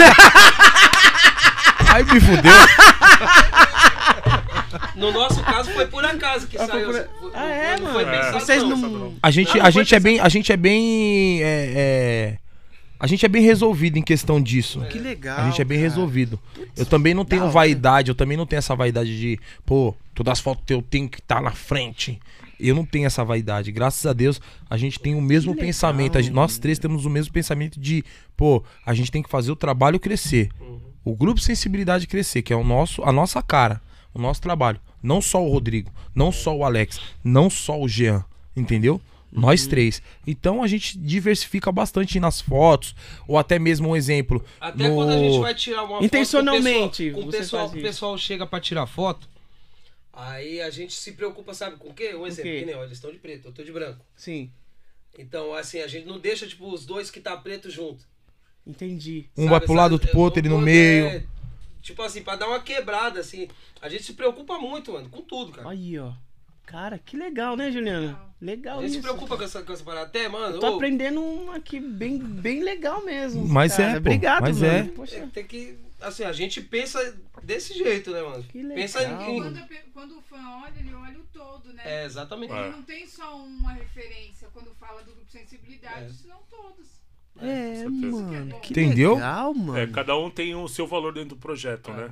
Ai, me fudeu. No nosso caso foi por acaso que saiu. Não foi mano? pensado, Vocês não. não... A gente é bem resolvido em questão disso. Que legal, A gente é bem cara. resolvido. Eu também não tenho da hora. vaidade, eu também não tenho essa vaidade de, pô, todas as fotos eu tenho que estar na frente. Eu não tenho essa vaidade. Graças a Deus, a gente tem o mesmo Que legal, pensamento. Nós três temos o mesmo pensamento de, pô, a gente tem que fazer o trabalho crescer. O grupo Sensibilidade crescer, que é a nossa cara, o nosso trabalho. Não só o Rodrigo, não só o Alex, não só o Jean, entendeu? Nós três. Então a gente diversifica bastante nas fotos, ou até mesmo um exemplo. Até quando a gente vai tirar uma Intencionalmente, foto, você faz o isso. pessoal chega pra tirar foto, aí a gente se preocupa, sabe com o quê? Um exemplo, quê? que nem, ó, eles estão de preto, eu tô de branco. Sim, Então, assim, a gente não deixa, tipo, os dois que tá preto junto. entendi. Um vai pro lado, outro pro outro, ele no meio. Tipo assim, pra dar uma quebrada, assim. A gente se preocupa muito, mano, com tudo, cara. Aí, ó. Cara, que legal, né, Juliana? Legal A gente isso. se preocupa com essa parada. Até, mano, Eu tô ô, aprendendo um aqui bem legal mesmo. Mas cara. é, pô, Obrigado, mas mano. é. Poxa, tem que... Assim, a gente pensa desse jeito, né, mano? Que legal. Pensa em... Quando o fã olha, ele olha o todo, né? É, exatamente. Ele não tem só uma referência quando fala do grupo Sensibilidade, senão todos. é, certeza. mano. Que Entendeu? legal, mano. Cada um tem o seu valor dentro do projeto, né?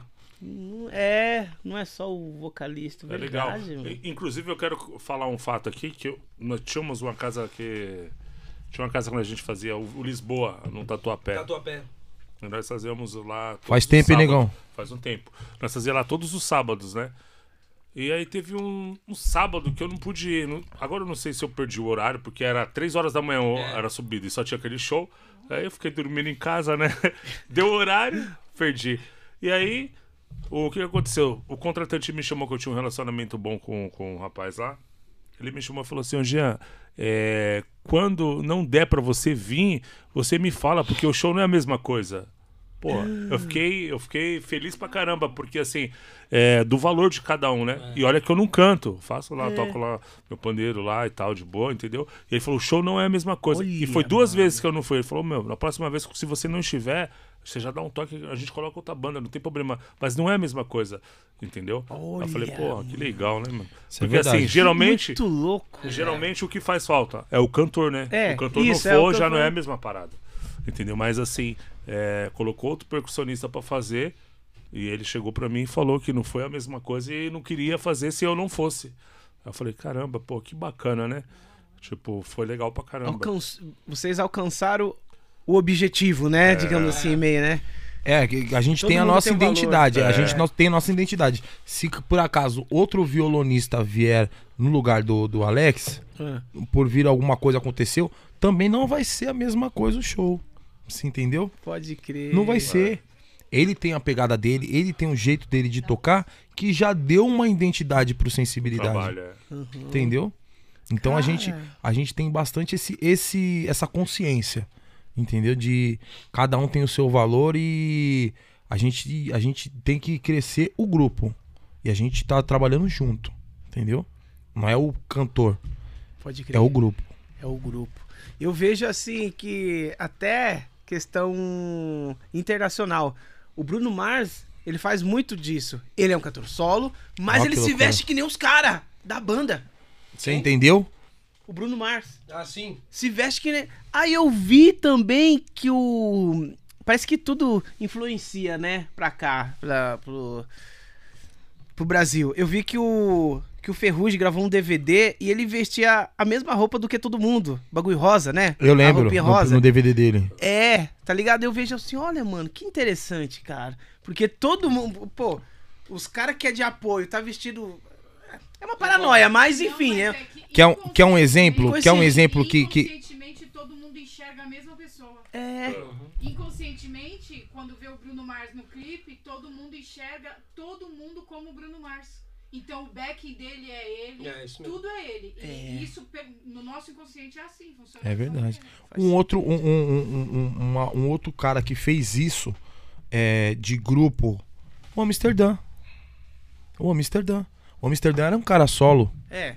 Não é só o vocalista, É legal. verdade, mano. Inclusive, eu quero falar um fato aqui, que nós tínhamos uma casa que... Tinha uma casa quando a gente fazia o Lisboa, no Tatuapé. Tatuapé. E nós fazíamos lá... todos Faz os tempo, hein, sábados. negão? Faz um tempo. Nós fazíamos lá todos os sábados, né? E aí teve um sábado que eu não pude ir. Agora eu não sei se eu perdi o horário, porque era 3 horas da manhã, era subida, e só tinha aquele show. Aí eu fiquei dormindo em casa, né? Deu horário, perdi. E aí, o que aconteceu? O contratante me chamou, que eu tinha um relacionamento bom com um rapaz lá. Ele me chamou e falou assim, ô Jean, quando não der pra você vir, você me fala, porque o show não é a mesma coisa. Pô, eu fiquei feliz pra caramba, porque assim, do valor de cada um, né? E olha que eu não canto, faço lá, toco lá meu pandeiro lá e tal, de boa, entendeu? E ele falou, o show não é a mesma coisa. E foi 2 vezes que eu não fui. Ele falou, meu, na próxima vez, se você não estiver, você já dá um toque, a gente coloca outra banda, não tem problema. Mas não é a mesma coisa, entendeu? Eu falei, pô, que legal, né, mano? Isso é Porque verdade. assim, geralmente... Muito louco. Geralmente o que faz falta é o cantor, né? É, o cantor isso, não é o for, que eu já não é a falo. mesma parada. Entendeu? Mas assim, colocou outro percussionista pra fazer e ele chegou pra mim e falou que não foi a mesma coisa e não queria fazer se eu não fosse. Aí eu falei, caramba, pô, que bacana, né? Tipo, foi legal pra caramba. Vocês alcançaram o objetivo, né? Digamos assim, meio, né? A gente Todo tem a mundo nossa tem um valor. identidade. A gente tem a nossa identidade. Se por acaso outro violonista vier no lugar do Alex, por vir alguma coisa aconteceu, também não vai ser a mesma coisa o show. Você entendeu? Pode crer. Não vai ser. Ele tem a pegada dele, ele tem um jeito dele de tocar que já deu uma identidade pro Sensibilidade. Trabalho, Entendeu? Então Cara. a gente tem bastante essa consciência. Entendeu? De cada um tem o seu valor e a gente tem que crescer o grupo. E a gente tá trabalhando junto. Entendeu? Não é o cantor, Pode crer. é o grupo. É o grupo. Eu vejo assim que até questão internacional, o Bruno Mars, ele faz muito disso. Ele é um cantor solo, mas Ó, ele que se loucura. veste que nem os caras da banda. Você entendeu? O Bruno Mars. Ah, sim. Se veste que nem... Aí eu vi também que parece que tudo influencia, né? Pra cá, pro Brasil. Eu vi que o Ferrugem gravou um DVD e ele vestia a mesma roupa do que todo mundo. Bagulho rosa, né? Eu A lembro roupinha rosa. no DVD dele. É, tá ligado? Eu vejo assim, olha, mano, que interessante, cara. Porque todo mundo, pô, os caras que é de apoio, tá vestido... É uma paranoia, mas enfim, Não, né? mas Quer um exemplo? Quer um exemplo que... Inconscientemente todo mundo enxerga a mesma pessoa. É, Inconscientemente, quando vê o Bruno Mars no clipe, todo mundo enxerga todo mundo como o Bruno Mars. Então o back dele é ele, É, isso mesmo. tudo é ele. E isso no nosso inconsciente é assim, funciona. É dessa verdade. maneira. Um outro cara que fez isso de grupo, o Amsterdã. O Amsterdã era um cara solo. é.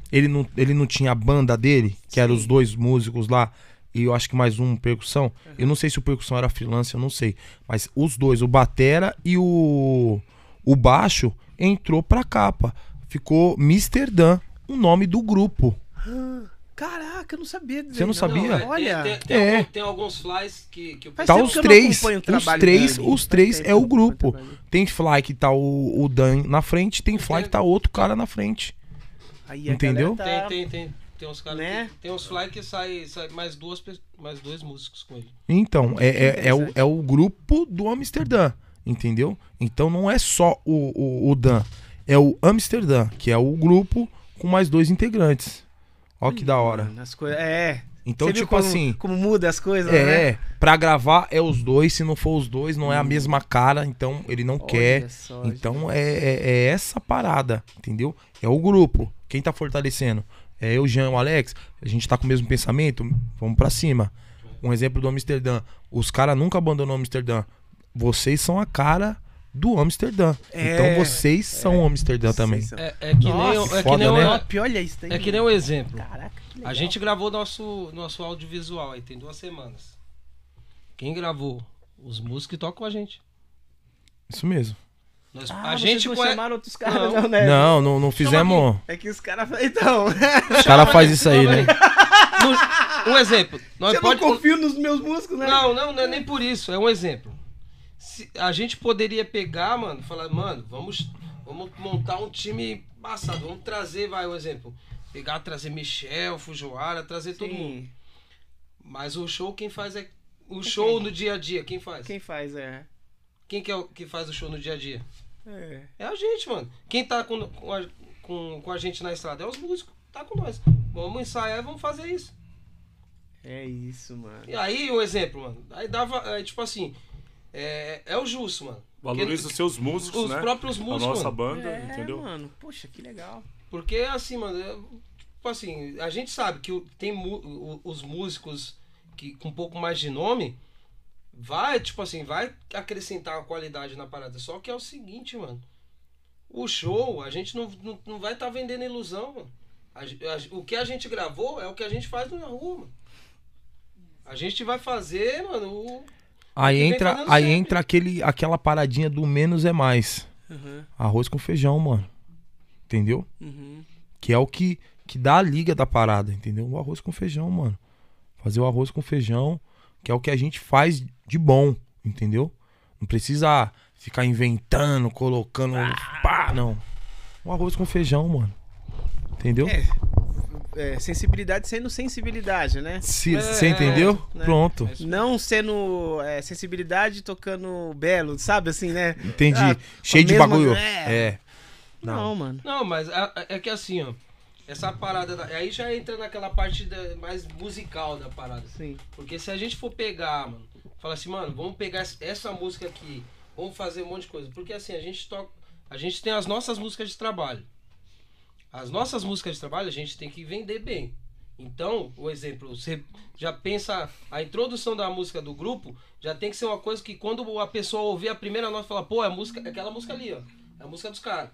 ele não tinha a banda dele, que eram os 2 músicos lá, e eu acho que mais um percussão. Eu não sei se o percussão era freelance, eu não sei. Mas os 2, o batera e o baixo, entrou pra capa. Ficou Mr. Dan, o nome do grupo. Caraca, eu não sabia disso. Você não sabia? Olha. Tem alguns flies que eu Faz Tá tempo os que eu não três, acompanho o os trabalho três, dele. os três Faz é o tempo que eu não grupo. acompanho. Tem fly que tá o Dan na frente, tem fly que tá outro cara na frente. Aí a Entendeu? galera tá- Tem uns caras Né? tem uns fly que sai mais 2 músicos com ele. Então, é o grupo do Amsterdã, entendeu? Então não é só o Dan, é o Amsterdã, que é o grupo com mais 2 integrantes. Ó que da hora. Mano, as coisas. Então, Você viu tipo como, assim, como muda as coisas, né? pra gravar é os 2, se não for os 2, não é a mesma cara, então ele não quer. Olha só, Então é essa parada, entendeu? É o grupo. Quem tá fortalecendo? É eu, Jean, o Alex. A gente tá com o mesmo pensamento, vamos pra cima. Um exemplo do Amsterdã. Os caras nunca abandonou o Amsterdã. Vocês são a cara do Amsterdã. Então vocês são o Amsterdã também. É que Nossa, nem foda, né? Top, olha isso daí. É que nem um exemplo. Caraca, que legal. A gente gravou nosso audiovisual aí, tem 2 semanas. Quem gravou? Os músicos que tocam com a gente. Isso mesmo. A gente não conhe- chamaram outros caras, Não. não, né? Não fizemos. É que os caras. Então. Os caras fazem isso aí, né? Um exemplo. Nós Você não confia nos meus músicos, né? Não é nem por isso, é um exemplo. A gente poderia pegar, mano, falar, mano, vamos montar um time passado, vamos trazer, vai, um exemplo. Trazer Michel, Fujiwara, trazer todo mundo. Mas o show, quem faz é. O show no dia a dia, quem faz? Quem faz, Quem que é o que faz o show no dia a dia? É. É a gente, mano. Quem tá com a gente na estrada é os músicos, tá com nós. Vamos ensaiar e vamos fazer isso. É isso, mano. E aí, um exemplo, mano. Aí dava, tipo assim, é o justo, mano. Valoriza os seus músicos, Os né? próprios A músicos, nossa mano. banda, entendeu? Mano, poxa, que legal. Porque assim, mano, tipo assim, a gente sabe que tem os músicos que com um pouco mais de nome vai, tipo assim, vai acrescentar uma qualidade na parada. Só que é o seguinte, mano. O show, a gente não vai estar vendendo ilusão, mano. O que a gente gravou é o que a gente faz na rua, mano. A gente vai fazer, mano, Aí vem entra, fazendo aí sempre. entra aquela paradinha do menos é mais. Arroz com feijão, mano. Entendeu? Que é o que dá a liga da parada, entendeu? O arroz com feijão, mano. Fazer o arroz com feijão, que é o que a gente faz de bom, entendeu? Não precisa ficar inventando, colocando... Pá, não. O arroz com feijão, mano. Entendeu? Sensibilidade sendo sensibilidade, né? Você entendeu? né? Pronto. Não sendo sensibilidade tocando belo, sabe assim, né? Entendi. Ah, Cheio de mesma- bagulho. é. Não. Não, mano. Não, mas é que assim, ó. Essa parada. Aí já entra naquela parte mais musical da parada. Sim. Porque se a gente for pegar, mano, falar assim, mano, vamos pegar essa música aqui, vamos fazer um monte de coisa. Porque assim, a gente tem as nossas músicas de trabalho. As nossas músicas de trabalho a gente tem que vender bem. Então, o exemplo, você já pensa, a introdução da música do grupo já tem que ser uma coisa que quando a pessoa ouvir a primeira nota, fala, pô, é aquela música ali, ó. É a música dos caras.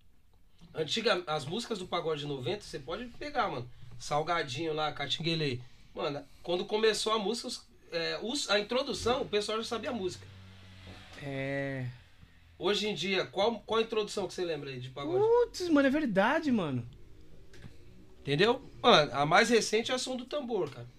As músicas do pagode de 90, você pode pegar, mano. Salgadinho lá, Catinguelê. Mano, quando começou a música, a introdução, o pessoal já sabia a música. Hoje em dia, qual a introdução que você lembra aí de pagode? Putz, mano, é verdade, mano. Entendeu? Mano, a mais recente é a Som do Tambor, cara.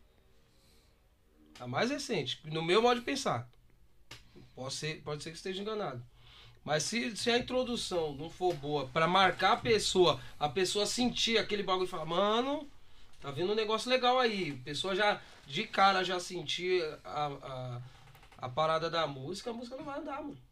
A mais recente, no meu modo de pensar. Pode ser que esteja enganado. Mas se a introdução não for boa pra marcar a pessoa sentir aquele bagulho e falar, mano, tá vindo um negócio legal aí. A pessoa já, de cara, já sentir a parada da música, a música não vai andar, mano.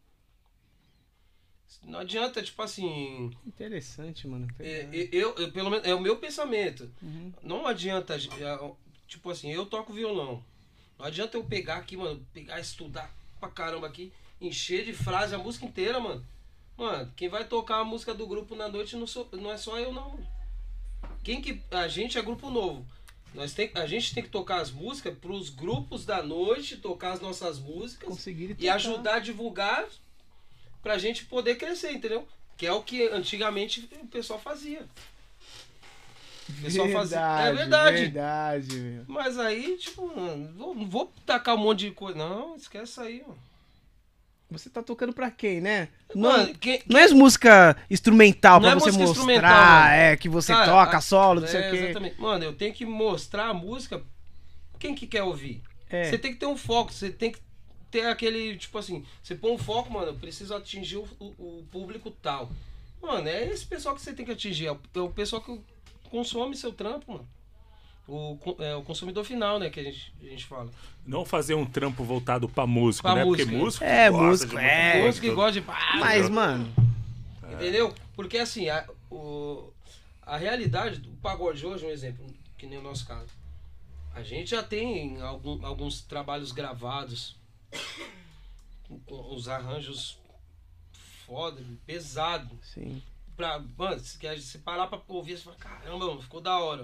Não adianta, tipo assim... Interessante, mano. Eu pelo menos, é o meu pensamento. Não adianta, tipo assim, eu toco violão. Não adianta eu pegar aqui, mano, estudar pra caramba aqui, encher de frase a música inteira, mano. Mano, quem vai tocar a música do grupo na noite não é só eu, não, mano. A gente é grupo novo. A gente tem que tocar as músicas pros grupos da noite, tocar as nossas músicas Conseguir e ajudar a divulgar pra gente poder crescer, entendeu? Que é o que antigamente o pessoal fazia. O pessoal fazia. É verdade. Verdade, meu. Mas aí, tipo, mano, não vou tacar um monte de coisa. Não, esquece isso aí, mano. Você tá tocando pra quem, né? Mano, Não é música instrumental Não pra é você música mostrar, instrumental, mano. que você Cara, toca solo, não sei o quê. Exatamente. Mano, eu tenho que mostrar a música. Quem que quer ouvir? É. Você tem que ter um foco, você tem que ter aquele, tipo assim, você põe um foco, mano, eu preciso atingir o público tal. Mano, é esse pessoal que você tem que atingir, é o pessoal que consome seu trampo, mano. O consumidor final, né, que a gente fala. Não fazer um trampo voltado pra músico, Pra né? música. Porque músico É, gosta músico, de é. Música que gosta de... Mas, mano, Entendeu? Porque assim, a realidade do pagode hoje, um exemplo, que nem o nosso caso. A gente já tem alguns trabalhos gravados, com os arranjos foda, pesado. sim. Mano, se parar pra ouvir, você fala, caramba, mano, ficou da hora.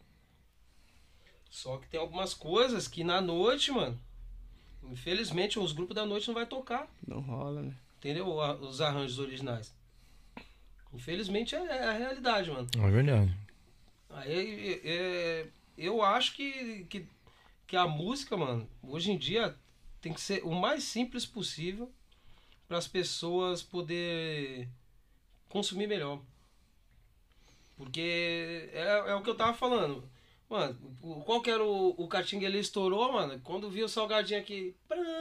Só que tem algumas coisas que na noite, mano, infelizmente os grupos da noite não vai tocar. Não rola, né? Entendeu? Os arranjos originais. Infelizmente é a realidade, mano. É verdade. Aí eu acho que a música, mano, hoje em dia tem que ser o mais simples possível para as pessoas poder consumir melhor. Porque é o que eu tava falando. Mano, qual que era o Caatinga? Ele estourou, mano, quando viu o Salgadinho aqui.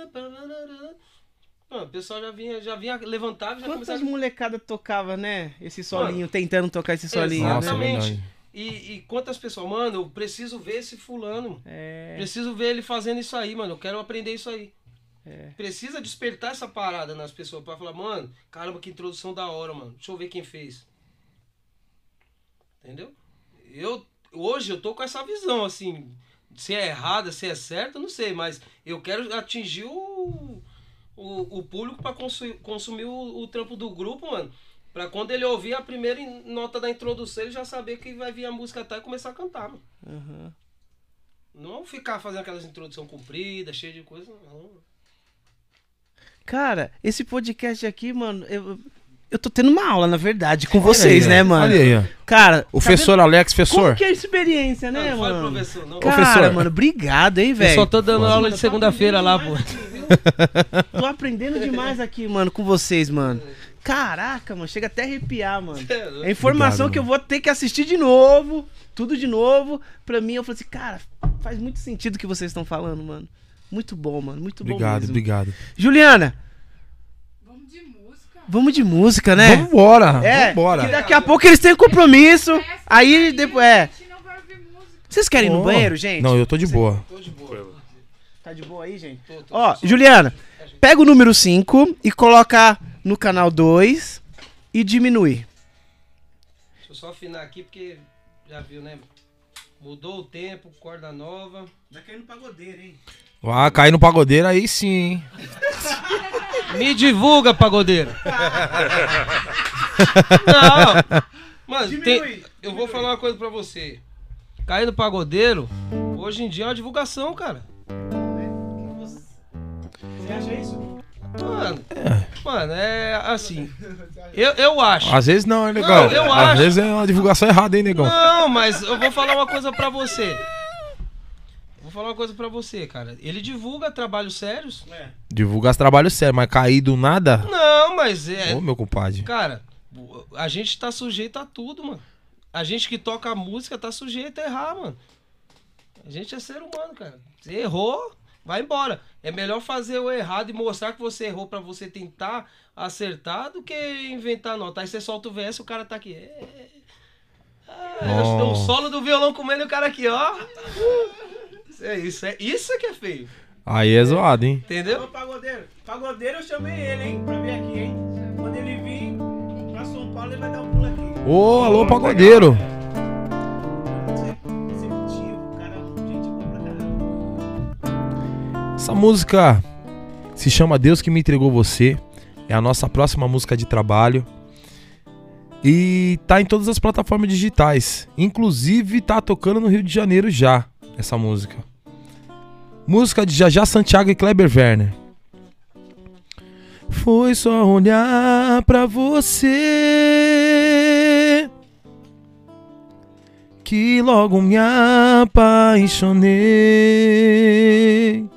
Mano, o pessoal já vinha levantava e já Quantas começava... molecada tocava, né? Esse solinho, tentando tocar esse solinho, Nossa, né? é Exatamente. verdade. E quantas pessoas, mano, eu preciso ver esse fulano, mano. É, Preciso ver ele fazendo isso aí, mano. Eu quero aprender isso aí. É. Precisa despertar essa parada nas pessoas pra falar, mano, caramba, que introdução da hora, mano. Deixa eu ver quem fez. Entendeu? Hoje eu tô com essa visão, assim. Se é errada, se é certa, não sei. Mas eu quero atingir o público pra consumir o trampo do grupo, mano. Pra quando ele ouvir a primeira nota da introdução, ele já saber que vai vir a música e começar a cantar, mano. Uhum. Não ficar fazendo aquelas introduções compridas, cheias de coisa, não. Cara, esse podcast aqui, mano, eu tô tendo uma aula, na verdade, com vocês, aí, né, ó. mano? Olha aí, ó. Cara, O tá professor vendo Alex, professor. como que é a experiência, né, Não fale mano? professor, não. Cara, Professor. mano, obrigado, hein, Eu velho. só tô dando aula de segunda-feira lá, pô. Tô aprendendo demais aqui, mano, com vocês, mano. Caraca, mano, chega até a arrepiar, mano. É informação Obrigado, que eu vou ter que assistir de novo, tudo de novo. Pra mim, eu falei assim, cara, faz muito sentido o que vocês estão falando, mano. Muito bom, mano, muito bom Obrigado, mesmo. obrigado. Juliana, Vamos de música. vamos de música, né? Vambora, É, vambora. que daqui a pouco eles têm compromisso. Aí depois, A gente não vai ouvir música. Vocês querem ir no Ó. banheiro, gente? Não, eu tô de boa. Tô de boa. Tá de boa aí, gente? Tô, Ó, só- Juliana, pega o número 5 e coloca no canal 2 e diminui. Deixa eu só afinar aqui porque já viu, né? Mudou o tempo, corda nova. Tá caindo pagodeiro, hein? Ah, cair no pagodeiro aí sim, hein? Me divulga, pagodeiro! Não! Mano, Diminui, eu vou falar uma coisa pra você. Cair no pagodeiro, hoje em dia é uma divulgação, cara. Você acha isso? Mano, é assim. Eu acho. Às vezes não, hein, negão? Não, eu Às acho. vezes é uma divulgação errada, hein, negão? Não, mas eu vou falar uma coisa pra você. Vou falar uma coisa pra você, cara. Ele divulga trabalhos sérios. Divulgar os trabalhos sérios, mas cair do nada? Não, mas é. Ô, meu compadre. Cara, a gente tá sujeito a tudo, mano. A gente que toca música tá sujeito a errar, mano. A gente é ser humano, cara. Você errou, vai embora. É melhor fazer o errado e mostrar que você errou pra você tentar acertar do que inventar nota. Aí você solta o verso e o cara tá aqui. Eu dou um solo do violão comendo e o cara aqui, ó. Isso é que é feio. Aí é zoado, hein? Entendeu? Ô, pagodeiro. Pagodeiro, eu chamei ele, hein? Pra vir aqui, hein? Quando ele vir pra São Paulo, ele vai dar um pulo aqui. Ô, alô, pagodeiro. Receptivo, cara, gente boa pra caramba. Essa música se chama Deus que me entregou você. É a nossa próxima música de trabalho. E tá em todas as plataformas digitais. Inclusive tá tocando no Rio de Janeiro já, essa música. Música de Jajá Santiago e Kleber Werner. Foi só olhar pra você que logo me apaixonei.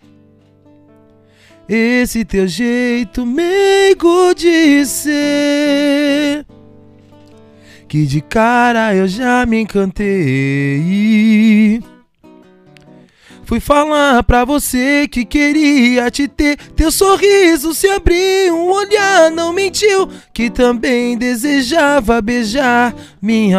Esse teu jeito meigo de ser, que de cara eu já me encantei. Fui falar pra você que queria te ter. Teu sorriso se abriu, um olhar não mentiu, que também desejava beijar minha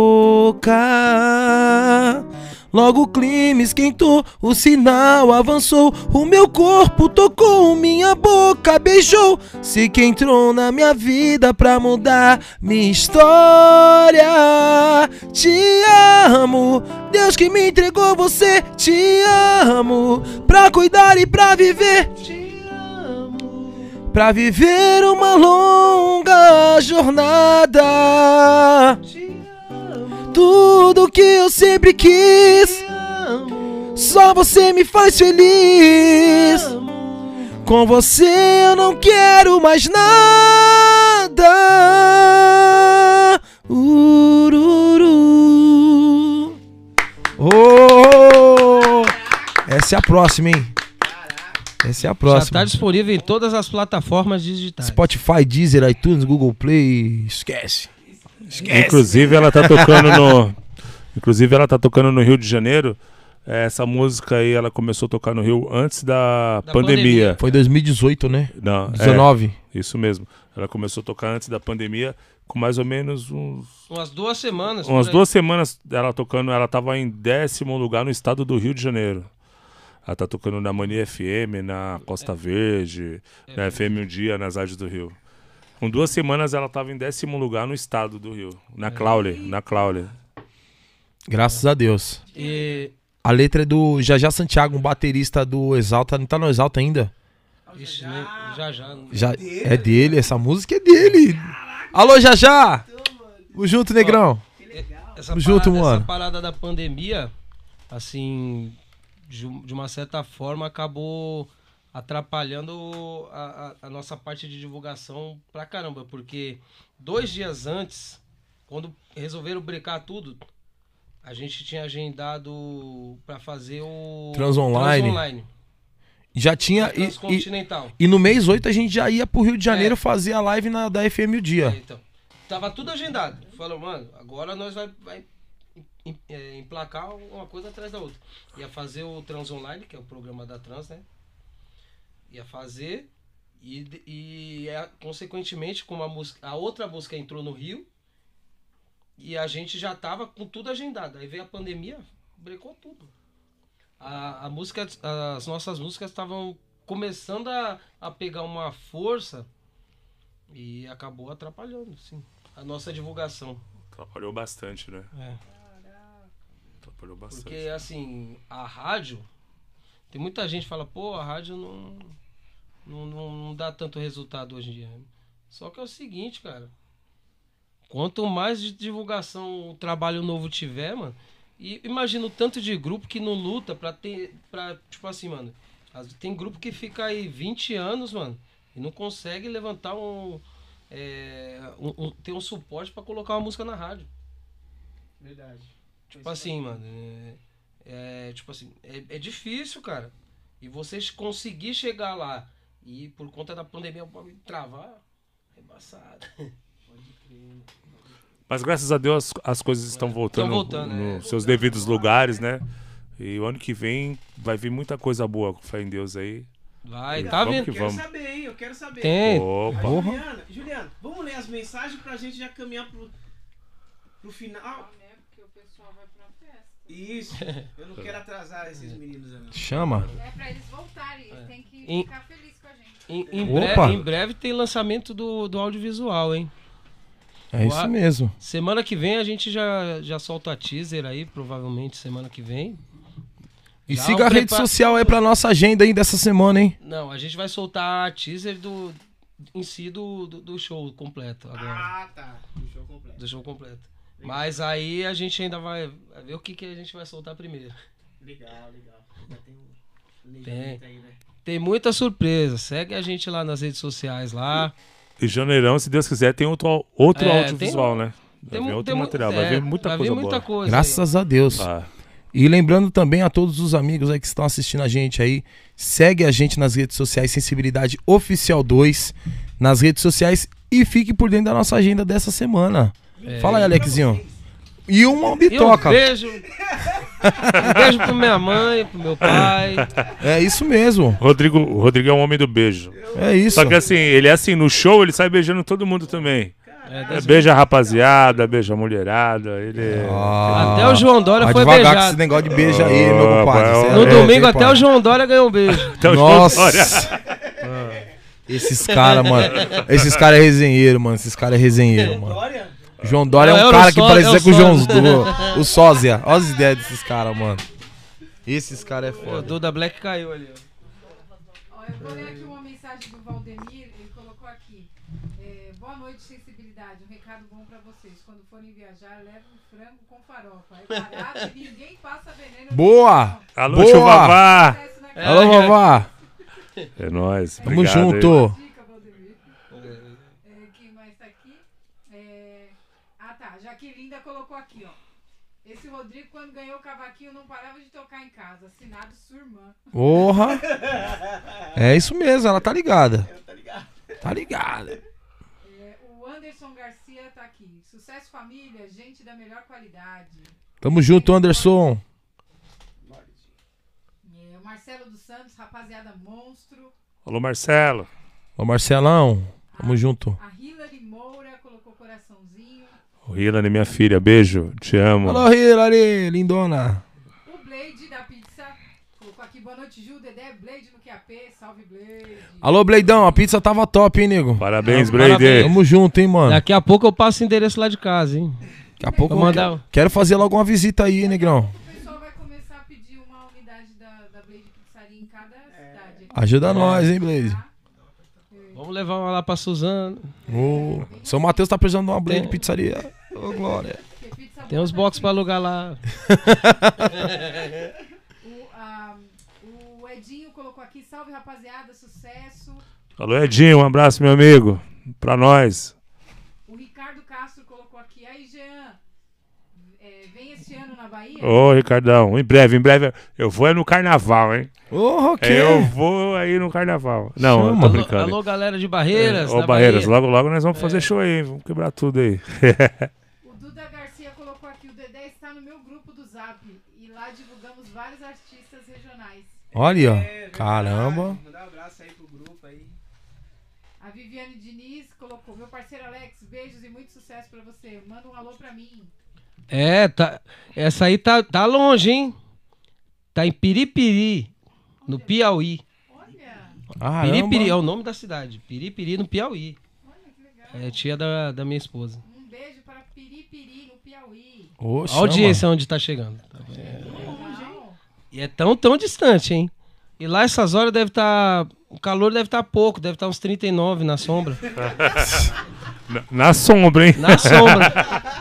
boca. Logo o clima esquentou, o sinal avançou, o meu corpo tocou, minha boca beijou. Sei que entrou na minha vida pra mudar minha história. Te amo, Deus que me entregou você. Te amo, pra cuidar e pra viver. Te amo. Pra viver uma longa jornada. Te amo. Tudo que eu sempre quis, Te amo. só você me faz feliz. Te amo. Com você eu não quero mais nada. Ururu. Oh! Essa é a próxima, hein? Essa é a Já próxima. tá disponível em todas as plataformas digitais. Spotify, Deezer, iTunes, Google Play. Esquece. Inclusive ela tá tocando no Inclusive ela tá tocando no Rio de Janeiro. Essa música aí ela começou a tocar no Rio antes da pandemia. Foi em 2018, né? Não, 19. Isso mesmo. Ela começou a tocar antes da pandemia, com mais ou menos Umas 2 semanas. umas por aí. 2 semanas ela tocando. Ela tava em 10º lugar no estado do Rio de Janeiro. Ela tá tocando na Mania FM, na Costa Verde, na FM Um Dia, nas rádios do Rio. Com 2 semanas ela tava em 10º lugar no estado do Rio. Na Claule. Graças a Deus. E... A letra é do Jajá Santiago, um baterista do Exalta. Não tá no Exalta ainda? Ixi, né? Já. Já, é dele, essa música é dele. Alô, Jajá! Tamo junto, negrão. Tamo junto, mano. Essa parada da pandemia, assim, de uma certa forma, acabou atrapalhando a nossa parte de divulgação pra caramba. Porque 2 dias antes, quando resolveram brecar tudo, a gente tinha agendado pra fazer o Trans Online. Já tinha. Transcontinental. E no mês 8 a gente já ia pro Rio de Janeiro fazer a live da FM O Dia. Então, tava tudo agendado. Falou, mano, agora nós vai emplacar uma coisa atrás da outra. Ia fazer o Trans Online, que é o programa da Trans, né? Ia fazer consequentemente, como a outra música entrou no Rio, e a gente já tava com tudo agendado. Aí veio a pandemia, brecou tudo. As nossas músicas estavam começando a pegar uma força e acabou atrapalhando, sim, a nossa divulgação. Atrapalhou bastante, né? É. Atrapalhou bastante. Porque, assim, a rádio, tem muita gente que fala, pô, a rádio não dá tanto resultado hoje em dia. Só que é o seguinte, cara, quanto mais de divulgação o trabalho novo tiver, mano, e imagina o tanto de grupo que não luta pra tipo assim, mano, tem grupo que fica aí 20 anos, mano, e não consegue levantar ter um suporte pra colocar uma música na rádio. Verdade. Tipo assim, mano, tipo assim, é difícil, cara. E vocês conseguir chegar lá e por conta da pandemia o bagulho travar, é embaçado. Mas graças a Deus as coisas estão voltando, nos seus devidos lugares, né? E o ano que vem vai vir muita coisa boa com fé em Deus aí. Vai, tá Vamos vendo? que Eu quero vamos. saber, hein? Eu quero saber. Tem. Opa. Juliana, vamos ler as mensagens pra gente já caminhar pro final. Porque o pessoal vai pra festa. Isso. Eu não quero atrasar esses meninos, não. Chama. É pra eles voltarem, eles têm que Em- ficar felizes com a gente. Opa. Em breve tem lançamento do audiovisual, hein? É isso mesmo. Semana que vem a gente já solta a teaser aí, provavelmente semana que vem. E Já siga a rede social aí pra nossa agenda aí dessa semana, hein? Não, a gente vai soltar a teaser em si do show completo agora. Ah, tá. O show completo. Do show completo. Mas aí a gente ainda vai ver o que a gente vai soltar primeiro. Legal. Já tem um Tem. planejamento aí, né? Tem muita surpresa. Segue a gente lá nas redes sociais lá. E janeirão, se Deus quiser, tem outro É, audiovisual, né? Vai vir outro material, vai vir muita coisa boa. coisa Graças a Deus. Ah, E lembrando também a todos os amigos aí que estão assistindo a gente aí, segue a gente nas redes sociais, Sensibilidade Oficial 2, nas redes sociais e fique por dentro da nossa agenda dessa semana. Fala aí, Alexinho. E uma bitoca. Um beijo pra minha mãe, pro meu pai. É isso mesmo. o Rodrigo é um homem do beijo. É isso. Só que assim, ele é assim, no show ele sai beijando todo mundo também. Beija a rapaziada, beija a mulherada. Ele Até o João Dória vai foi devagar com beijado. esse negócio de beijo aí, meu compadre. pai, Cê No é domingo louco, até hein, o João Dória ganhou um beijo. Então, Nossa. Esses caras, mano. Esses caras é resenheiro, mano. Esses caras é resenheiro, mano. João Dória é um cara que parecia com o João o Sósia. Olha as ideias desses caras, mano. Esses caras é O foda. Duda Black caiu ali, ó. Ó, eu vou ler aqui uma mensagem do Valdemir, ele colocou aqui. Boa noite, sensibilidade. Um recado bom pra vocês. Quando forem viajar, levem um frango com farofa. É barato e ninguém passa veneno. Boa! Alô, Boa! tio Vavá! Alô, vovó. É nóis. Tamo obrigado aí. junto. Dica, Valdemir. Quem mais tá aqui? Ah, tá. Jaquelinda colocou aqui, ó. Esse Rodrigo, quando ganhou o cavaquinho, não parava de tocar em casa. Assinado sua irmã. Porra! É isso mesmo, ela tá ligada. Tá ligada. O Anderson Garcia tá aqui. Sucesso família, gente da melhor qualidade. Tamo junto, Anderson. O Marcelo dos Santos, rapaziada monstro. Alô, Marcelo. Ô, Marcelão. Tamo junto. A Hilary Moura colocou coraçãozinho. O Hilary, minha filha, beijo, te amo. Alô, Hilary, lindona. O Blade da pizza colocou aqui. Boa noite, Ju, Dedé, Blade no QAP. Salve, Blade. Alô, Bleidão, a pizza tava top, hein, nego? Parabéns, Parabéns. Brady. Tamo junto, hein, mano. Daqui a pouco eu passo o endereço lá de casa, hein? Daqui a pouco Vou eu mandar- quero fazer logo uma visita aí, hein, negrão. O pessoal vai começar a pedir uma unidade da Blade Pizzaria em cada cidade. aqui. Ajuda nós, hein, Blade. Tá? Vamos levar uma lá pra Suzano. Ô, São Mateus tá precisando de uma Blade Pizzaria. Ô, Glória. Porque pizza Tem boa uns tá box aqui. pra alugar lá. O Edinho colocou aqui. Salve, rapaziada. Sucesso. Alô, Edinho, um abraço, meu amigo. Pra nós. O Ricardo Castro colocou aqui. Aí, Jean, vem esse ano na Bahia? Ô, Ricardão, em breve. Eu vou é no carnaval, hein? Ô, Roque. Eu vou aí no carnaval. Não, eu Chama. tô brincando. Alô, galera de Barreiras. Ô, da Barreiras, Bahia. logo nós vamos fazer show aí, hein? Vamos quebrar tudo aí. O Duda Garcia colocou aqui. O Dedé está no meu grupo do Zap. E lá divulgamos vários artistas regionais. Olha, ó. verdade. Caramba. Mandar um abraço aí pro grupo aí. A Viviane Diniz colocou. Meu parceiro Alex, beijos e muito sucesso pra você. Manda um alô pra mim. Tá. Essa aí tá longe, hein? Tá em Piripiri, no Piauí. Olha, Piripiri é o nome da cidade. Piripiri, no Piauí. olha que legal. É tia da minha esposa. Um beijo para Piripiri, no Piauí. Ô, A chama. audiência onde tá chegando. Legal. E é tão distante, hein? E lá essas horas deve estar. O calor deve estar pouco, deve estar uns 39 na sombra. Na sombra, hein? Na sombra.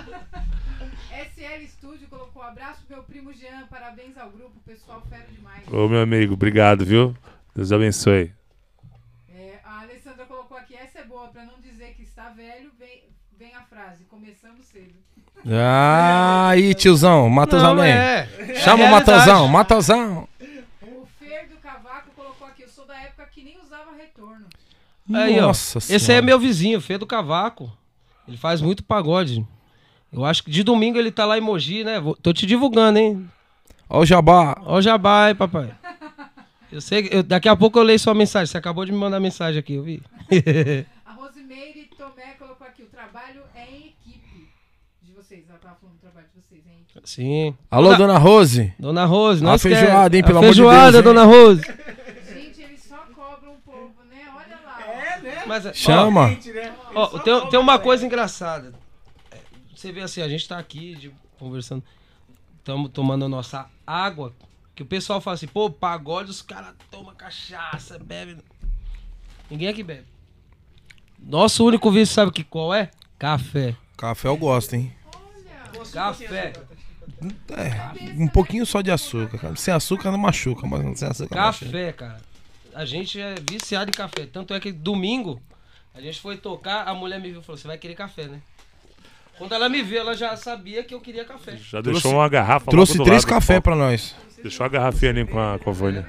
SL Studio colocou abraço pro meu primo Jean. Parabéns ao grupo, pessoal fera demais. Ô, meu amigo, obrigado, viu? Deus abençoe. A Alessandra colocou aqui. Essa é boa, pra não dizer que está velho, vem a frase. Começamos cedo. Ah, aí, tiozão. Matheusão, Não, né? é Chama o realidade. Matheusão, Matheusão. O Fer do Cavaco colocou aqui. Eu sou da época que nem usava retorno. Aí, ó. Nossa Esse aí é Senhora. meu vizinho, Fê do Cavaco. Ele faz muito pagode. Eu acho que de domingo ele tá lá em Mogi, né? Tô te divulgando, hein? Ó o Jabá. Ó o jabá, hein, papai. Eu sei que daqui a pouco eu leio sua mensagem. Você acabou de me mandar mensagem aqui, eu vi. A Rosimeire Tomé colocou aqui. O trabalho é em equipe de vocês. Ela tava falando do trabalho de vocês, hein? Sim. Alô, dona Rose. Dona Rose, A nós feijoada, hein, pelo a amor de feijoada, Deus, hein? Dona Rose. Gente, eles só cobram um pouco, né? Olha lá. É, né? Mas, ó, Chama. Gente, né? Ó, tem uma coisa engraçada. Você vê assim, a gente tá aqui conversando, estamos tomando a nossa água, que o pessoal fala assim, pô, pagode, os caras tomam cachaça, bebem. Ninguém aqui bebe. Nosso único vício, sabe qual é? Café. Café eu gosto, hein? Café. Um pouquinho só de açúcar, cara. Sem açúcar não machuca, mas sem açúcar não machuca. Café, cara. A gente é viciado em café. Tanto é que domingo, a gente foi tocar, a mulher me viu e falou, você vai querer café, né? Quando ela me viu, ela já sabia que eu queria café. Já deixou uma garrafa lá Trouxe do 3 lado do cafés copo. pra nós. Deixou a garrafinha ali com a Vânia.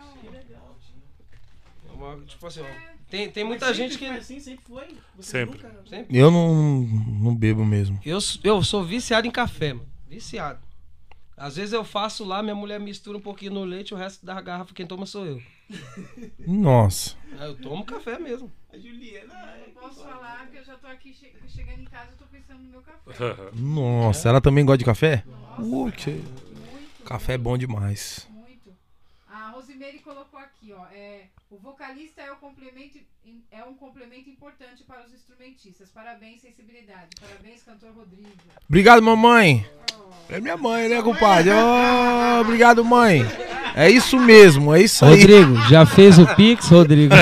Tipo assim, ó, tem muita gente que... Foi assim, sempre foi? Você Sempre. nunca- Sempre. Eu não bebo mesmo. Eu sou viciado em café, mano. Viciado. Às vezes eu faço lá, minha mulher mistura um pouquinho no leite, o resto da garrafa quem toma sou eu. Nossa. Aí eu tomo café mesmo. A Juliana... Eu posso falar que eu já tô aqui chegando em casa e tô pensando no meu café. Nossa, ela também gosta de café? Que... Café é bom demais. Muito. A Rosimeire colocou aqui, ó. O vocalista é um complemento importante para os instrumentistas. Parabéns, sensibilidade. Parabéns, cantor Rodrigo. Obrigado, mamãe. É minha mãe, né, compadre? Oh, obrigado, mãe. É isso mesmo, é isso aí. Rodrigo, já fez o Pix, Rodrigo?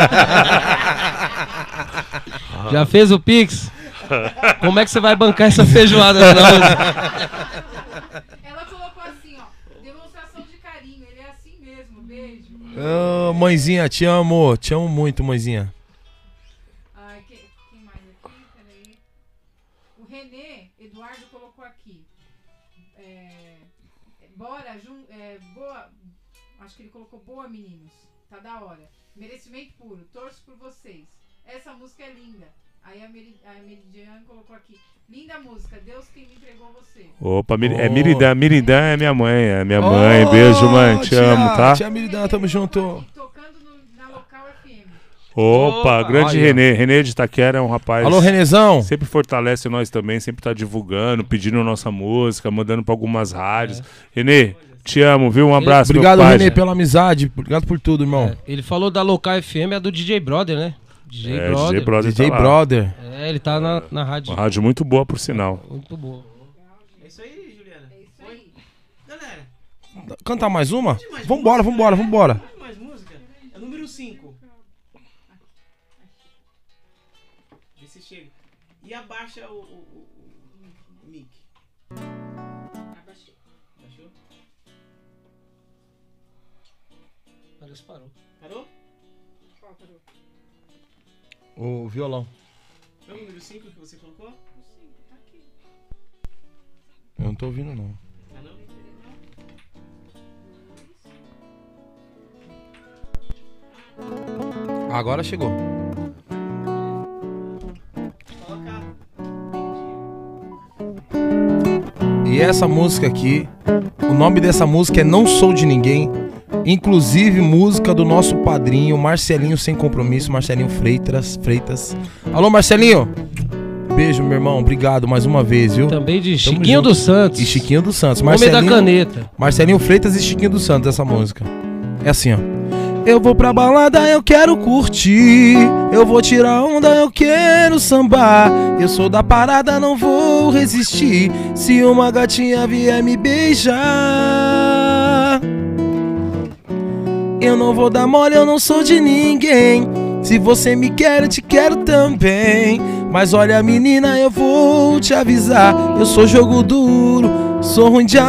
Já fez o Pix? Como é que você vai bancar essa feijoada? Ela colocou assim, ó. Demonstração de carinho. Ele é assim mesmo. Beijo. Oh, mãezinha, te amo. Te amo muito, mãezinha. Ai, quem mais aqui? Peraí. O Renê Eduardo colocou aqui. Boa. Acho que ele colocou boa, meninos. Tá da hora. Merecimento puro. Torço por vocês. Essa música é linda. Aí a Meridiana colocou aqui. Linda música. Deus quem me entregou você. Opa, é Miridan. Miridan é minha mãe. É minha mãe. Beijo, mãe. Te amo, tá? Tia Miridan, tamo junto. Tocando na Local FM. Opa, grande Olha. Renê. Renê de Itaquera é um rapaz... Alô, Renezão. Sempre fortalece nós também, sempre tá divulgando, pedindo nossa música, mandando pra algumas rádios. Renê, te amo, viu? Um abraço, Obrigado, meu pai. Renê, pela amizade. Obrigado por tudo, irmão. Ele falou da Local FM, é do DJ Brother, né? DJ Brother. DJ Brother. DJ tá lá. Brother. Ele tá na rádio. Uma rádio muito boa, por sinal. Muito boa. É isso aí, Juliana. É isso aí. Galera, Cantar mais uma? Vambora. mais música? É número 5. Vê se chega. E abaixa o mic. Abaixei. Baixou? Parece que parou. Parou? Qual parou? O violão. É o número 5 que você colocou? Sim, tá aqui. Eu não tô ouvindo, não. Ah, não? Agora chegou. Coloca. E essa música aqui, o nome dessa música é Não Sou de Ninguém. Inclusive música do nosso padrinho Marcelinho Sem Compromisso, Marcelinho Freitas. Alô, Marcelinho. Beijo, meu irmão. Obrigado mais uma vez, viu? Também de Tamo Chiquinho junto. dos Santos. E Chiquinho dos Santos. Homem da caneta. Marcelinho Freitas e Chiquinho dos Santos, essa música. É assim, ó. Eu vou pra balada, eu quero curtir. Eu vou tirar onda, eu quero sambar. Eu sou da parada, não vou resistir. Se uma gatinha vier me beijar, eu não vou dar mole, eu não sou de ninguém. Se você me quer, eu te quero também. Mas olha, menina, eu vou te avisar. Eu sou jogo duro, sou ruim de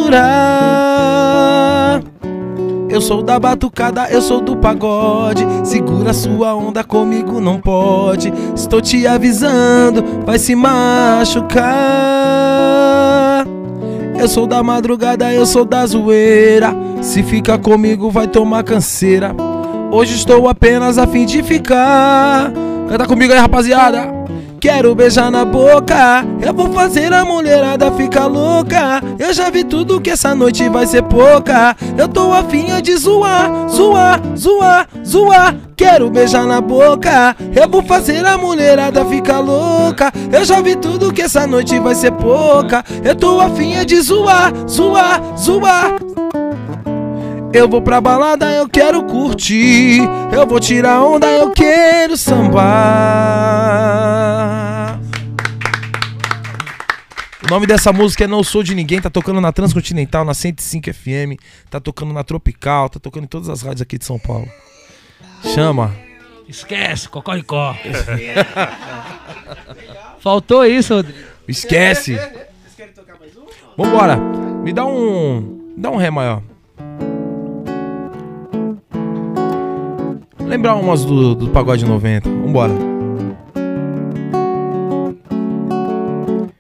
aturar. Eu sou da batucada, eu sou do pagode. Segura sua onda, comigo não pode. Estou te avisando, vai se machucar. Eu sou da madrugada, eu sou da zoeira. Se fica comigo vai tomar canseira. Hoje estou apenas a fim de ficar. Canta comigo aí, rapaziada. Quero beijar na boca. Eu vou fazer a mulherada ficar louca. Eu já vi tudo que essa noite vai ser pouca. Eu tô a fim de zoar. Quero beijar na boca. Eu vou fazer a mulherada ficar louca. Eu já vi tudo que essa noite vai ser pouca. Eu tô a fim de zoar. Eu vou pra balada, eu quero curtir. Eu vou tirar onda, eu quero sambar. O nome dessa música é Não Sou de Ninguém. Tá tocando na Transcontinental, na 105 FM. Tá tocando na Tropical. Tá tocando em todas as rádios aqui de São Paulo. Chama. Esquece, cocoricó. Faltou isso, Rodrigo. Esquece. Vocês querem tocar mais um? Vambora. Me dá um ré maior. Lembrar umas do Pagode 90. Vambora.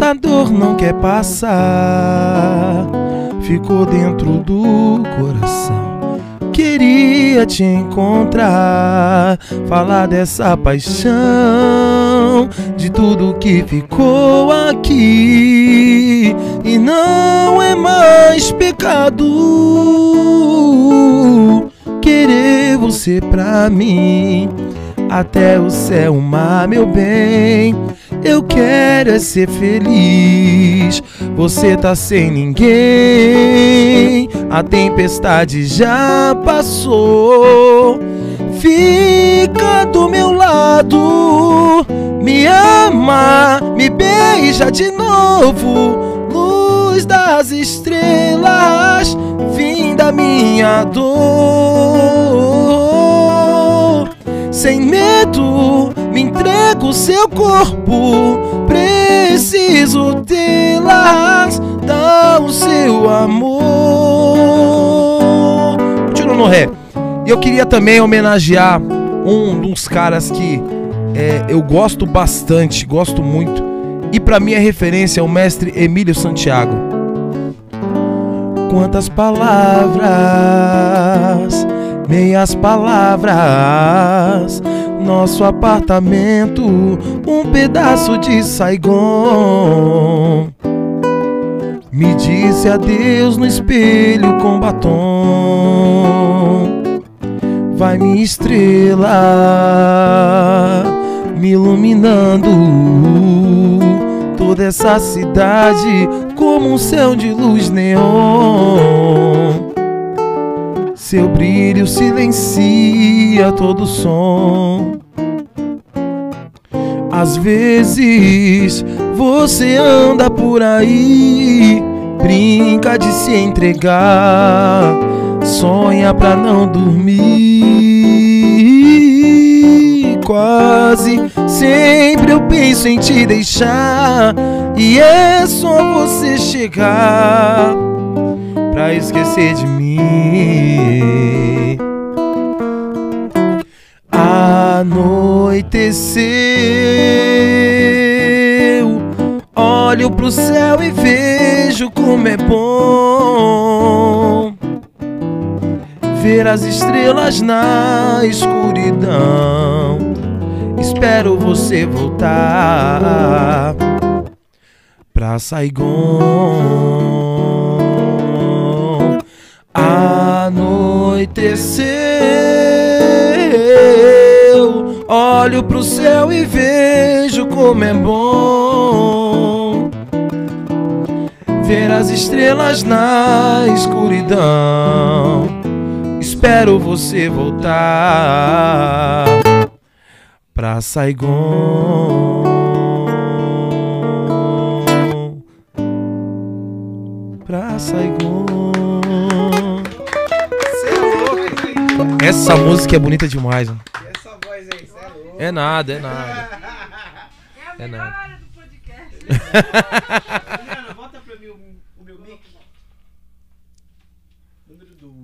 essa dor não quer passar, ficou dentro do coração. Queria te encontrar, falar dessa paixão, de tudo que ficou aqui. E não é mais pecado querer você pra mim. Até o céu, o mar, meu bem, eu quero é ser feliz. Você tá sem ninguém, a tempestade já passou. Fica do meu lado, me ama, me beija de novo. Luz das estrelas, fim da minha dor. Sem medo, me entrego o seu corpo. Preciso tê-las, dá o seu amor. Continua no ré. E eu queria também homenagear um dos caras que eu gosto bastante, gosto muito. E pra mim é referência é o mestre Emílio Santiago. Quantas palavras, meias palavras, nosso apartamento, um pedaço de Saigon. Me disse adeus no espelho com batom. Vai minha estrela, me iluminando toda essa cidade como um céu de luz neon. Seu brilho silencia todo som. Às vezes você anda por aí, brinca de se entregar, sonha pra não dormir. Quase sempre eu penso em te deixar, e é só você chegar pra esquecer de mim. Anoiteceu, olho pro céu e vejo como é bom ver as estrelas na escuridão. Espero você voltar pra Saigon. Anoiteceu, olho pro céu e vejo como é bom ver as estrelas na escuridão. Espero você voltar pra Saigon. Pra Saigon. Essa música é bonita demais, mano. E essa voz aí, cê é louco. É nada, é nada. É nada. Hora do podcast. Juliana, volta pra mim o meu mic. Número 2.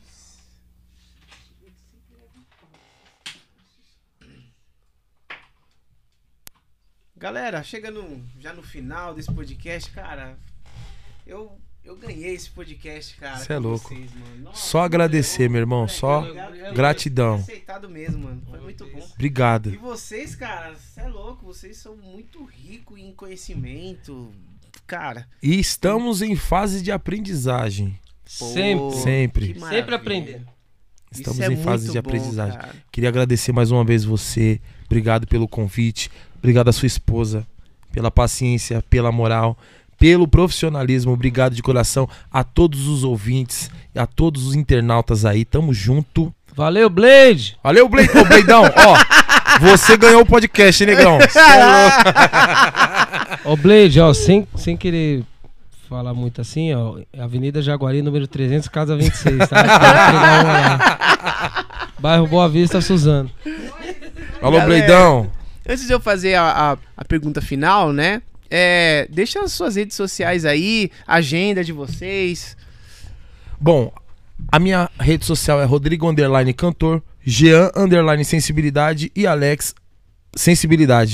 Galera, chegando já no final desse podcast, cara, eu ganhei esse podcast, cara. Cê é com louco. vocês, mano. Nossa, Só agradecer, meu irmão. Só obrigado. gratidão. Aceitado mesmo, mano. Foi muito bom. Obrigado. E vocês, cara, cê é louco, vocês são muito ricos em conhecimento, cara. E estamos em fase de aprendizagem. Sempre. Sempre. que Sempre maravilha. aprendendo. Estamos Isso é em fase muito de bom, aprendizagem. cara. Queria agradecer mais uma vez você. Obrigado pelo convite. Obrigado à sua esposa pela paciência, pela moral, pelo profissionalismo. Obrigado de coração a todos os ouvintes, a todos os internautas aí. Tamo junto. Valeu, Blade! Valeu, Blade. Ô, Bladeão, ó. Você ganhou o podcast, hein, negão? Cê é louco. Ó, Blade, ó, sem querer falar muito assim, ó, Avenida Jaguari, número 300, casa 26, tá? Quero entregar uma lá. Bairro Boa Vista, Suzano. Falou, Galera. Bladeão. Antes de eu fazer a pergunta final, né? Deixa as suas redes sociais aí, agenda de vocês. Bom, a minha rede social é Rodrigo_Cantor, Jean_Sensibilidade e Alex Sensibilidade.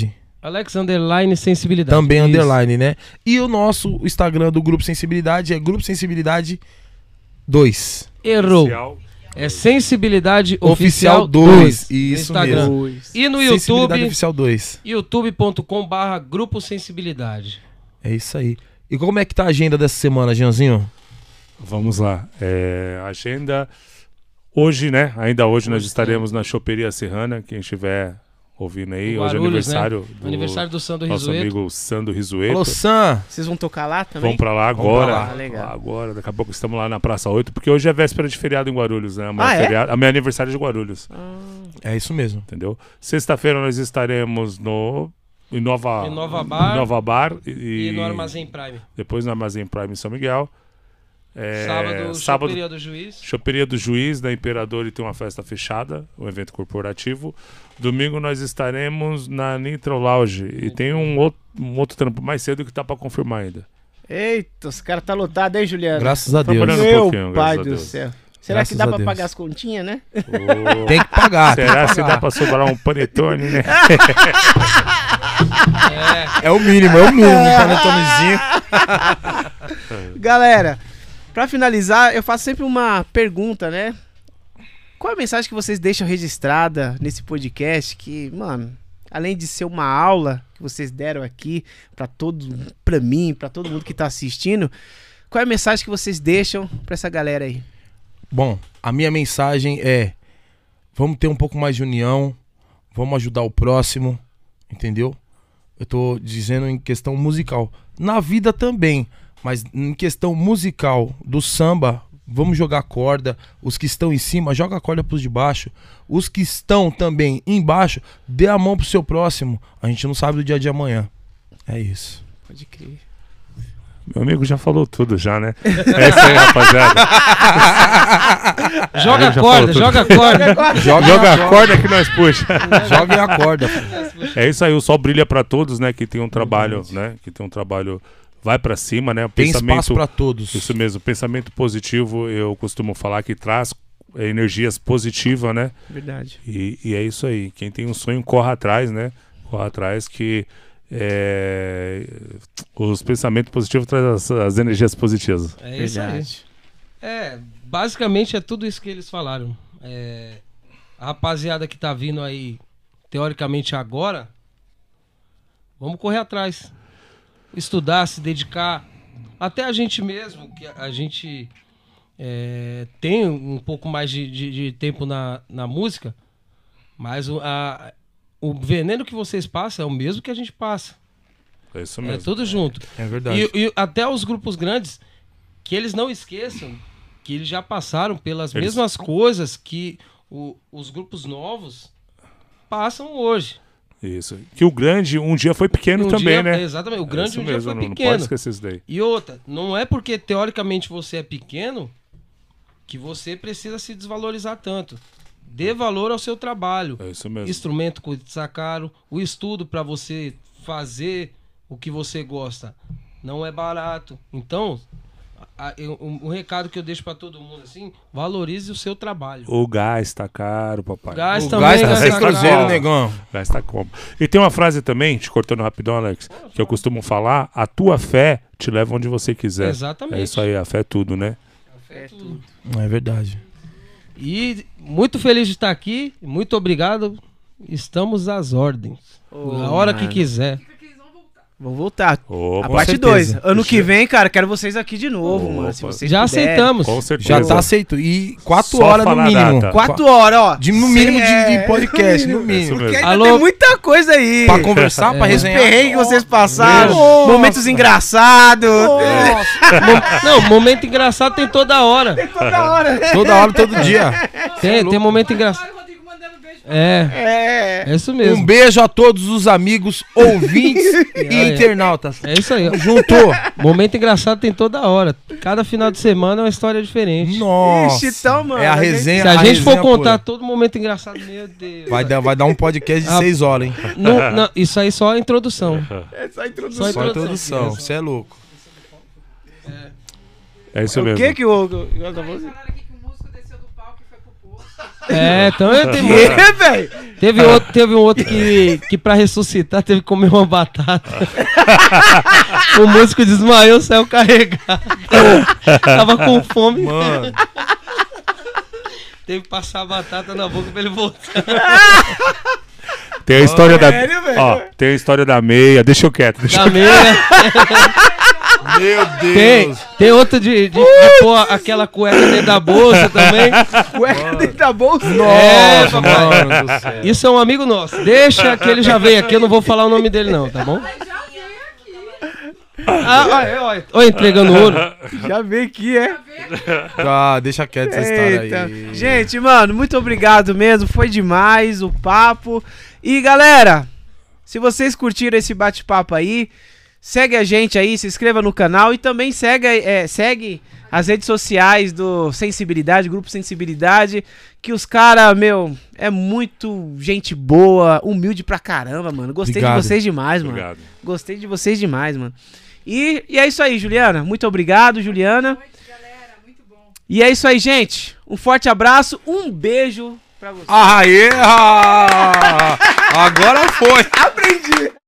Alex Underline Sensibilidade. Também Isso. underline, né? E o nosso Instagram do Grupo Sensibilidade é Grupo Sensibilidade 2. Errou. Oficial. É Sensibilidade Oficial Oficial 2. 2. Isso no Instagram. mesmo. E no Sensibilidade YouTube, Oficial 2. youtube.com/Grupo Sensibilidade. É isso aí. E como é que tá a agenda dessa semana, Jeanzinho? Vamos lá. Agenda. Hoje, né? Ainda hoje nós estaremos na Choperia Serrana. Quem estiver ouvindo aí. Hoje é Guarulhos, aniversário né? do Aniversário do Sandro nosso Risueto. amigo Sando Risueto. Alô, Sam. Vocês vão tocar lá também? Vamos pra lá Vamos pra agora. lá. Legal. Agora, daqui a pouco estamos lá na Praça 8, porque hoje é véspera de feriado em Guarulhos, né? Amanhã, Ah, é? feriado, amanhã é aniversário de Guarulhos, É isso mesmo. entendeu? Sexta-feira nós estaremos em Nova Bar E no Armazém Prime. depois no Armazém Prime em São Miguel. Sábado, Choperia do Juiz. Choperia do Juiz, da Imperador, e tem uma festa fechada, um evento corporativo. Domingo nós estaremos na Nitro Lounge e tem um outro trampo mais cedo que tá pra confirmar ainda. Eita, os caras tá lotado, hein, Juliano? Graças a Deus. Trabalhando um Meu pouquinho, pai graças a do Deus. céu. Será Graças que dá a pra Deus. pagar as continhas, né? Tem que pagar. tem Será que se pagar. dá pra sobrar um panetone, né? É o mínimo, um panetonezinho. Galera, pra finalizar, eu faço sempre uma pergunta, né? Qual é a mensagem que vocês deixam registrada nesse podcast que, mano, além de ser uma aula que vocês deram aqui pra mim, pra todo mundo que tá assistindo, qual é a mensagem que vocês deixam pra essa galera aí? Bom, a minha mensagem é: vamos ter um pouco mais de união, vamos ajudar o próximo, entendeu? Eu tô dizendo em questão musical. Na vida também, mas em questão musical, do samba, vamos jogar corda. Os que estão em cima, joga a corda pros de baixo. Os que estão também embaixo, dê a mão pro seu próximo. A gente não sabe do dia de amanhã. É isso. Pode crer. Meu amigo já falou tudo já, né? É isso aí, rapaziada. Joga Aí a já corda, falou joga a corda. Joga a corda que nós puxa. Joguem a corda. É isso aí, o sol brilha pra todos, né? Que tem um trabalho, né? Que tem um trabalho, vai pra cima, né? O Tem espaço pra todos. Isso mesmo, pensamento positivo, eu costumo falar que traz energias positivas, né? Verdade. E é isso aí. Quem tem um sonho, corre atrás, né? Corre atrás que os pensamentos positivos trazem as energias positivas. É isso aí. Basicamente é tudo isso que eles falaram. A rapaziada que tá vindo aí, teoricamente agora, vamos correr atrás. Estudar, se dedicar. Até a gente mesmo, que a gente tem um pouco mais de tempo na música, mas o veneno que vocês passam é o mesmo que a gente passa. É isso É mesmo. tudo junto. É verdade. E até os grupos grandes, que eles não esqueçam que eles já passaram pelas mesmas coisas que os grupos novos passam hoje. Isso. Que o grande um dia foi pequeno também, né? Exatamente. O grande Isso um dia mesmo, foi não pequeno. pode esquecer isso daí. E outra, não é porque teoricamente você é pequeno que você precisa se desvalorizar tanto. Dê valor ao seu trabalho. É isso mesmo. Instrumento custa caro, o estudo para você fazer o que você gosta não é barato. Então, um recado que eu deixo para todo mundo assim, valorize o seu trabalho. O gás tá caro, papai. Gás O também gás tá gás sem tá cruzeiro, caro. negão. Gás tá como? E tem uma frase também, te cortando rapidão, Alex, que eu costumo falar: a tua fé te leva onde você quiser. Exatamente. É isso aí, a fé é tudo, né? É tudo. É verdade. E muito feliz de estar aqui, muito obrigado. Estamos às ordens. A hora que quiser. Vamos voltar. Opa, A parte certeza. 2. Ano que vem, cara, quero vocês aqui de novo, Opa. mano. Se vocês Já puderem. aceitamos. com certeza. Já tá aceito. E 4 Só horas no falar a mínimo. data. 4 horas, ó. No mínimo de podcast, no Isso mínimo. Porque mesmo. ainda Alô? tem muita coisa aí. Pra conversar, pra É. resenhar. Perrengue que vocês passaram. Nossa. Momentos engraçados. Não, momento engraçado tem toda hora. Toda hora, né? Toda hora, todo dia. Tem momento engraçado. É isso mesmo. Um beijo a todos os amigos, ouvintes e internautas. É isso aí. ó. Juntou. Momento engraçado tem toda hora. Cada final de semana é uma história diferente. Nossa. Ixi, então, mano, É a a gente- resenha. Se a gente for resenha contar pura. todo momento engraçado, meu Deus. Vai dar um podcast de Ah, 6 horas, hein? Não, isso aí só a introdução. É só introdução. Só Só introdução. Você é louco. É isso O mesmo. que que o... Falaram aqui que o músico desceu do palco e foi pro posto. Então velho? teve um outro que pra ressuscitar teve que comer uma batata. O músico desmaiou, saiu carregado. Tava com fome. Mano. Teve que passar a batata na boca pra ele voltar. Tem a história da. Sério, velho? Ó, tem a história da meia. Deixa eu quieto. Da meia. Meu Deus. Tem outro de pôr aquela cueca dentro da bolsa também. Cueca dentro da bolsa? Nossa, papai. mano do céu. Isso é um amigo nosso. Deixa que ele já veio aqui, eu não vou falar o nome dele não, tá bom? Olha, entregando ouro. Já veio aqui, é? Tá, deixa quieto essa história Eita. aí. Gente, mano, muito obrigado mesmo. Foi demais o papo. E galera, se vocês curtiram esse bate-papo aí, segue a gente aí, se inscreva no canal e também segue as redes sociais do Sensibilidade, Grupo Sensibilidade, que os caras, meu, é muito gente boa, humilde pra caramba, mano. Gostei Obrigado. de vocês demais, mano. Obrigado. Gostei de vocês demais, mano. E é isso aí, Juliana. Muito obrigado, Juliana. E é isso aí, gente. Um forte abraço, um beijo pra vocês. Aê! Agora foi! Aprendi!